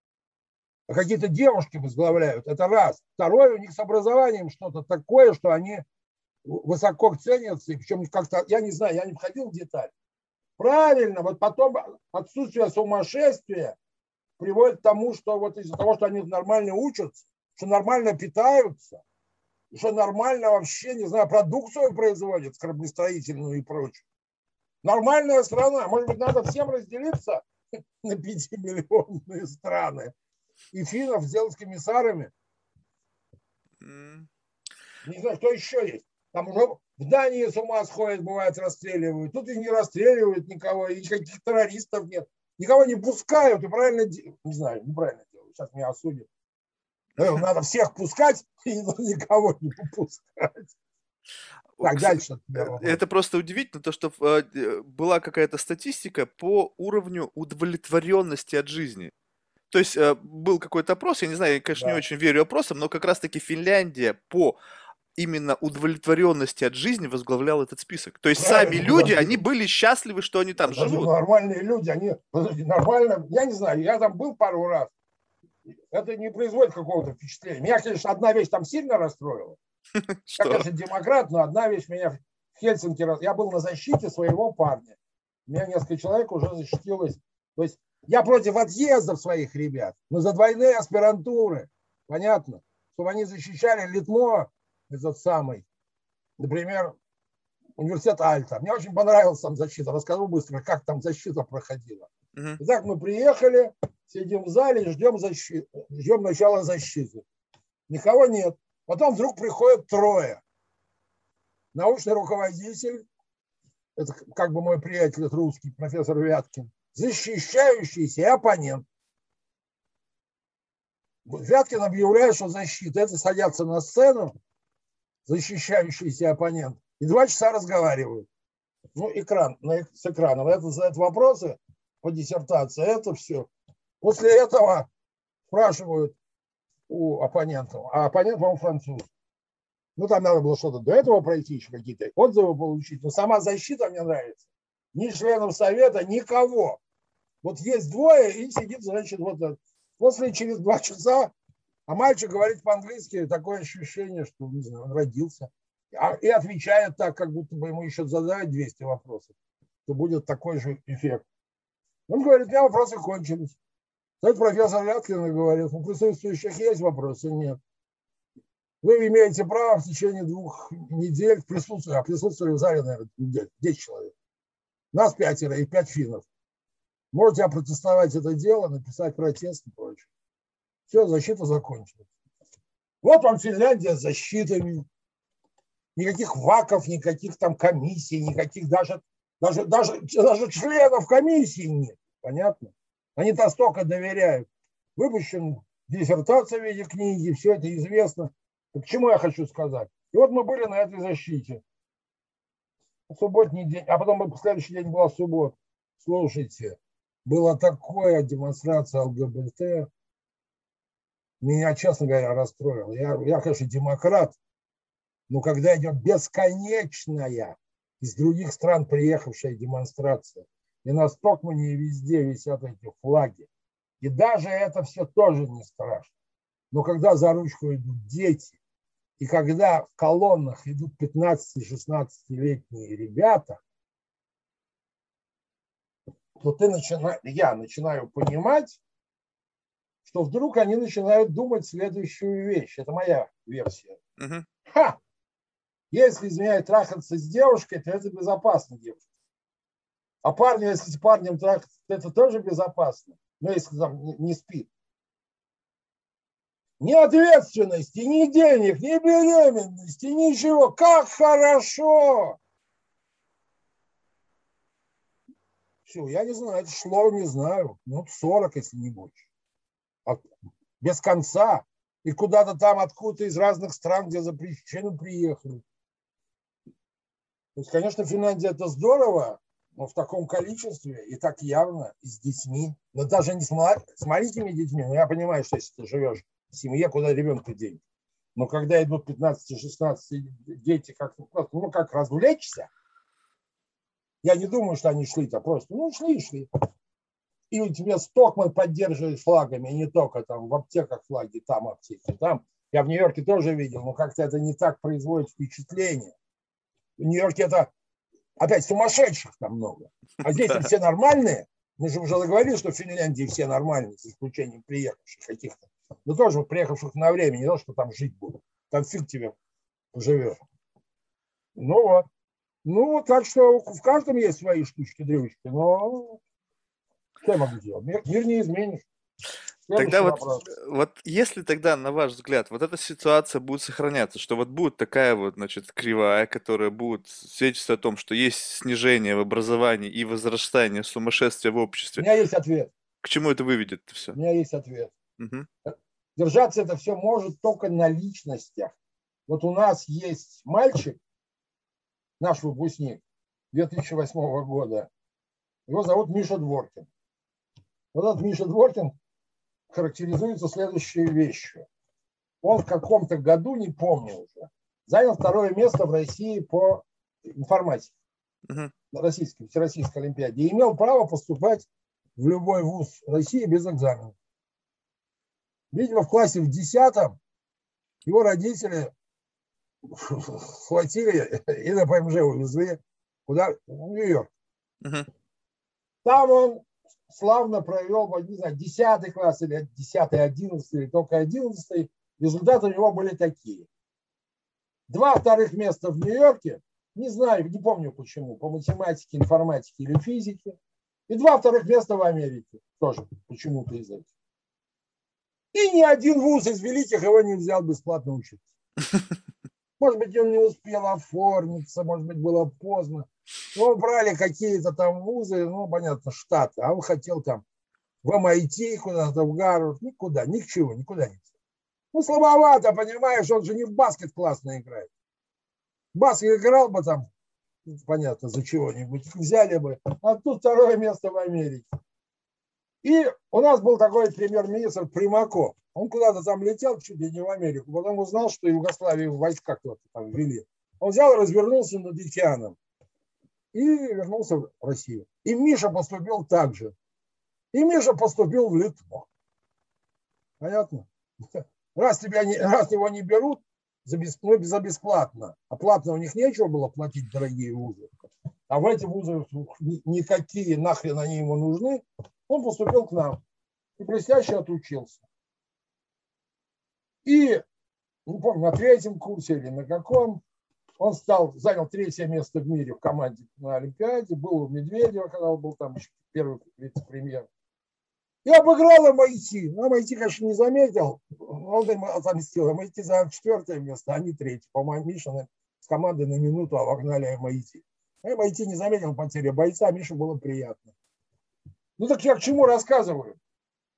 А какие-то девушки возглавляют, это раз. Второе, у них с образованием что-то такое, что они высоко ценятся, и причем как-то, я не знаю, я не входил в детали. Правильно, вот потом отсутствие сумасшествия приводит к тому, что вот из-за того, что они нормально учатся, что нормально питаются, что нормально вообще, не знаю, продукцию производят, скоростроительную и прочее. Нормальная страна. Может быть, надо всем разделиться на пятимиллионные страны и финнов сделать комиссарами. м, Не знаю, что еще есть. Там уже в Дании с ума сходят, бывает, расстреливают. Тут и не расстреливают никого, и никаких террористов нет. Никого не пускают, и правильно делают. Не знаю, неправильно делают. Сейчас меня осудят. Надо всех пускать, и никого не пускать. о, Так, кс- дальше. э, Это просто удивительно, то, что э, э, была какая-то статистика по уровню удовлетворенности от жизни. То есть э, был какой-то опрос, я не знаю, я, конечно, не Да. очень верю опросам, но как раз-таки Финляндия по именно удовлетворенности от жизни возглавляла этот список. То есть сами Правильно, люди, подожди. они были счастливы, что они там Подожди, живут. нормальные люди, они, подожди, нормально, я не знаю, я там был пару раз, это не производит какого-то впечатления. Меня, конечно, одна вещь там сильно расстроила. Я, Что? конечно, демократ, но одна вещь меня в Хельсинки... Я был на защите своего парня. У меня несколько человек уже защитилось. То есть я против отъездов своих ребят, но за двойные аспирантуры. Понятно? Чтобы они защищали Литмо, этот самый, например, университет Альта. Мне очень понравилась там защита. Расскажу быстро, как там защита проходила. Мгм. Итак, мы приехали, сидим в зале и ждем, защи... ждем начала защиты. Никого нет. Потом вдруг приходят трое. Научный руководитель, это как бы мой приятель, это русский, профессор Вяткин, защищающийся и оппонент. Вяткин объявляет, что защита. Это садятся на сцену, защищающийся оппонент, и два часа разговаривают. Ну, экран, с экраном. Это задают вопросы по диссертации, это все. После этого спрашивают у оппонента, а оппонент, по-моему, француз. Ну, там надо было что-то до этого пройти, еще какие-то отзывы получить. Но сама защита мне нравится. Ни членов совета, никого. Вот есть двое, и сидит, значит, вот это. После, через два часа, а мальчик говорит по-английски, такое ощущение, что, не знаю, он родился. И отвечает так, как будто бы ему еще задают двести вопросов, то будет такой же эффект. Он говорит, у меня вопросы кончились. Тот профессор Вяткин говорит, у присутствующих есть вопросы? Нет. Вы имеете право в течение двух недель присутствовать, а присутствовали в зале, наверное, десять человек. Нас пятеро и пять финнов. Можете опротестовать это дело, написать протест и прочее. Все, защита закончилась. Вот вам Финляндия с защитами. Никаких ваков, никаких там комиссий, никаких даже, даже, даже, даже членов комиссии нет. Понятно? Они настолько доверяют. Выпущена диссертация в виде книги, все это известно. К чему я хочу сказать? И вот мы были на этой защите. Субботний день, а потом следующий день была суббота. Слушайте, была такая демонстрация ЛГБТ, меня, честно говоря, расстроило. Я, я, конечно, демократ, но когда идет бесконечная из других стран приехавшая демонстрация, и на Стокмане и везде висят эти флаги, и даже это все тоже не страшно. Но когда за ручку идут дети, и когда в колоннах идут пятнадцати-шестнадцатилетние ребята, то ты начина... я начинаю понимать, что вдруг они начинают думать следующую вещь. Это моя версия. Мгм. Ха! Если изменяет трахаться с девушкой, то это безопасно девушка. А парню, если с парнем трахаться, то это тоже безопасно. Но если там не, не спит. Ни ответственности, ни денег, ни беременности, ничего. Как хорошо! Все, я не знаю, это шло, не знаю. Ну, сорок, если не больше. Без конца. И куда-то там, откуда-то из разных стран, где запрещено, приехали. То есть, конечно, Финляндия это здорово, но в таком количестве и так явно, и с детьми. Но даже не с, мал... с маленькими детьми. Но я понимаю, что если ты живешь в семье, куда ребенка денешь. Но когда идут пятнадцать-шестнадцать дети, как, ну, как развлечься, я не думаю, что они шли-то просто. Ну, шли-шли. И у тебя Стокман поддерживает флагами, не только там в аптеках флаги, там аптеки, там. Я в Нью-Йорке тоже видел, но как-то это не так производит впечатление. В Нью-Йорке это опять сумасшедших там много. А здесь-то все нормальные. Мы же уже договорились, что в Финляндии все нормальные, с исключением приехавших каких-то. Но тоже вот приехавших на время, не то, что там жить будут. Там фиг тебе поживешь. Ну вот. Ну вот, так что в каждом есть свои штучки-дрючки, но что я могу делать? Мир, мир не изменишь. Тогда Следующий вот, вопрос. вот если тогда, на ваш взгляд, вот эта ситуация будет сохраняться, что вот будет такая вот, значит, кривая, которая будет свидетельствовать о том, что есть снижение в образовании и возрастание сумасшествия в У обществе, меня есть ответ. к чему это выведет У все? меня есть ответ. Угу. Держаться это все может только на личностях. Вот у нас есть мальчик, наш выпускник две тысячи восьмого года. Его зовут Миша Дворкин. Вот этот Миша Дворкин характеризуется следующей вещью. Он в каком-то году, не помню уже, занял второе место в России по информатике. Угу. На российской, всероссийской олимпиаде. И имел право поступать в любой вуз России без экзамена. Видимо, в классе в десятом его родители схватили и на ПМЖ увезли куда? В Нью-Йорк. Угу. Там он славно провел, не знаю, десятый класс или десятый, одиннадцатый, или только одиннадцатый. Результаты у него были такие. Два вторых места в Нью-Йорке, не знаю, не помню почему, по математике, информатике или физике. И два вторых места в Америке, тоже почему-то из этих. И ни один вуз из великих его не взял бесплатно учиться. Может быть, он не успел оформиться, может быть, было поздно. Ну, брали какие-то там вузы, ну, понятно, штаты, а он хотел там в эм ай ти, куда-то в Гарвард, никуда, ни к чему, никуда не. Ну, слабовато, понимаешь, он же не в баскет классно играет. В баскет играл бы там, понятно, за чего-нибудь, взяли бы, а тут второе место в Америке. И у нас был такой премьер-министр Примаков. Он куда-то там летел, чуть ли не в Америку, потом узнал, что Югославию войска кто-то там ввели. Он взял и развернулся над океаном и вернулся в Россию. И Миша поступил так же. И Миша поступил в Литву. Понятно? Раз, тебя не, раз его не берут за, бесп, ну, за бесплатно, а платно у них нечего было платить дорогие вузы, а в эти вузы никакие нахрен они ему нужны, он поступил к нам и блестяще отучился. И, не помню, на третьем курсе или на каком, он стал, занял третье место в мире в команде на Олимпиаде, был у Медведева, когда он был там еще первый вице-премьер. И обыграл эм ай ти. эм ай ти, конечно, не заметил. Он им отомстил. эм ай ти занял четвертое место, а не третье. По-моему, Миша с командой на минуту обогнали эм ай ти. эм ай ти не заметил потери бойца, Мише было приятно. Ну так я к чему рассказываю?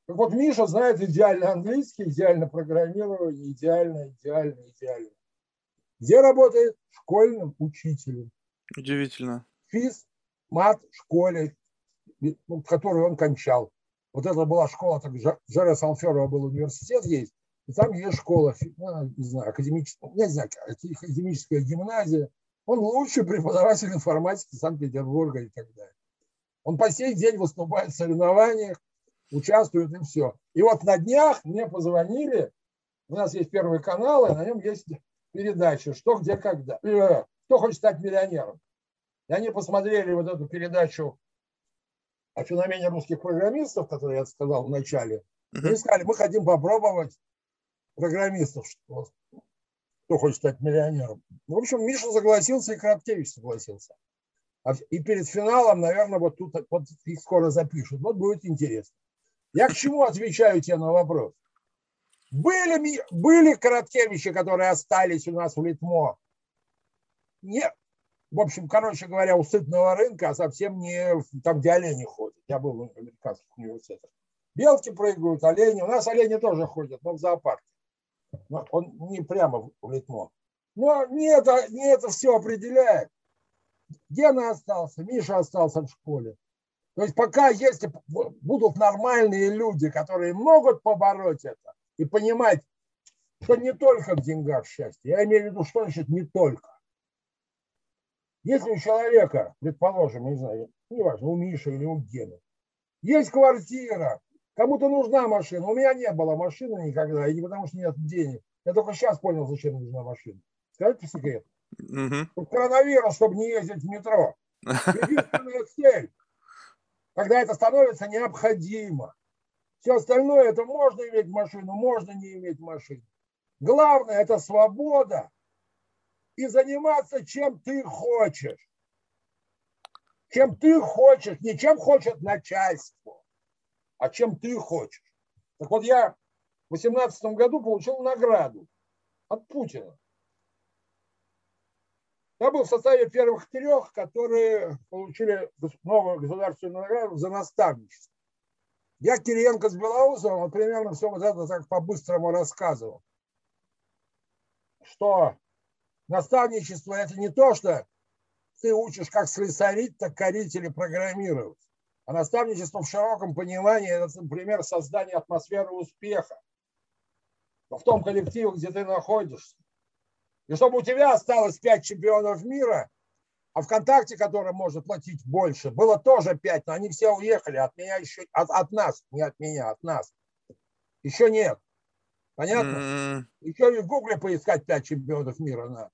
Так вот, Миша знает идеально английский, идеально программирование, идеально, идеально, идеально. Где работает? Школьным учителем. Удивительно. Физ, мат в школе, которую он кончал. Вот это была школа, так Жара Салферова был университет есть, и там есть школа, ну, не знаю, академическая, не знаю, академическая гимназия. Он лучший преподаватель информатики Санкт-Петербурга и так далее. Он по сей день выступает в соревнованиях, участвует и все. И вот на днях мне позвонили, у нас есть Первый канал, и на нем есть передача «Что, где, когда». Кто хочет стать миллионером? И они посмотрели вот эту передачу о феномене русских программистов, которую я сказал в начале, uh-huh. и сказали, мы хотим попробовать программистов, что, кто хочет стать миллионером. В общем, Миша согласился, и Короткевич согласился. И перед финалом, наверное, вот тут вот их скоро запишут. Вот будет интересно. Я к чему отвечаю тебе на вопрос? Были, были Короткевичи, которые остались у нас в Литмо? Нет. В общем, короче говоря, у сытного рынка, а совсем не там, где олени ходят. Я был в американских университетах. Белки прыгают, олени. У нас олени тоже ходят, но в зоопарке. Но он не прямо в Литмо. Но не это, не это все определяет. Гена остался, Миша остался в школе. То есть пока есть, будут нормальные люди, которые могут побороть это и понимать, что не только в деньгах счастье. Я имею в виду, что значит не только. Если у человека, предположим, не знаю, неважно, у Миши или у Гены, есть квартира, кому-то нужна машина. У меня не было машины никогда, и не потому что нет денег. Я только сейчас понял, зачем нужна машина. Скажите секрет. Угу. Коронавирус, чтобы не ездить в метро. Единственная цель, когда это становится необходимо. Все остальное, это можно иметь машину, можно не иметь машину. Главное, это свобода. И заниматься чем ты хочешь. Чем ты хочешь, не чем хочет начальство, а чем ты хочешь. Так вот я в восемнадцатом году получил награду от Путина. Я был в составе первых трех, которые получили новую государственную награду за наставничество. Я Кириенко с Белоусовым, он примерно все вот это так по-быстрому рассказывал. Что наставничество – это не то, что ты учишь, как слесарить, так корить или программировать. А наставничество в широком понимании – это, например, создание атмосферы успеха в том коллективе, где ты находишься. И чтобы у тебя осталось пять чемпионов мира, а ВКонтакте, который может платить больше, было тоже пять, но они все уехали от меня еще, от, от нас, не от меня, от нас. Еще нет. Понятно? Mm-hmm. Еще и в Гугле поискать пять чемпионов мира надо.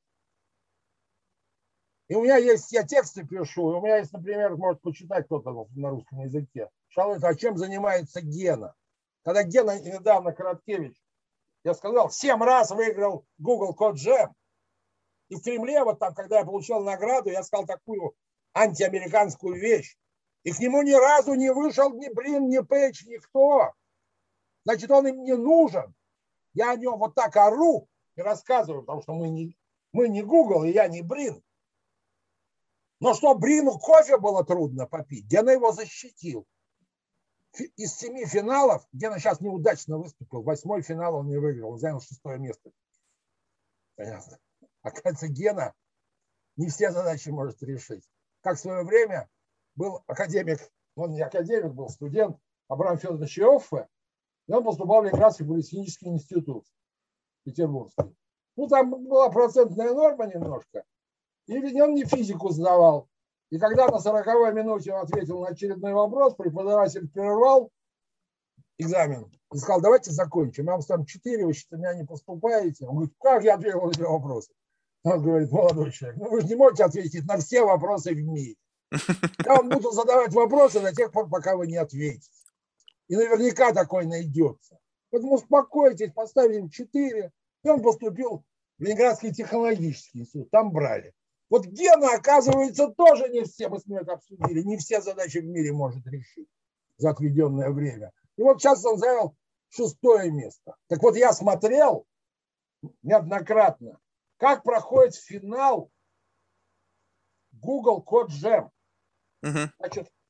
И у меня есть, я тексты пишу, у меня есть, например, может почитать кто-то на русском языке. Шалыт, а чем занимается Гена? Когда Гена недавно, Короткевич, я сказал, семь раз выиграл Google Code Jam. И в Кремле, вот там, когда я получал награду, я сказал такую антиамериканскую вещь. И к нему ни разу не вышел ни Брин, ни Пейдж, никто. Значит, он им не нужен. Я о нем вот так ору и рассказываю, потому что мы не, мы не Google, и я не Брин. Но что Брину кофе было трудно попить, Гена его защитил. Из семи финалов, Гена сейчас неудачно выступил, восьмой финал он не выиграл, он занял шестое место. Понятно. Оказывается, Гена не все задачи может решить. Как в свое время был академик, он не академик, был студент Абрам Федорович Иоффе, и он поступал в Ленинградский политехнический институт петербургский. Ну, там была процентная норма немножко, и он не физику сдавал. И когда на сороковой минуте он ответил на очередной вопрос, преподаватель прервал экзамен и сказал, давайте закончим. Я вам ставлю четыре, вы что, меня не поступаете? Он говорит, как я ответил на все вопросы? Он говорит, молодой человек, ну вы же не можете ответить на все вопросы в мире. Я вам буду задавать вопросы до тех пор, пока вы не ответите. И наверняка такой найдется. Поэтому успокойтесь, поставили им четыре. И он поступил в Ленинградский технологический институт. Там брали. Вот Гена, оказывается, тоже не все, мы с ним это обсудили, не все задачи в мире может решить за отведенное время. И вот сейчас он занял шестое место. Так вот я смотрел неоднократно, как проходит финал Google Code Jam. Uh-huh. Значит,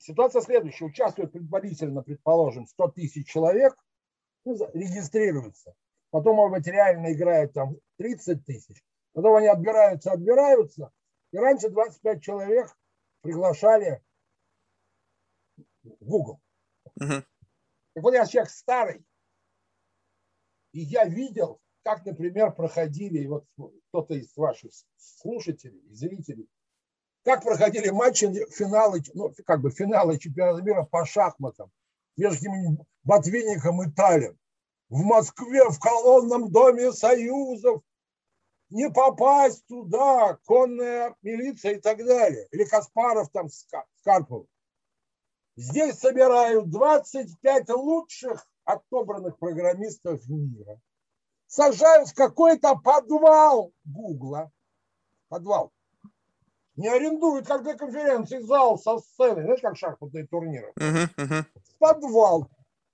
Ситуация следующая. Участвует предварительно, предположим, сто тысяч человек, ну, регистрируются. Потом, может быть, реально играют там тридцать тысяч. Потом они отбираются, отбираются. И раньше двадцать пять человек приглашали в Google. Мгм. Так вот, я человек старый. И я видел, как, например, проходили, вот кто-то из ваших слушателей, зрителей, как проходили матчи, финалы, ну, как бы финалы чемпионата мира по шахматам между Ботвинником и Талем. В Москве, в колонном доме Союзов, не попасть туда, конная милиция и так далее. Или Каспаров там с Карповым. Здесь собирают двадцать пять лучших отобранных программистов мира. Сажают в какой-то подвал Гугла. Подвал. Не арендуют, как для конференции, зал со сценой. Знаете, как шахматные турниры. Мгм, мгм. Подвал.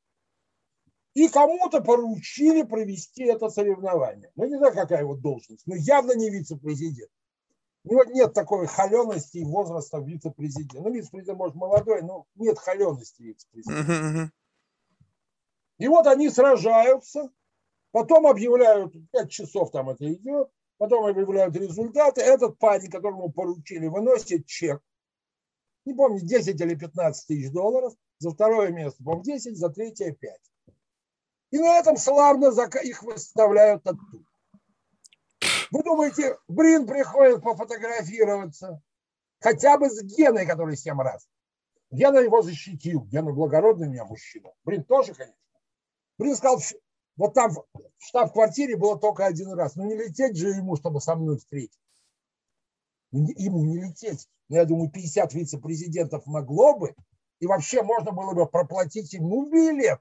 И кому-то поручили провести это соревнование. Ну, не знаю, какая его должность, но явно не вице-президент. У него нет такой холености и возраста вице-президента. Ну, вице-президент, может, молодой, но нет холености вице-президента. Мгм, мгм. И вот они сражаются, потом объявляют, пять часов там это идет, потом объявляют результаты. Этот парень, которому поручили, выносит чек, не помню, десять или пятнадцать тысяч долларов, за второе место, по-моему, десять, за третье пять. И на этом славно их выставляют оттуда. Вы думаете, Брин приходит пофотографироваться хотя бы с Геной, который семь раз. Гена его защитил. Гена благородный у меня мужчина. Брин тоже, конечно. Брин сказал, вот там в штаб-квартире было только один раз. Ну не лететь же ему, чтобы со мной встретить. Ему не лететь. Я думаю, пятьдесят вице-президентов могло бы. И вообще можно было бы проплатить ему билет.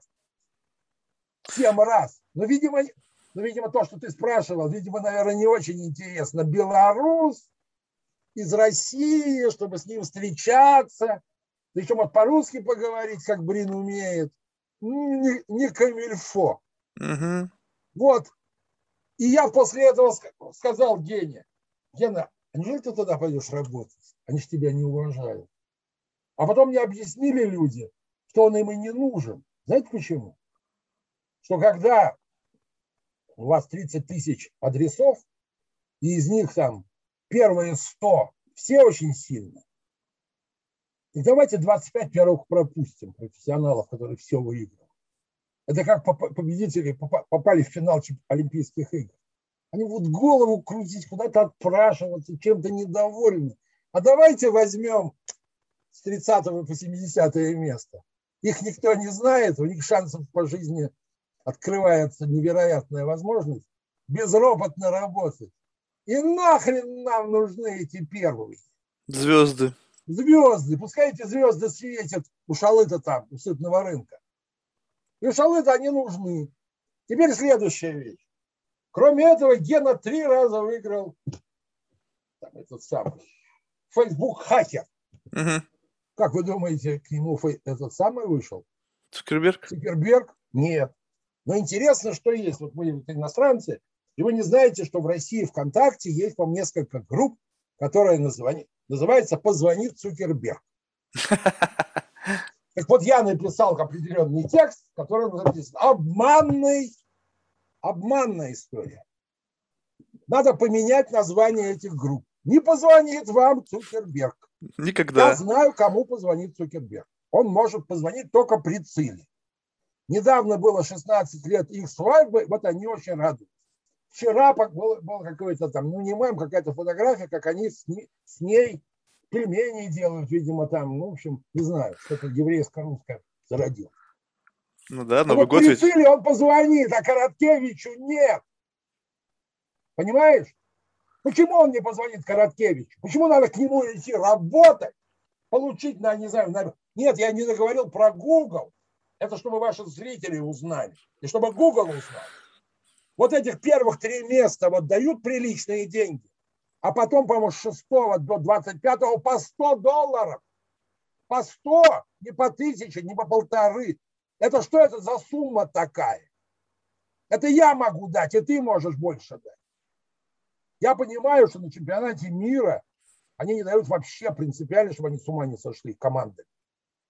Семь раз. Но, видимо, но, видимо, то, что ты спрашивал, видимо, наверное, не очень интересно. Белорус из России, чтобы с ним встречаться. Причем вот по-русски поговорить, как Брин умеет. Не, не камильфо. Мгм. Вот. И я после этого сказал Гене: Гена, а неужели ты туда пойдешь работать? Они же тебя не уважают. А потом мне объяснили люди, что он им и не нужен. Знаете почему? Что когда у вас тридцать тысяч адресов, и из них там первые сто, все очень сильные, и давайте двадцать пять первых пропустим, профессионалов, которые все выиграли. Это как победители попали в финал Олимпийских игр. Они будут голову крутить, куда-то отпрашиваться, чем-то недовольны. А давайте возьмем с тридцатого по семидесятое место. Их никто не знает, у них шансов по жизни открывается невероятная возможность безропотно работать. И нахрен нам нужны эти первые Звезды. звезды. Пускай эти звезды светят у Шалыта там, у Сытного рынка. И у Шалыта они нужны. Теперь следующая вещь. Кроме этого, Гена три раза выиграл там, этот самый Facebook хакер. Мгм. Как вы думаете, к нему этот самый вышел? Цукерберг? Цукерберг? Нет. Но интересно, что есть. Вот вы иностранцы, и вы не знаете, что в России ВКонтакте есть, по несколько групп, которые называются «Позвонит Цукерберг». Так вот, я написал определенный текст, который написан обманный, обманная история. Надо поменять название этих групп. Не позвонит вам Цукерберг. Никогда. Я знаю, кому позвонит Цукерберг. Он может позвонить только при Циле. Недавно было шестнадцать лет их свадьбы, вот они очень радуются. Вчера был, был какой-то там, ну не мем, какая-то фотография, как они с, с ней пельмени делают, видимо, там, ну, в общем, не знаю, что-то еврейско-русское зародилось. Ну да, Но Новый вот год при ведь. Циле он позвонит, а Короткевичу нет. Понимаешь? Почему он не позвонит Короткевичу? Почему надо к нему идти работать, получить, на, не знаю, на... Нет, я не договорил про Google. Это чтобы ваши зрители узнали. И чтобы Google узнал. Вот этих первых три места вот дают приличные деньги. А потом, по-моему, с шестого до двадцать пятого по сто долларов. По сто, не по тысяче, не по полторы. Это что это за сумма такая? Это я могу дать, и ты можешь больше дать. Я понимаю, что на чемпионате мира они не дают вообще принципиально, чтобы они с ума не сошли команды.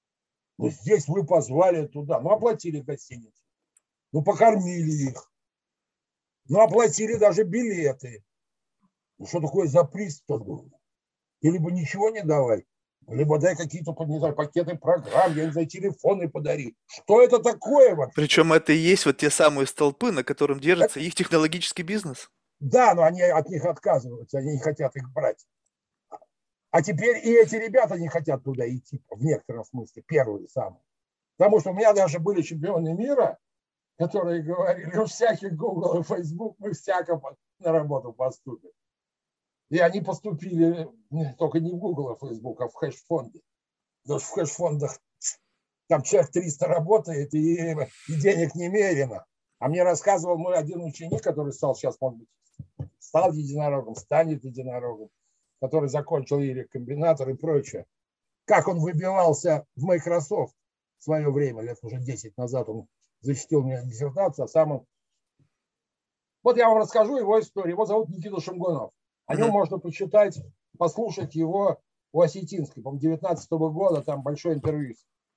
Ну, здесь вы позвали туда, ну, оплатили гостиницу, ну, покормили их, ну, оплатили даже билеты. Ну, что такое за приз-то был? И либо ничего не давай, либо дай какие-то, не знаю, пакеты программ, я не знаю, телефоны подари. Что это такое вообще? Причем это и есть вот те самые столпы, на котором держится Это, их технологический бизнес. да, но они от них отказываются, они не хотят их брать. А теперь и эти ребята не хотят туда идти, в некотором смысле, первые самые. Потому что у меня даже были чемпионы мира, которые говорили, у всяких Google и Facebook мы всяко на работу поступим. И они поступили только не в Google и Facebook, а в хэш-фонде. Потому что в хэш-фондах там человек триста работает, и, и денег немерено. А мне рассказывал мой один ученик, который стал сейчас, может быть, стал единорогом, станет единорогом, который закончил Ирик Комбинатор и прочее. Как он выбивался в Microsoft в свое время, лет уже десять назад, он защитил меня диссертацию, а сам он... Вот я вам расскажу его историю. Его зовут Никита Шамгунов. О нем mm-hmm. можно почитать, послушать его у Осетинской, по-моему, девятнадцатого года, там большое интервью.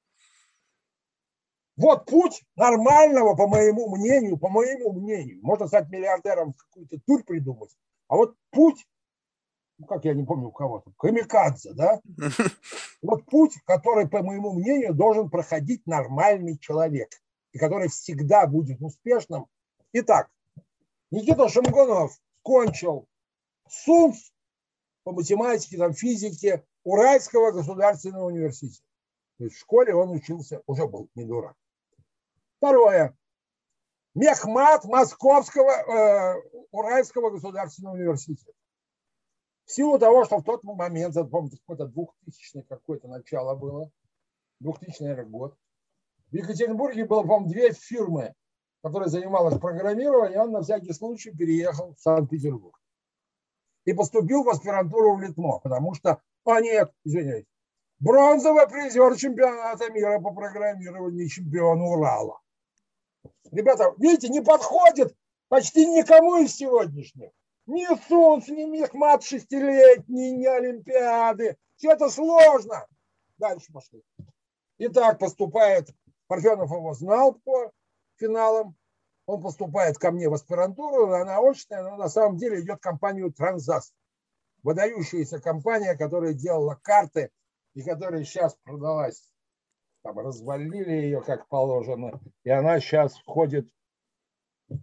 Вот путь нормального, по моему мнению, по моему мнению, можно стать миллиардером, какую-то турь придумать, а вот путь, ну, как я не помню у кого-то, камикадзе, да? Вот путь, который, по моему мнению, должен проходить нормальный человек, и который всегда будет успешным. Итак, Никита Шамгунов кончил СУНС по математике, там, физике Уральского государственного университета. То есть в школе он учился, уже был не дурак. Второе. Мехмат Московского э, Уральского государственного университета. В силу того, что в тот момент, я помню, какое-то двухтысячное какое-то начало было, двухтысячный, наверное, год, в Екатеринбурге было, по-моему, две фирмы, которые занимались программированием, и он на всякий случай переехал в Санкт-Петербург. И поступил в аспирантуру в ЛИТМО, потому что, а нет, извиняюсь, бронзовый призер чемпионата мира по программированию, чемпион Урала. Ребята, видите, не подходит почти никому из сегодняшних. Ни СУНС, ни Мехмат шестилетний, ни Олимпиады. Все это сложно. Дальше пошли. Итак, поступает, Парфенов его знал по финалам. Он поступает ко мне в аспирантуру, она очная, но на самом деле идет в компанию Транзаст. Выдающаяся компания, которая делала карты и которая сейчас продалась. Там развалили ее как положено. И она сейчас входит в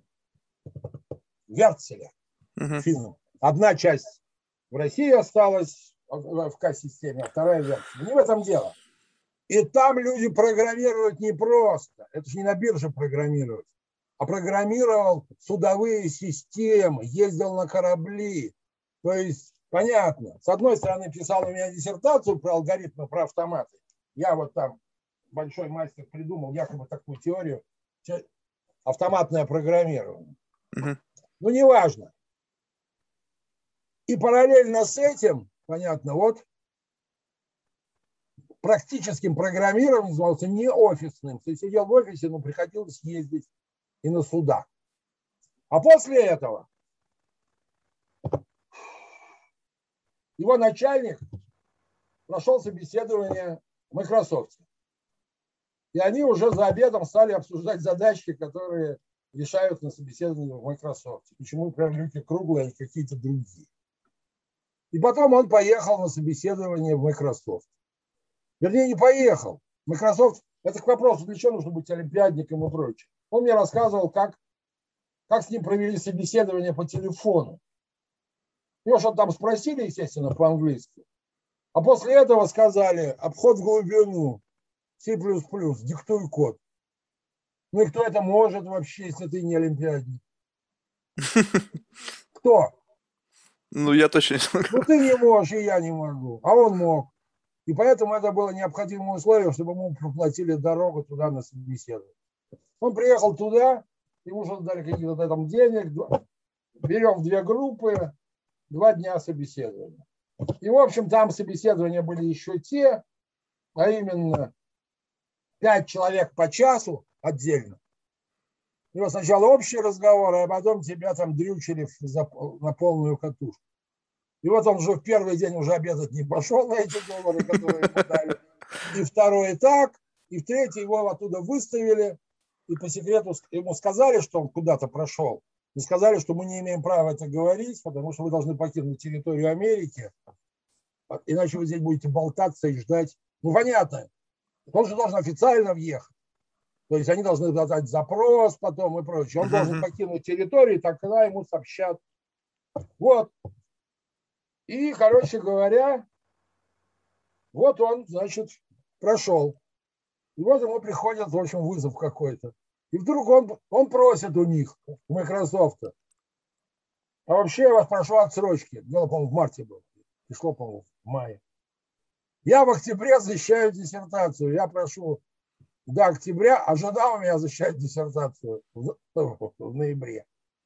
Вертцеля. Uh-huh. Одна часть в России осталась в К-системе, а вторая в Вертцеле. Не в этом дело. И там люди программируют не просто. Это же не на бирже программируют. А программировал судовые системы, ездил на корабли. То есть, понятно. С одной стороны, писал у меня диссертацию про алгоритмы, про автоматы. Я вот там, большой мастер, придумал якобы такую теорию. Автоматное программирование. Uh-huh. Ну, неважно. И параллельно с этим, понятно, вот, практическим программированием назывался не офисным. Ты сидел в офисе, но приходилось ездить и на суда. А после этого его начальник прошел собеседование в Microsoft. И они уже за обедом стали обсуждать задачки, которые решают на собеседовании в Microsoft. Почему прям люди круглые, а не какие-то другие. И потом он поехал на собеседование в Microsoft. Вернее, не поехал. Microsoft, это к вопросу, для чего нужно быть олимпиадником и прочее. Он мне рассказывал, как, как с ним провели собеседование по телефону. Его что-то там спросили, естественно, по-английски. А после этого сказали, обход в глубину, C++, диктуй код. Ну и кто это может вообще, если ты не олимпиадник? Кто? Ну, я точно не могу. Ну, ты не можешь, и я не могу. А он мог. И поэтому это было необходимым условием, чтобы ему проплатили дорогу туда на собеседование. Он приехал туда, ему уже дали какие-то там денег, берем в две группы, два дня собеседования. И, в общем, там собеседования были еще те, а именно пять человек по часу отдельно. И вот сначала общие разговоры, а потом тебя там дрючили на полную катушку. И вот он уже в первый день уже обедать не пошел на эти доллары, которые ему дали. И второй так. И в третий его оттуда выставили, и по секрету ему сказали, что он куда-то прошел, и сказали, что мы не имеем права это говорить, потому что вы должны покинуть территорию Америки, иначе вы здесь будете болтаться и ждать. Ну, понятно, он же должен официально въехать. То есть они должны дать запрос потом и прочее. Он uh-huh. должен покинуть территорию, тогда ему сообщат. Вот. И, короче говоря, вот он, значит, прошел. И вот ему приходит, в общем, вызов какой-то. И вдруг он, он просит у них, у Microsoft, а вообще я вас прошу отсрочки. Дело, по-моему, в марте было. Пришло, по-моему, в мае. Я в октябре защищаю диссертацию. Я прошу до октября, а жена у меня защищает диссертацию в, в, в ноябре.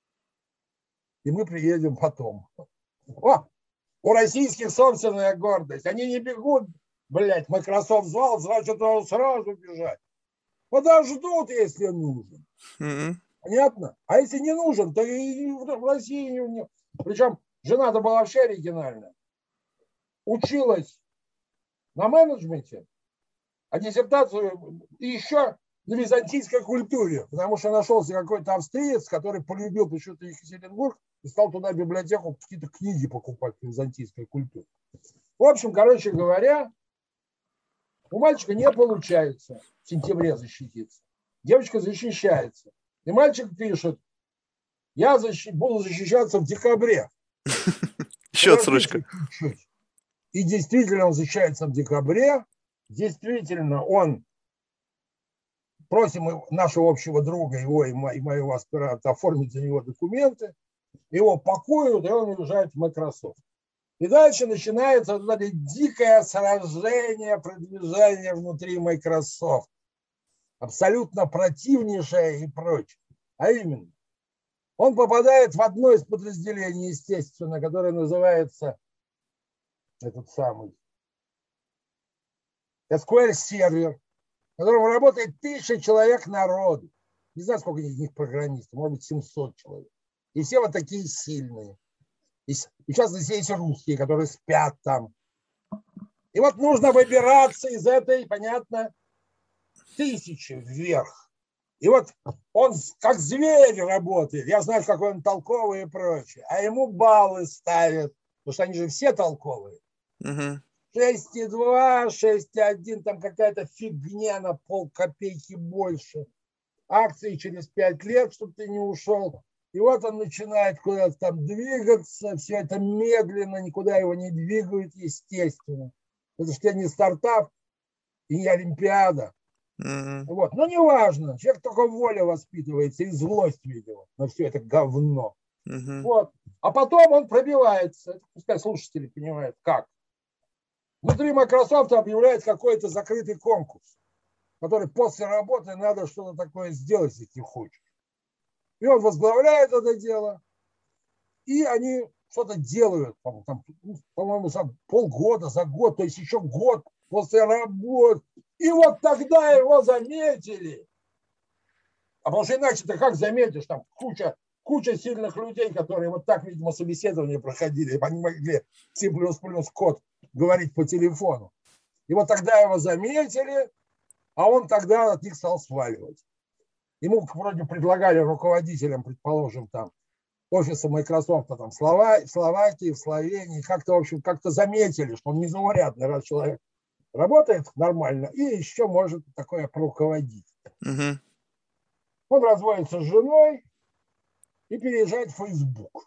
И мы приедем потом. О, у российских собственная гордость. Они не бегут, блядь, Microsoft звал, значит, надо сразу бежать. Подождут, если нужен. Mm-hmm. Понятно? А если не нужен, то и в России не... Причем жена-то была вообще оригинальная. Училась на менеджменте, а диссертацию еще на византийской культуре, потому что нашелся какой-то австриец, который полюбил почему-то Екатеринбург и стал туда в библиотеку какие-то книги покупать по византийской культуре. В общем, короче говоря, у мальчика не получается в сентябре защититься. Девочка защищается. И мальчик пишет, я защи- буду защищаться в декабре. Еще отсрочка. И действительно он защищается в декабре. Действительно он, просим нашего общего друга, его и моего аспиранта оформить за него документы. Его пакуют, и он уезжает в Microsoft. И дальше начинается вот это дикое сражение, продвижение внутри Microsoft. Абсолютно противнейшее и прочее. А именно, он попадает в одно из подразделений, естественно, которое называется этот самый эс ку эль-сервер, в котором работает тысяча человек народу. Не знаю, сколько из них программистов, может быть, семьсот человек. И все вот такие сильные. И сейчас здесь есть русские, которые спят там. И вот нужно выбираться из этой, понятно, тысячи вверх. И вот он как зверь работает. Я знаю, какой он толковый и прочее. А ему баллы ставят, потому что они же все толковые. Uh-huh. шесть и два, шесть и один, там какая-то фигня на полкопейки больше. Акции через пять лет, чтобы ты не ушел. И вот он начинает куда-то там двигаться, все это медленно, никуда его не двигают, естественно. Это что не стартап и не Олимпиада. Mm-hmm. Вот. Но неважно, человек только воля воспитывается и злость, видимо, на все это говно. Mm-hmm. Вот. А потом он пробивается. Пускай слушатели понимают, как. Внутри Microsoft объявляет какой-то закрытый конкурс, который после работы надо что-то такое сделать, если хочешь. И он возглавляет это дело, и они что-то делают, там, по-моему, за полгода, за год, то есть еще год после работы. И вот тогда его заметили. А потому что иначе-то как заметишь, там куча, куча сильных людей, которые вот так, видимо, собеседование проходили, они могли C++ код говорить по телефону. И вот тогда его заметили, а он тогда от них стал сваливать. Ему вроде предлагали руководителям, предположим, там, офиса Microsoft там, в Словакии, в Словении, как-то, в общем, как-то заметили, что он незаурядный, раз человек работает нормально и еще может такое руководить. Uh-huh. Он разводится с женой и переезжает в Facebook.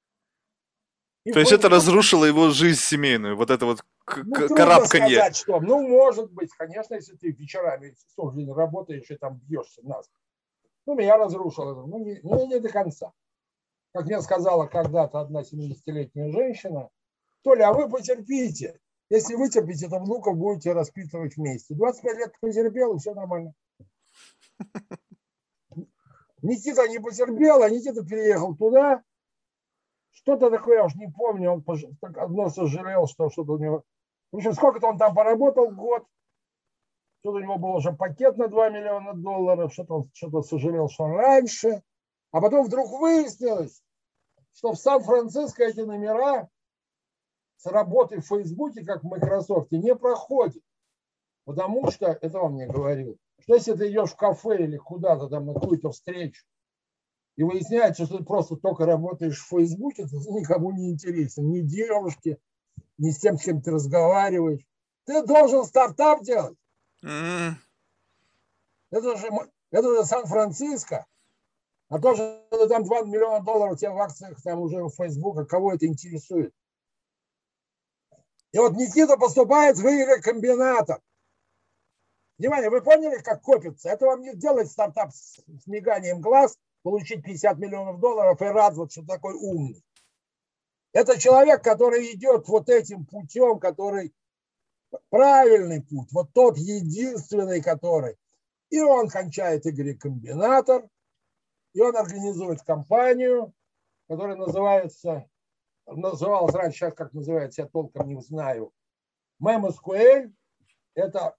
И То есть Facebook... это разрушило его жизнь семейную, вот это вот к- ну, к- трудно карабканье. сказать, что. Ну, может быть, конечно, если ты вечерами всю жизнь работаешь и там бьешься нас. Ну, меня разрушило. Ну, не, ну, не до конца. Как мне сказала когда-то одна семидесятилетняя женщина, Толя, а вы потерпите. Если вы терпите, то внуков будете воспитывать вместе. двадцать пять лет потерпел, и все нормально. Никита не потерпел, а Никита переехал туда. Что-то такое, я уж не помню. Он одно сожалел, что что-то у него... В общем, сколько-то он там поработал год. Тут у него был уже пакет на два миллиона долларов. Что-то он что-то сожалел, что раньше. А потом вдруг выяснилось, что в Сан-Франциско эти номера с работы в Фейсбуке, как в Microsoft, не проходят. Потому что, это он мне говорил, что если ты идешь в кафе или куда-то там на какую-то встречу, и выясняется, что ты просто только работаешь в Фейсбуке, то ты никому не интересен, ни девушке, ни с тем, с кем ты разговариваешь. Ты должен стартап делать. М. Это же, это же Сан-Франциско. А то, что там два миллиона долларов тебе в акциях там уже у Фейсбука, кого это интересует? И вот Никита поступает в Y-комбинатор. Внимание, вы поняли, как копится? Это вам не делать стартап с, с миганием глаз, получить пятьдесят миллионов долларов и радоваться, что такой умный. Это человек, который идет вот этим путем, который правильный путь, вот тот единственный, который. И он кончает Y-комбинатор, и он организует компанию, которая называется, называлась раньше, сейчас как называется, я толком не знаю, MemSQL. Это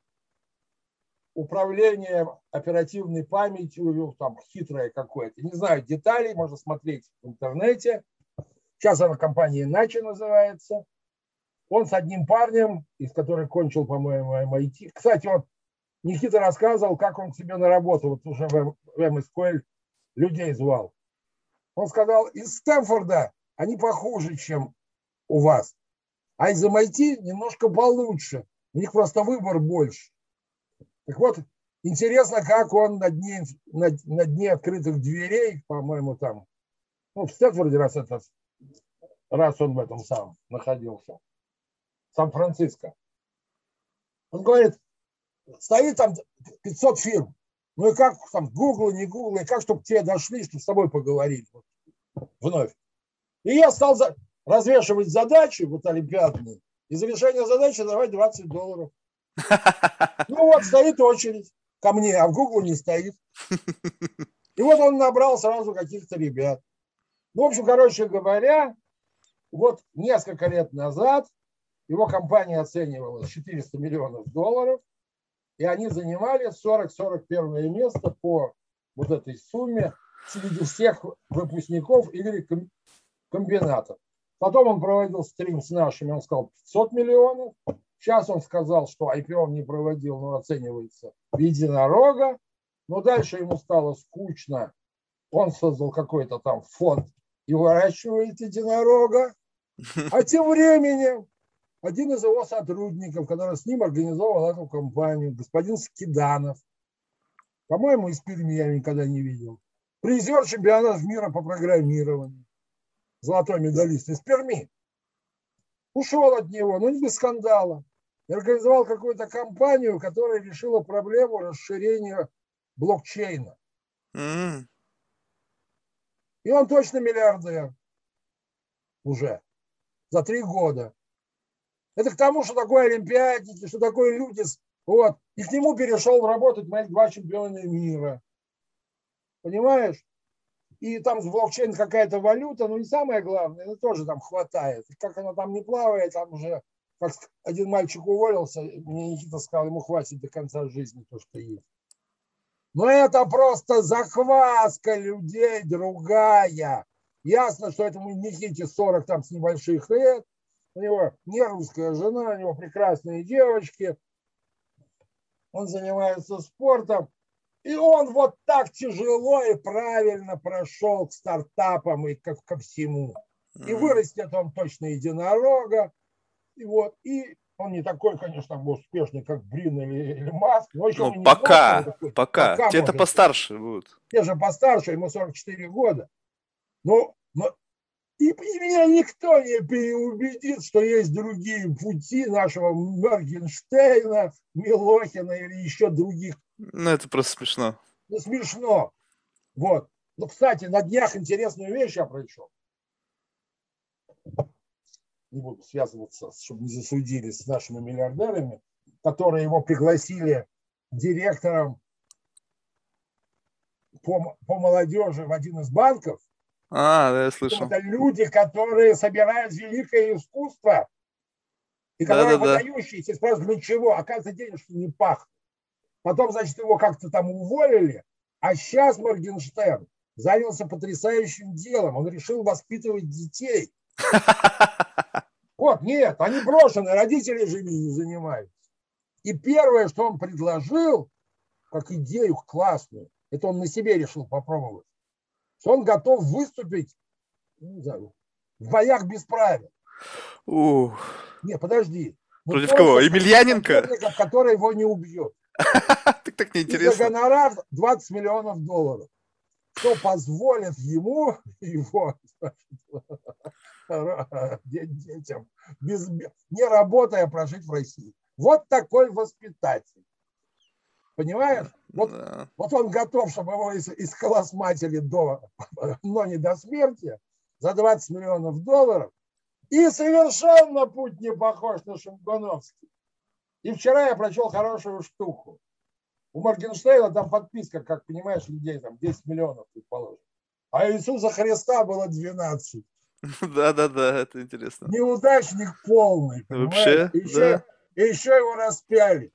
управление оперативной памятью, там хитрое какое-то. Не знаю деталей, можно смотреть в интернете. Сейчас она компания иначе называется. Он с одним парнем, из которых кончил, по-моему, эм ай ти. Кстати, вот Никита рассказывал, как он к себе на работу, вот уже в эм эс ку эль людей звал. Он сказал, из Стэнфорда они похуже, чем у вас. А из эм ай ти немножко получше. У них просто выбор больше. Так вот, интересно, как он на дне, на, на дне открытых дверей, по-моему, там, ну, в Стэнфорде, раз, это, раз он в этом самом находился, Сан-Франциско. Он говорит, стоит там пятьсот фирм. Ну и как там, Google, не Google, и как, чтобы к тебе дошли, чтобы с тобой поговорили вот, вновь. И я стал за, развешивать задачи вот олимпиадные, и за решение задачи давать двадцать долларов. Ну вот стоит очередь ко мне, а в Google не стоит. И вот он набрал сразу каких-то ребят. Ну, в общем, короче говоря, вот несколько лет назад его компания оценивалась четыреста миллионов долларов, и они занимали сорок-сорок первое место по вот этой сумме среди всех выпускников или комбинатов. Потом он проводил стрим с нашими, он сказал пятьсот миллионов. Сейчас он сказал, что ай пи о он не проводил, но оценивается в единорога. Но дальше ему стало скучно. Он создал какой-то там фонд и выращивает единорога. А тем временем один из его сотрудников, который с ним организовал эту компанию, господин Скиданов, по-моему, из Перми я никогда не видел, призер чемпионата мира по программированию, золотой медалист из Перми, ушел от него, но не без скандала, и организовал какую-то компанию, которая решила проблему расширения блокчейна. Mm. И он точно миллиардер уже за три года. Это к тому, что такое олимпиадники, что такое люди. Вот. И к нему перешел работать мои два чемпиона мира. Понимаешь? И там в блокчейн какая-то валюта, но не самое главное, это тоже там хватает. Как она там не плавает, там уже как один мальчик уволился, мне Никита сказал, ему хватит до конца жизни то, что есть. Но это просто захватка людей другая. Ясно, что этому Никите сорок там с небольших лет. У него не русская жена, у него прекрасные девочки. Он занимается спортом. И он вот так тяжело и правильно прошел к стартапам и ко, ко всему. И вырастет он точно единорога. И вот, и он не такой, конечно, успешный, как Брин или, или Маск. Но еще Ну, он не пока, взрослый, пока. пока Те-то может постарше быть. будут. Те же постарше, ему сорок четыре года. Но, но и, и меня никто не переубедит, что есть другие пути нашего Моргенштейна, Милохина или еще других. Ну, это просто смешно. Ну, смешно. Вот. Ну, кстати, на днях интересную вещь я прочел. Не буду связываться, чтобы не засудили с нашими миллиардерами, которые его пригласили директором по, по молодежи в один из банков. А, да, я слышал. Это люди, которые собирают великое искусство и которые Да-да-да. выдающиеся. Спрашивают, для чего? Оказывается, денежки не пахнут. Потом, значит, его как-то там уволили, а сейчас Моргенштерн занялся потрясающим делом. Он решил воспитывать детей. Вот, нет, они брошены, родители же ими не занимаются. И первое, что он предложил, как идею классную, это он на себе решил попробовать, что он готов выступить, не знаю, в боях без правил. Ух. Не, подожди. Ну, Против просто кого? с таким Емельяненко? соперником, который его не убьет. Так так И за неинтересно. гонорар двадцать миллионов долларов. Что позволит ему, его детям, без, не работая, прожить в России. Вот такой воспитатель. Понимаешь? Вот, Да. вот он готов, чтобы его из, исколосматили до, но не до смерти, за двадцать миллионов долларов. И совершенно путь не похож на Шамгоновский. И вчера я прочел хорошую штуку. У Моргенштерна там подписка, как понимаешь, людей там десять миллионов, предположим. А Иисуса Христа было двенадцать. Да-да-да, это интересно. Неудачник полный, понимаешь? Вообще, И еще, да. и еще его распяли.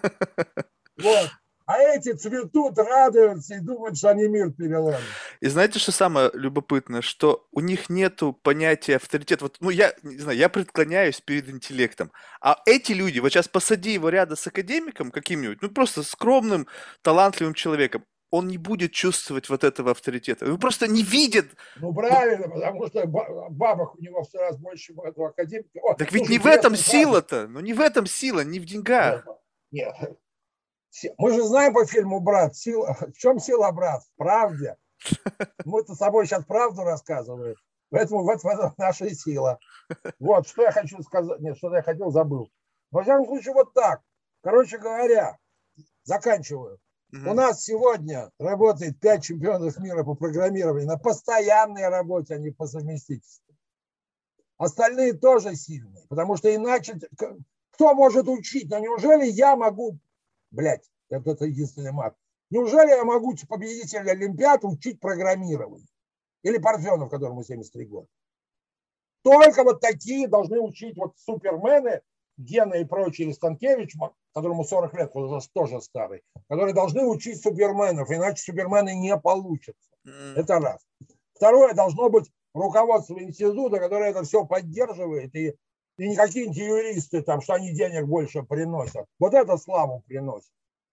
Вот. А эти цветут, радуются и думают, что они мир переломят. И знаете, что самое любопытное? Что у них нету понятия авторитета. Вот, ну, я не знаю, я преклоняюсь перед интеллектом. А эти люди, вот сейчас посади его рядом с академиком каким-нибудь, ну, просто скромным, талантливым человеком, он не будет чувствовать вот этого авторитета. Он просто не видит. Ну, Ну, правильно, потому что бабок у него в сто раз больше этого академика. О, так ведь слушай, не в этом интересная фраза. сила-то. Ну, не в этом сила, не в Нет, деньгах. нет. Мы же знаем по фильму «Брат», сила, в чем сила, брат? В правде. Мы-то с тобой сейчас правду рассказываем. Поэтому в этом наша сила. Вот, что я хочу сказать. Нет, что я хотел, забыл. Во всяком случае, вот так. Короче говоря, заканчиваю. У Мгм. нас сегодня работает пять чемпионов мира по программированию на постоянной работе, а не по совместительству. Остальные тоже сильные, потому что иначе кто может учить? Но неужели я могу, блядь, это единственный мат, неужели я могу победителя Олимпиад учить программированию? Или Парфенов, которому семьдесят три года? Только вот такие должны учить вот супермены, Гена и прочие, Станкевич, которому сорок лет, уже тоже старый, которые должны учить суперменов, иначе супермены не получатся. М. Это раз. Второе, должно быть руководство института, которое это все поддерживает, и, и не какие-нибудь юристы, там, что они денег больше приносят. Вот это славу приносит.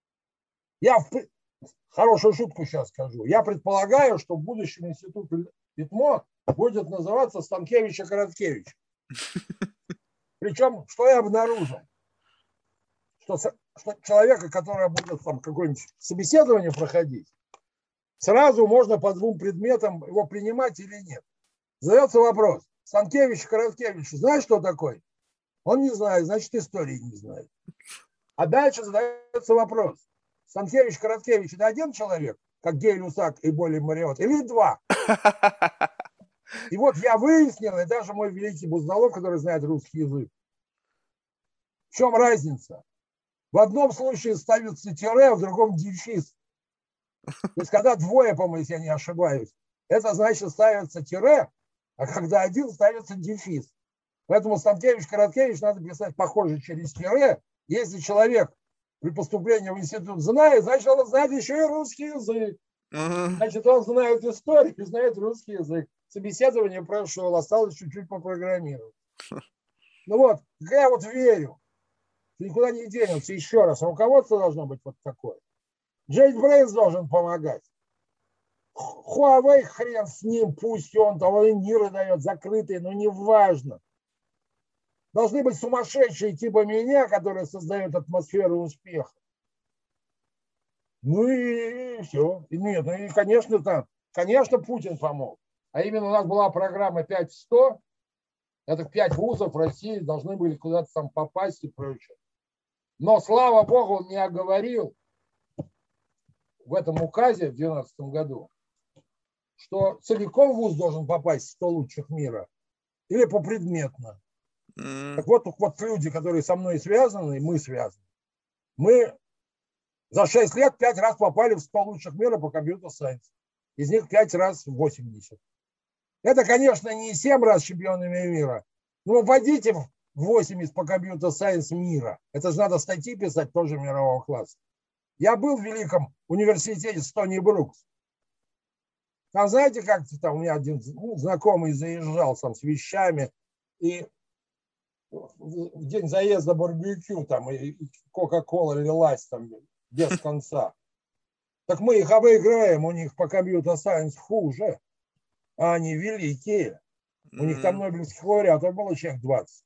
Я в... хорошую шутку сейчас скажу. Я предполагаю, что в будущем институт ИТМО будет называться Станкевич и Короткевич. Причем, что я обнаружил? Что, что человека, который будет там какое-нибудь собеседование проходить, сразу можно по двум предметам его принимать или нет. Задается вопрос. Станкевич и Короткевич, знаешь, что такое? Он не знает, значит, истории не знает. А дальше задается вопрос. Станкевич, Короткевич – это один человек, как Гей Люсак и Боли Мариот, или два? И вот я выяснил, и даже мой великий Буздалов, который знает русский язык, в чем разница? В одном случае ставится тире, а в другом дефис. То есть, когда двое, по-моему, если я не ошибаюсь, это значит ставится тире, а когда один ставится дефис. Поэтому Станкевич, Короткевич надо писать похоже через тире. Если человек при поступлении в институт знает, значит, он знает еще и русский язык. Значит, он знает историю и знает русский язык. Собеседование прошел, осталось чуть-чуть попрограммировать. Ну вот, я вот верю. Никуда не денется. Еще раз, руководство должно быть вот такое. JetBrains должен помогать. Huawei, хрен с ним, пусть он того и мира дает, закрытый, но не важно. Должны быть сумасшедшие типа меня, которые создают атмосферу успеха. Ну и, и все. И нет, ну и, конечно, там, конечно, Путин помог. А именно у нас была программа пять в сто. Это пять вузов в России должны были куда-то там попасть и прочее. Но, слава богу, он не оговорил в этом указе в две тысячи двенадцатом году, что целиком вуз должен попасть в сто лучших мира или попредметно. Mm. Так вот, вот люди, которые со мной связаны, мы связаны, мы за шесть лет пять раз попали в сто лучших мира по компьютер-сайенс. Из них пять раз восемьдесят. Это, конечно, не семь раз чемпионами мира, но вводите в восемьдесят по компьютер-сайенс мира. Это же надо статьи писать тоже мирового класса. Я был в Великом университете Стони Брукс. Там, знаете, как там у меня один ну, знакомый заезжал там с вещами, и в день заезда барбекю, там, и кока-кола лилась там без конца. Так мы их обыграем, у них по компьютер-сайенс хуже, а они великие. У них там нобелевских лауреатов было человек двадцать.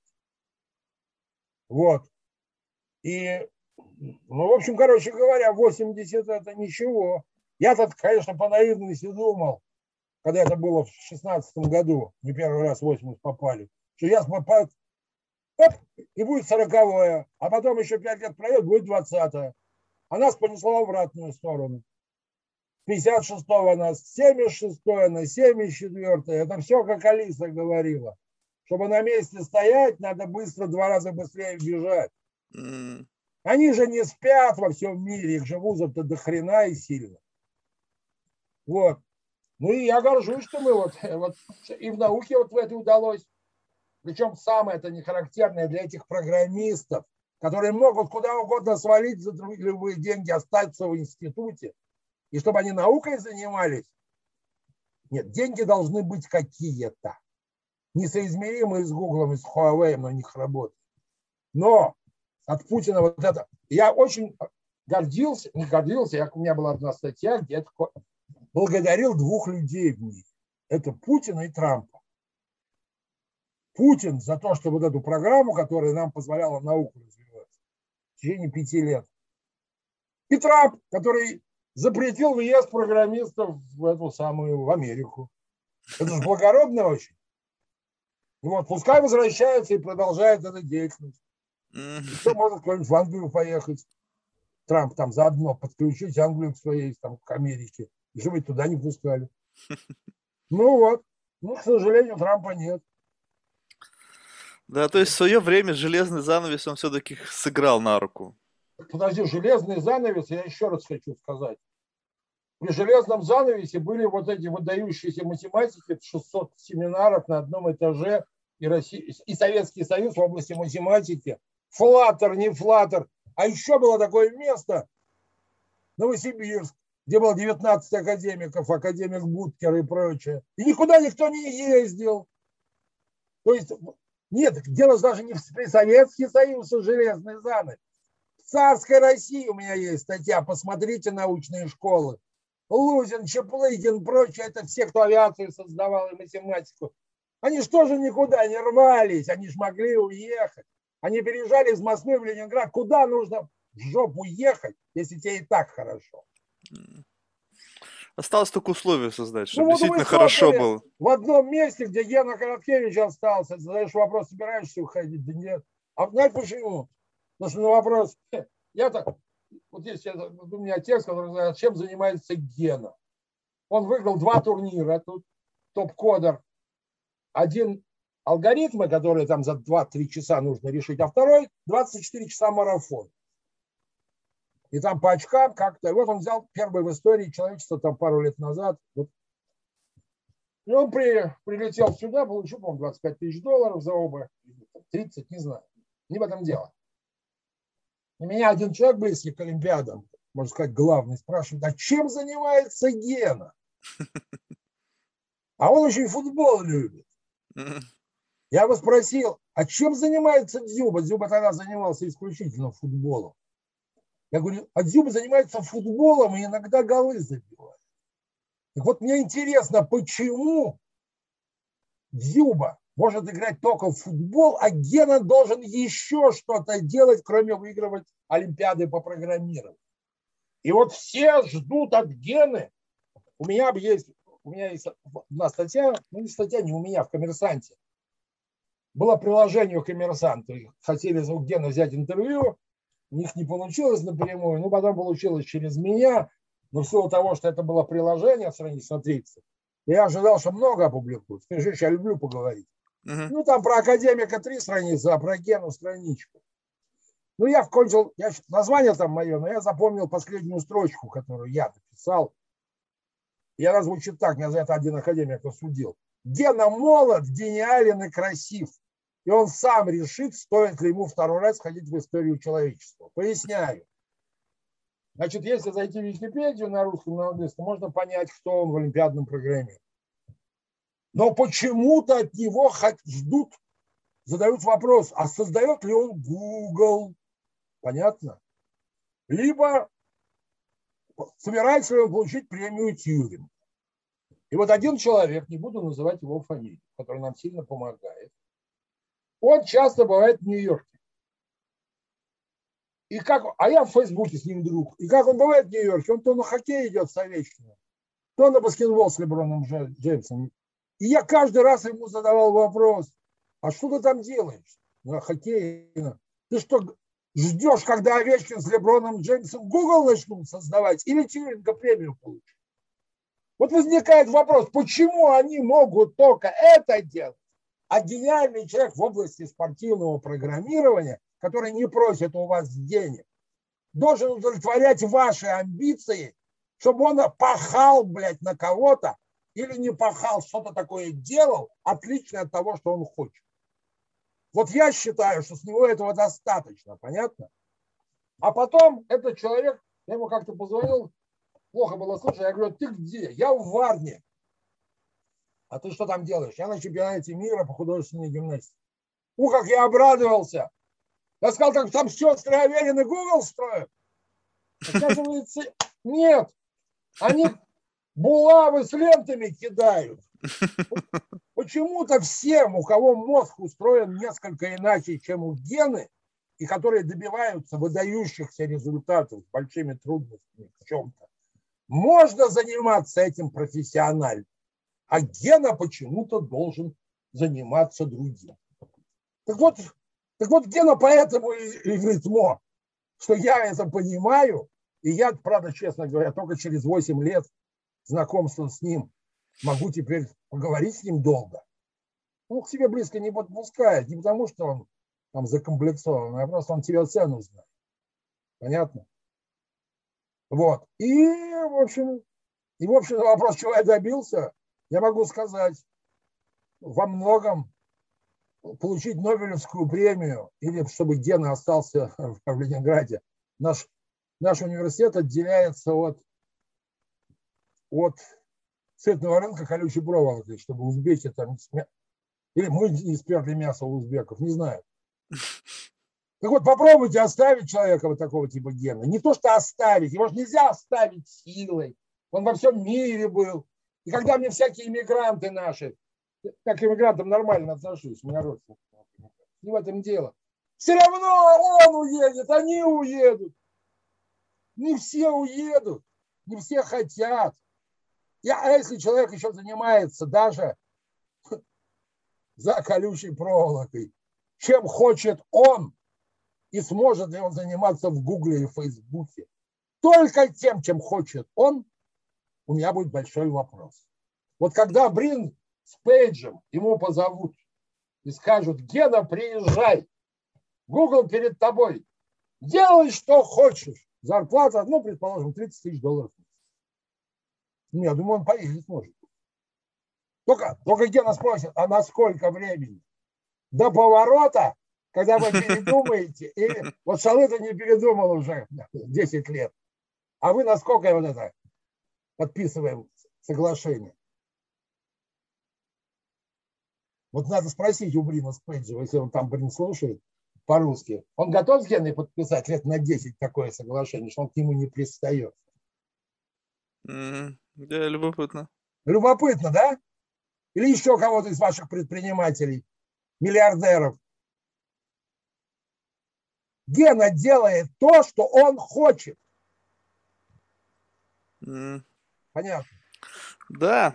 Вот. И, ну, в общем, короче говоря, восемьдесят это ничего. Я-то, конечно, по наивности думал, когда это было в шестнадцатом году, не первый раз в восемьдесят попали, что я попал, оп, и будет сороковое, а потом еще пять лет пройдет, будет двадцатое. А нас понесло в обратную сторону. пятьдесят шестого нас, семьдесят шестое на семьдесят четвёртое. Это все, как Алиса говорила. Чтобы на месте стоять, надо быстро, два раза быстрее бежать. Mm. Они же не спят во всем мире, их же вузов-то до хрена и сильно. Вот. Ну и я горжусь, что мы вот, вот и в науке вот в это удалось. Причем самое это не характерное для этих программистов, которые могут куда угодно свалить за любые деньги, остаться в институте. И чтобы они наукой занимались. Нет, деньги должны быть какие-то. Несоизмеримые с Гуглом и с Huawei на них работать. Но от Путина вот это... Я очень гордился, не гордился, я, у меня была одна статья, где я благодарил двух людей в ней. Это Путина и Трампа. Путин за то, что вот эту программу, которая нам позволяла науку развивать в течение пяти лет. И Трамп, который запретил въезд программистов в эту самую, в Америку. Это же благородно очень. И вот, пускай возвращаются и продолжают эту деятельность. Кто может кто-нибудь в Англию поехать? Трамп там заодно подключить Англию к своей, там, к Америке. И чтобы туда не пускали. Ну вот. Ну, к сожалению, Трампа нет. Да, то есть в свое время железный занавес он все-таки сыграл на руку. Подожди, железный занавес, я еще раз хочу сказать. При железном занавесе были вот эти выдающиеся математики, шестьсот семинаров на одном этаже, и, Россия, и Советский Союз в области математики. Флаттер, не флаттер. А еще было такое место, Новосибирск, где было девятнадцать академиков, академик Буткер и прочее. И никуда никто не ездил. То есть, нет, дело даже не в Советский Союз, а железный занавес. В царской России у меня есть статья, посмотрите научные школы. Лузин, Чаплыгин, прочее, это все, кто авиацию создавал и математику. Они что же никуда не рвались, они же могли уехать. Они переезжали из Москвы в Ленинград. Куда нужно в жопу ехать, если тебе и так хорошо? Осталось только условия создать, чтобы ну, действительно хорошо было. В одном месте, где Гена Короткевич остался, задаешь вопрос, собираешься уходить? Да нет. А знаешь почему? Потому что на вопрос, я-то, вот здесь у меня текст, который говорит, чем занимается Гена. Он выиграл два турнира, тут топ-кодер. Один алгоритмы, которые там за два-три часа нужно решить, а второй двадцать четыре часа марафон. И там по очкам как-то. И вот он взял первый в истории человечества там пару лет назад. Вот. И он при, прилетел сюда, получил, по-моему, двадцать пять тысяч долларов за оба. тридцать, не знаю. Не в этом дело. И меня один человек близкий к Олимпиадам, можно сказать, главный, спрашивает, а чем занимается Гена? А он очень футбол любит. Я его спросил, а чем занимается Дзюба? Дзюба тогда занимался исключительно футболом. Я говорю, а Дзюба занимается футболом и иногда голы забивает. Так вот мне интересно, почему Дзюба может играть только в футбол, а Гена должен еще что-то делать, кроме выигрывать олимпиады по программированию. И вот все ждут от Гены. У меня есть, у меня есть одна статья, ну не статья, не у меня, в «Коммерсанте». Было приложение к «Коммерсанту». Хотели у Гена взять интервью, у них не получилось напрямую, ну потом получилось через меня. Но в силу того, что это было приложение страниц на тридцать, я ожидал, что много опубликуют. Скажи, я люблю поговорить. Uh-huh. Ну там про академика три страницы, а про Гену страничку. Ну я вкончил, я название там мое, но я запомнил последнюю строчку, которую я написал. Я раз звучит так, меня за это один академик осудил. Гена молод, гениален и красив. И он сам решит, стоит ли ему второй раз ходить в историю человечества. Поясняю. Значит, если зайти в Википедию на русском, на английском, можно понять, кто он в олимпиадном программе. Но почему-то от него ждут задают вопрос, а создает ли он Google? Понятно? Либо собирается ли он получить премию Тьюринга. И вот один человек, не буду называть его фамилию, который нам сильно помогает, он часто бывает в Нью-Йорке. И как, а я в Фейсбуке с ним друг. И как он бывает в Нью-Йорке, он то на хоккей идет с Овечкиным, то на баскетбол с Леброном Джеймсом. И я каждый раз ему задавал вопрос, а что ты там делаешь на хоккее? Ты что, ждешь, когда Овечкин с Леброном Джеймсом Google начнут создавать или Тьюринга премию получить? Вот возникает вопрос, почему они могут только это делать, а гениальный человек в области спортивного программирования, который не просит у вас денег, должен удовлетворять ваши амбиции, чтобы он пахал, блядь, на кого-то или не пахал, что-то такое делал, отличное от того, что он хочет. Вот я считаю, что с него этого достаточно, понятно? А потом этот человек, я ему как-то позвонил, плохо было слышно, я говорю, ты где? Я в Варне. А ты что там делаешь? Я на чемпионате мира по художественной гимнастике. Ух, как я обрадовался. Я сказал, так там сестры Аверины Google строят. Оказывается, нет. Они булавы с лентами кидают. Почему-то всем, у кого мозг устроен несколько иначе, чем у Гены, и которые добиваются выдающихся результатов с большими трудностями в чем-то, можно заниматься этим профессионально, а Гена почему-то должен заниматься другим. Так вот, так вот Гена поэтому и, и говорит, Мо, что я это понимаю, и я, правда, честно говоря, только через восемь лет знакомства с ним могу теперь поговорить с ним долго. Он к себе близко не подпускает, не потому что он там закомплексован, а просто он тебе цену знает. Понятно? Вот. И, в общем, и, в общем, вопрос, чего я добился, я могу сказать, во многом получить Нобелевскую премию или чтобы Гена остался в Ленинграде. Наш, наш университет отделяется от, от цветного рынка колючей проволокой, чтобы узбеки там... Или мы не сперли мясо у узбеков, не знаю. Так вот, попробуйте оставить человека вот такого типа Гена. Не то, что оставить, его же нельзя оставить силой. Он во всем мире был. И когда мне всякие иммигранты наши, как к иммигрантам нормально отношусь, у меня родственники, не в этом дело. Все равно он уедет, они уедут. Не все уедут, не все хотят. Я, а если человек еще занимается даже за колючей проволокой, чем хочет он, и сможет ли он заниматься в Гугле и в Фейсбуке только тем, чем хочет он, у меня будет большой вопрос. Вот когда Брин с Пейджем ему позовут и скажут, Гена, приезжай, Google перед тобой, делай, что хочешь. Зарплата, ну, предположим, тридцать тысяч долларов. Ну, я думаю, он поездить может. Только, только Гена спросит, а на сколько времени? До поворота, когда вы передумаете, или вот Шалыта не передумал уже десять лет, а вы на сколько вот это подписываем соглашение? Вот надо спросить у Брина Спейджа, если он там, Брин, слушает по-русски, он готов с Геной подписать лет на десять такое соглашение, что он к нему не пристает? Mm, да, любопытно. Любопытно, да? Или еще кого-то из ваших предпринимателей, миллиардеров. Гена делает то, что он хочет. Mm. Понятно? Да.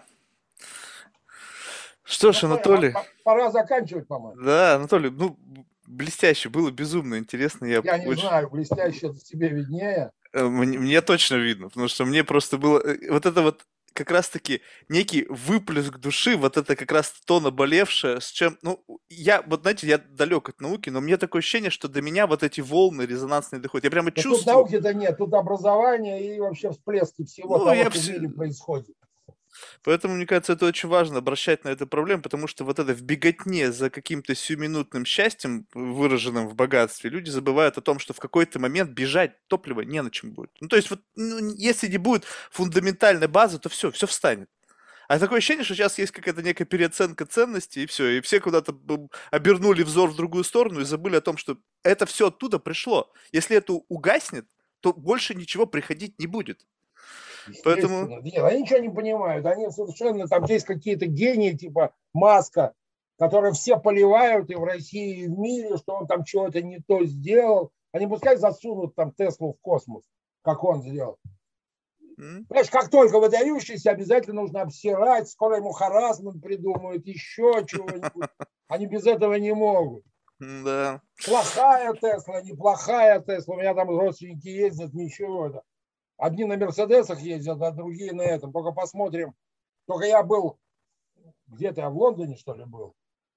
Что ж, Анатолий. Пора заканчивать, по-моему. Да, Анатолий, ну, блестяще, было безумно интересно. Я, Я не очень... знаю, блестяще тебе виднее. Мне, мне точно видно, потому что мне просто было... Вот это вот как раз-таки некий выплеск души, вот это как раз то наболевшее, с чем... Ну, я, вот знаете, я далек от науки, но мне такое ощущение, что до меня вот эти волны резонансные доходят. Я прямо да чувствую... Тут науки-то нет, тут образование и вообще всплески всего ну, того, что в мире происходит. Поэтому, мне кажется, это очень важно обращать на эту проблему, потому что вот это в беготне за каким-то сиюминутным счастьем, выраженным в богатстве, люди забывают о том, что в какой-то момент бежать топлива не на чем будет. Ну, то есть, вот, ну, если не будет фундаментальной базы, то все, все встанет. А такое ощущение, что сейчас есть какая-то некая переоценка ценностей, и все, и все куда-то б- обернули взор в другую сторону и забыли о том, что это все оттуда пришло. Если это угаснет, то больше ничего приходить не будет. Поэтому, Естественно. Нет, они ничего не понимают. Они совершенно, там есть какие-то гении, типа Маска, которые все поливают и в России, и в мире, что он там чего-то не то сделал. Они пускай засунут там Теслу в космос, как он сделал. м, Понимаешь, как только выдающийся, обязательно нужно обсирать, скоро ему харассмент придумают, еще чего-нибудь. Они без этого не могут. м, да. Плохая Тесла, неплохая Тесла. У меня там родственники ездят, ничего. Да. Одни на Мерседесах ездят, а другие на этом. Только посмотрим. Только я был, где-то я в Лондоне, что ли, был.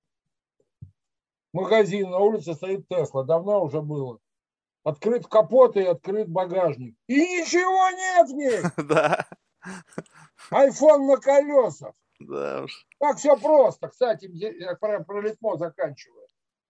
Магазин, на улице стоит Тесла. Давно уже было. Открыт капот и открыт багажник. И ничего нет в ней. Да, Айфон на колесах. да уж. Так все просто. Кстати, я про, про Литмо заканчиваю.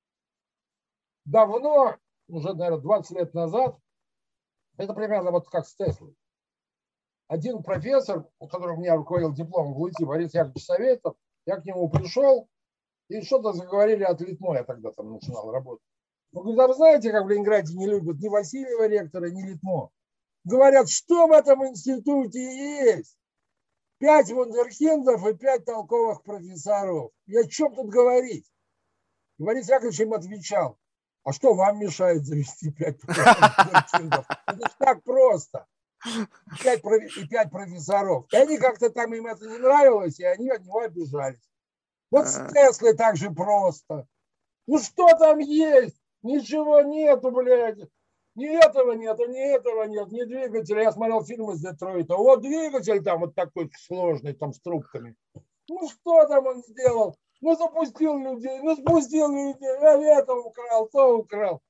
Давно, уже, наверное, двадцать лет назад, это примерно вот как с Теслой. Один профессор, который у меня руководил дипломом в ЛИТИ, Борис Яковлевич Советов, я к нему пришел, и что-то заговорили от Литмо, я тогда там начинал работать. Он говорит, а вы знаете, как в Ленинграде не любят ни Васильева ректора, ни Литмо? Говорят, что в этом институте есть? Пять вундерхиндов и пять толковых профессоров. И о чем тут говорить? И Борис Яковлевич им отвечал, а что вам мешает завести пять вундерхиндов? Это же так просто. И пять, и пять профессоров. И они как-то там, им это не нравилось, и они от него обижались. Вот с А, Теслой так же просто. Ну что там есть? Ничего нету, блядь. Ни этого нету, ни этого нет, ни двигателя. Я смотрел фильм из Детройта. Вот двигатель там вот такой сложный, там с трубками. Ну что там он сделал? Ну запустил людей, ну спустил людей. А это украл, то украл.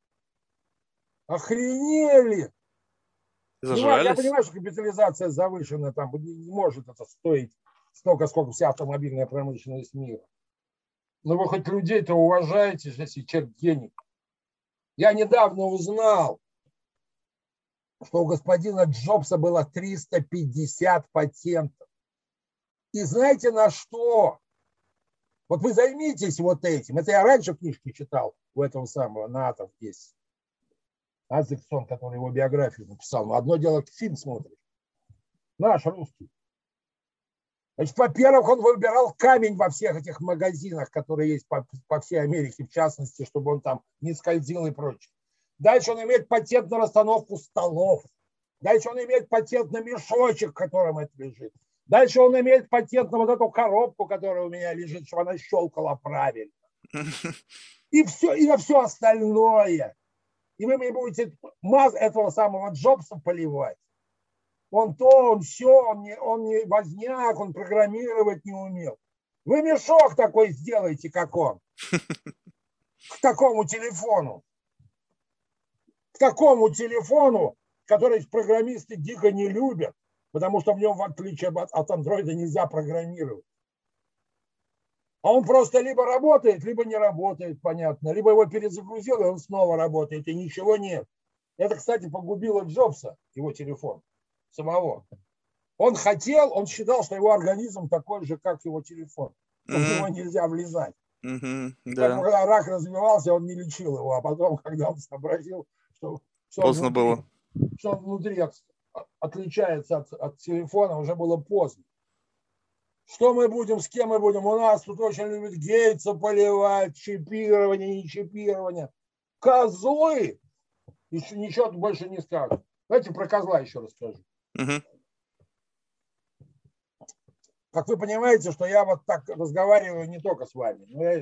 Охренели. Понимаю, я Зажрались? понимаю, что капитализация завышена, там не может это стоить столько, сколько вся автомобильная промышленность мира. Но вы хоть людей-то уважаете, если человек гений. Я недавно узнал, что у господина Джобса было триста пятьдесят патентов. И знаете на что? Вот вы займитесь вот этим. Это я раньше книжки читал у этого самого, на Атом есть. Азексон, который его биографию написал. Но одно дело, фильм смотришь. Наш русский. Значит, во-первых, он выбирал камень во всех этих магазинах, которые есть по, по всей Америке, в частности, чтобы он там не скользил и прочее. Дальше он имеет патент на расстановку столов. Дальше он имеет патент на мешочек, в котором это лежит. Дальше он имеет патент на вот эту коробку, которая у меня лежит, чтобы она щелкала правильно. И все, и на все остальное. И вы мне будете маз этого самого Джобса поливать. Он то, он все, он не, он не возняк, он программировать не умел. Вы мешок такой сделаете, как он. К такому телефону. К такому телефону, который программисты дико не любят, потому что в нем, в отличие от, от андроида, нельзя программировать. А он просто либо работает, либо не работает, понятно. Либо его перезагрузил, и он снова работает, и ничего нет. Это, кстати, погубило Джобса, его телефон, самого. Он хотел, он считал, что его организм такой же, как его телефон, что в него Мгм, нельзя влезать. мгм, И поэтому, да, когда рак развивался, он не лечил его, а потом, когда он сообразил, что, что он поздно внутри, было. что он внутри от, отличается от, от телефона, уже было поздно. Что мы будем, с кем мы будем? У нас тут очень любят Гейтса поливать, чипирование, не чипирование. Козлы! Еще ничего больше не скажу. Давайте про козла еще расскажу. Мгм. Как вы понимаете, что я вот так разговариваю не только с вами. Но я,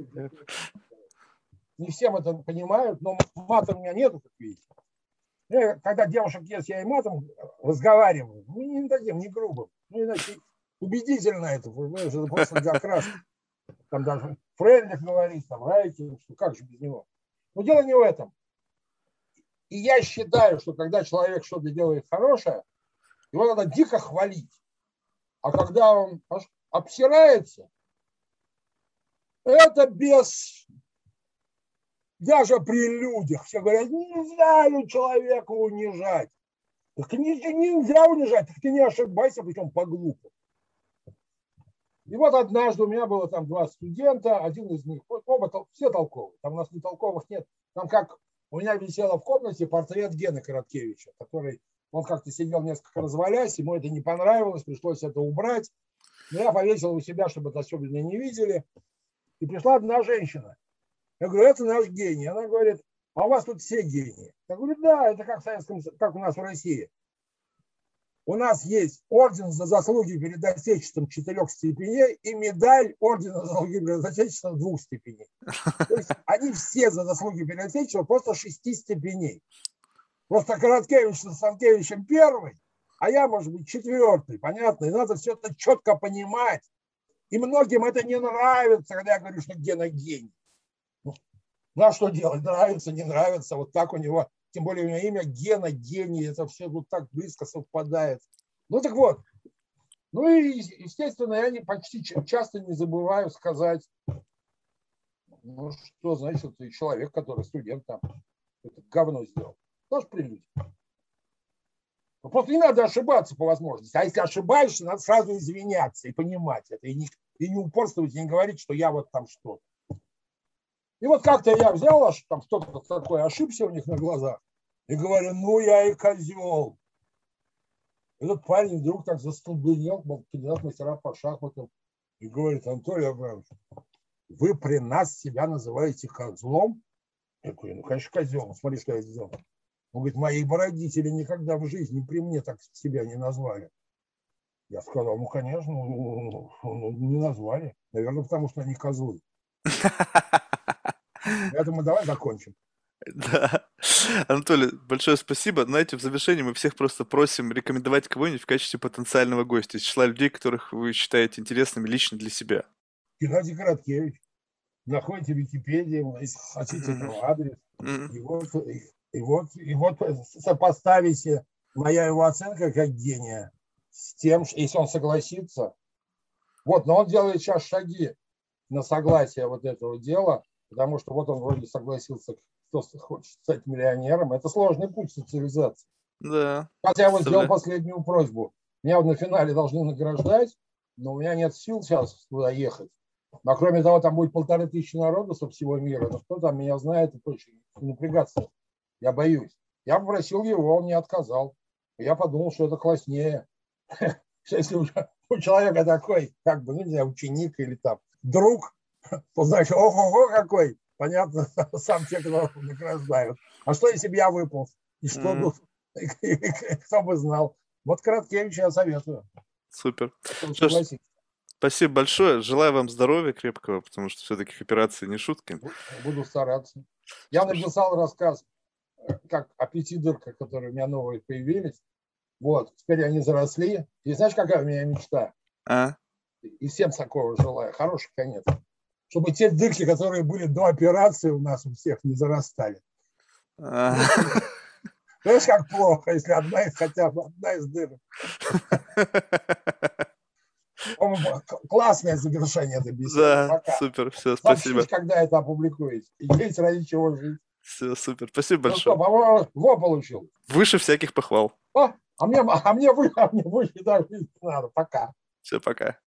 не всем это понимают, но мата у меня нету, как видите. Я, когда девушек есть, я и матом разговариваю. Ну, не таким, не грубым. Ну, иначе убедительно это. Это просто для краски. Там даже Фрейдлих говорит, там, Райтинг, что как же без него. Но дело не в этом. И я считаю, что когда человек что-то делает хорошее, его надо дико хвалить. А когда он обсирается, это без... Даже при людях. Все говорят, нельзя человека унижать. Так нельзя унижать, так ты не ошибайся, причем по глупу. И вот однажды у меня было там два студента, один из них, вот оба тол- все толковые, там у нас не толковых нет. Там как у меня висело в комнате портрет Гены Короткевича, который, он как-то сидел несколько развалясь, ему это не понравилось, пришлось это убрать. Но я повесил у себя, чтобы это особенно не видели. И пришла одна женщина. Я говорю, это наш гений. Она говорит, а у вас тут все гении. Я говорю, да, это как в Советском, как у нас в России. У нас есть орден за заслуги перед Отечеством четырех степеней и медаль ордена за заслуги перед Отечеством двух степеней. То есть они все за заслуги перед Отечеством просто шести степеней. Просто Короткевич с Станкевичем первый, а я, может быть, четвертый. Понятно? И надо все это четко понимать. И многим это не нравится, когда я говорю, что Гена гений. Ну, а что делать? Нравится, не нравится. Вот так у него, тем более у него имя Гена, гений. Это все вот так близко совпадает. Ну, так вот. Ну, и, естественно, я не, почти часто не забываю сказать, ну, что значит человек, который студент там это говно сделал. Тоже прилюдь. Просто не надо ошибаться по возможности. А если ошибаешься, надо сразу извиняться и понимать это. И не, и не упорствовать, и не говорить, что я вот там что-то. И вот как-то я взял, аж там что-то такое, ошибся у них на глазах. И говорю, ну я и козел. Этот парень вдруг так застолбенел, был кандидат мастера по шахматам. И говорит, Анатолий Абрамович, вы при нас себя называете козлом? Я говорю, ну конечно козел, смотри, что я сделал. Он говорит, мои бы родители никогда в жизни при мне так себя не назвали. Я сказал, ну, конечно, ну, ну, не назвали. Наверное, потому что они козлы. Поэтому давай закончим. Да. Анатолий, большое спасибо. Знаете, в завершении мы всех просто просим рекомендовать кого-нибудь в качестве потенциального гостя из числа людей, которых вы считаете интересными лично для себя. Геннадий Короткевич. Находите в Википедии, если хотите, Мгм. там адрес. Мгм. И вот, и, и вот, и вот сопоставите моя его оценка как гения с тем, что если он согласится. Вот, но он делает сейчас шаги на согласие вот этого дела, потому что вот он вроде согласился, кто хочет стать миллионером. Это сложный путь социализации. Да, Сейчас я вот сделал представляю. последнюю просьбу. Меня на финале должны награждать, но у меня нет сил сейчас туда ехать. А кроме того, там будет полторы тысячи народу со всего мира. Ну кто там меня знает, это очень напрягаться. Я боюсь. Я попросил его, он не отказал. Я подумал, что это класснее. Если у человека такой, как бы, ну, не знаю, ученик или там друг, то значит, ого-го какой. Понятно, сам те, кто награждают. А что, если бы я выполз? И что М, тут? Кто бы знал. Вот Короткевич я советую. Супер. Чтобы Что ж, согласиться. спасибо большое. Желаю вам здоровья крепкого, потому что все-таки операции не шутки. Буду стараться. Я Что ж, написал рассказ, как о пяти дырках, которые у меня новые появились. Вот, теперь они заросли. И знаешь, какая у меня мечта? а? И всем такого желаю. Хороший конец. Чтобы те дырки, которые были до операции у нас у всех, не зарастали. А. Знаешь, как плохо, если одна из, хотя бы одна из дырок. По-моему, классное завершение этой беседы. Да, Пока. супер, все, Сообщите, спасибо. когда это опубликуете. И есть ради чего жить. Все, супер. Спасибо Ну что, большое. по-моему, во получил. Выше всяких похвал. О, а мне, а мне вы, а мне вы даже не надо. Пока. Все, пока.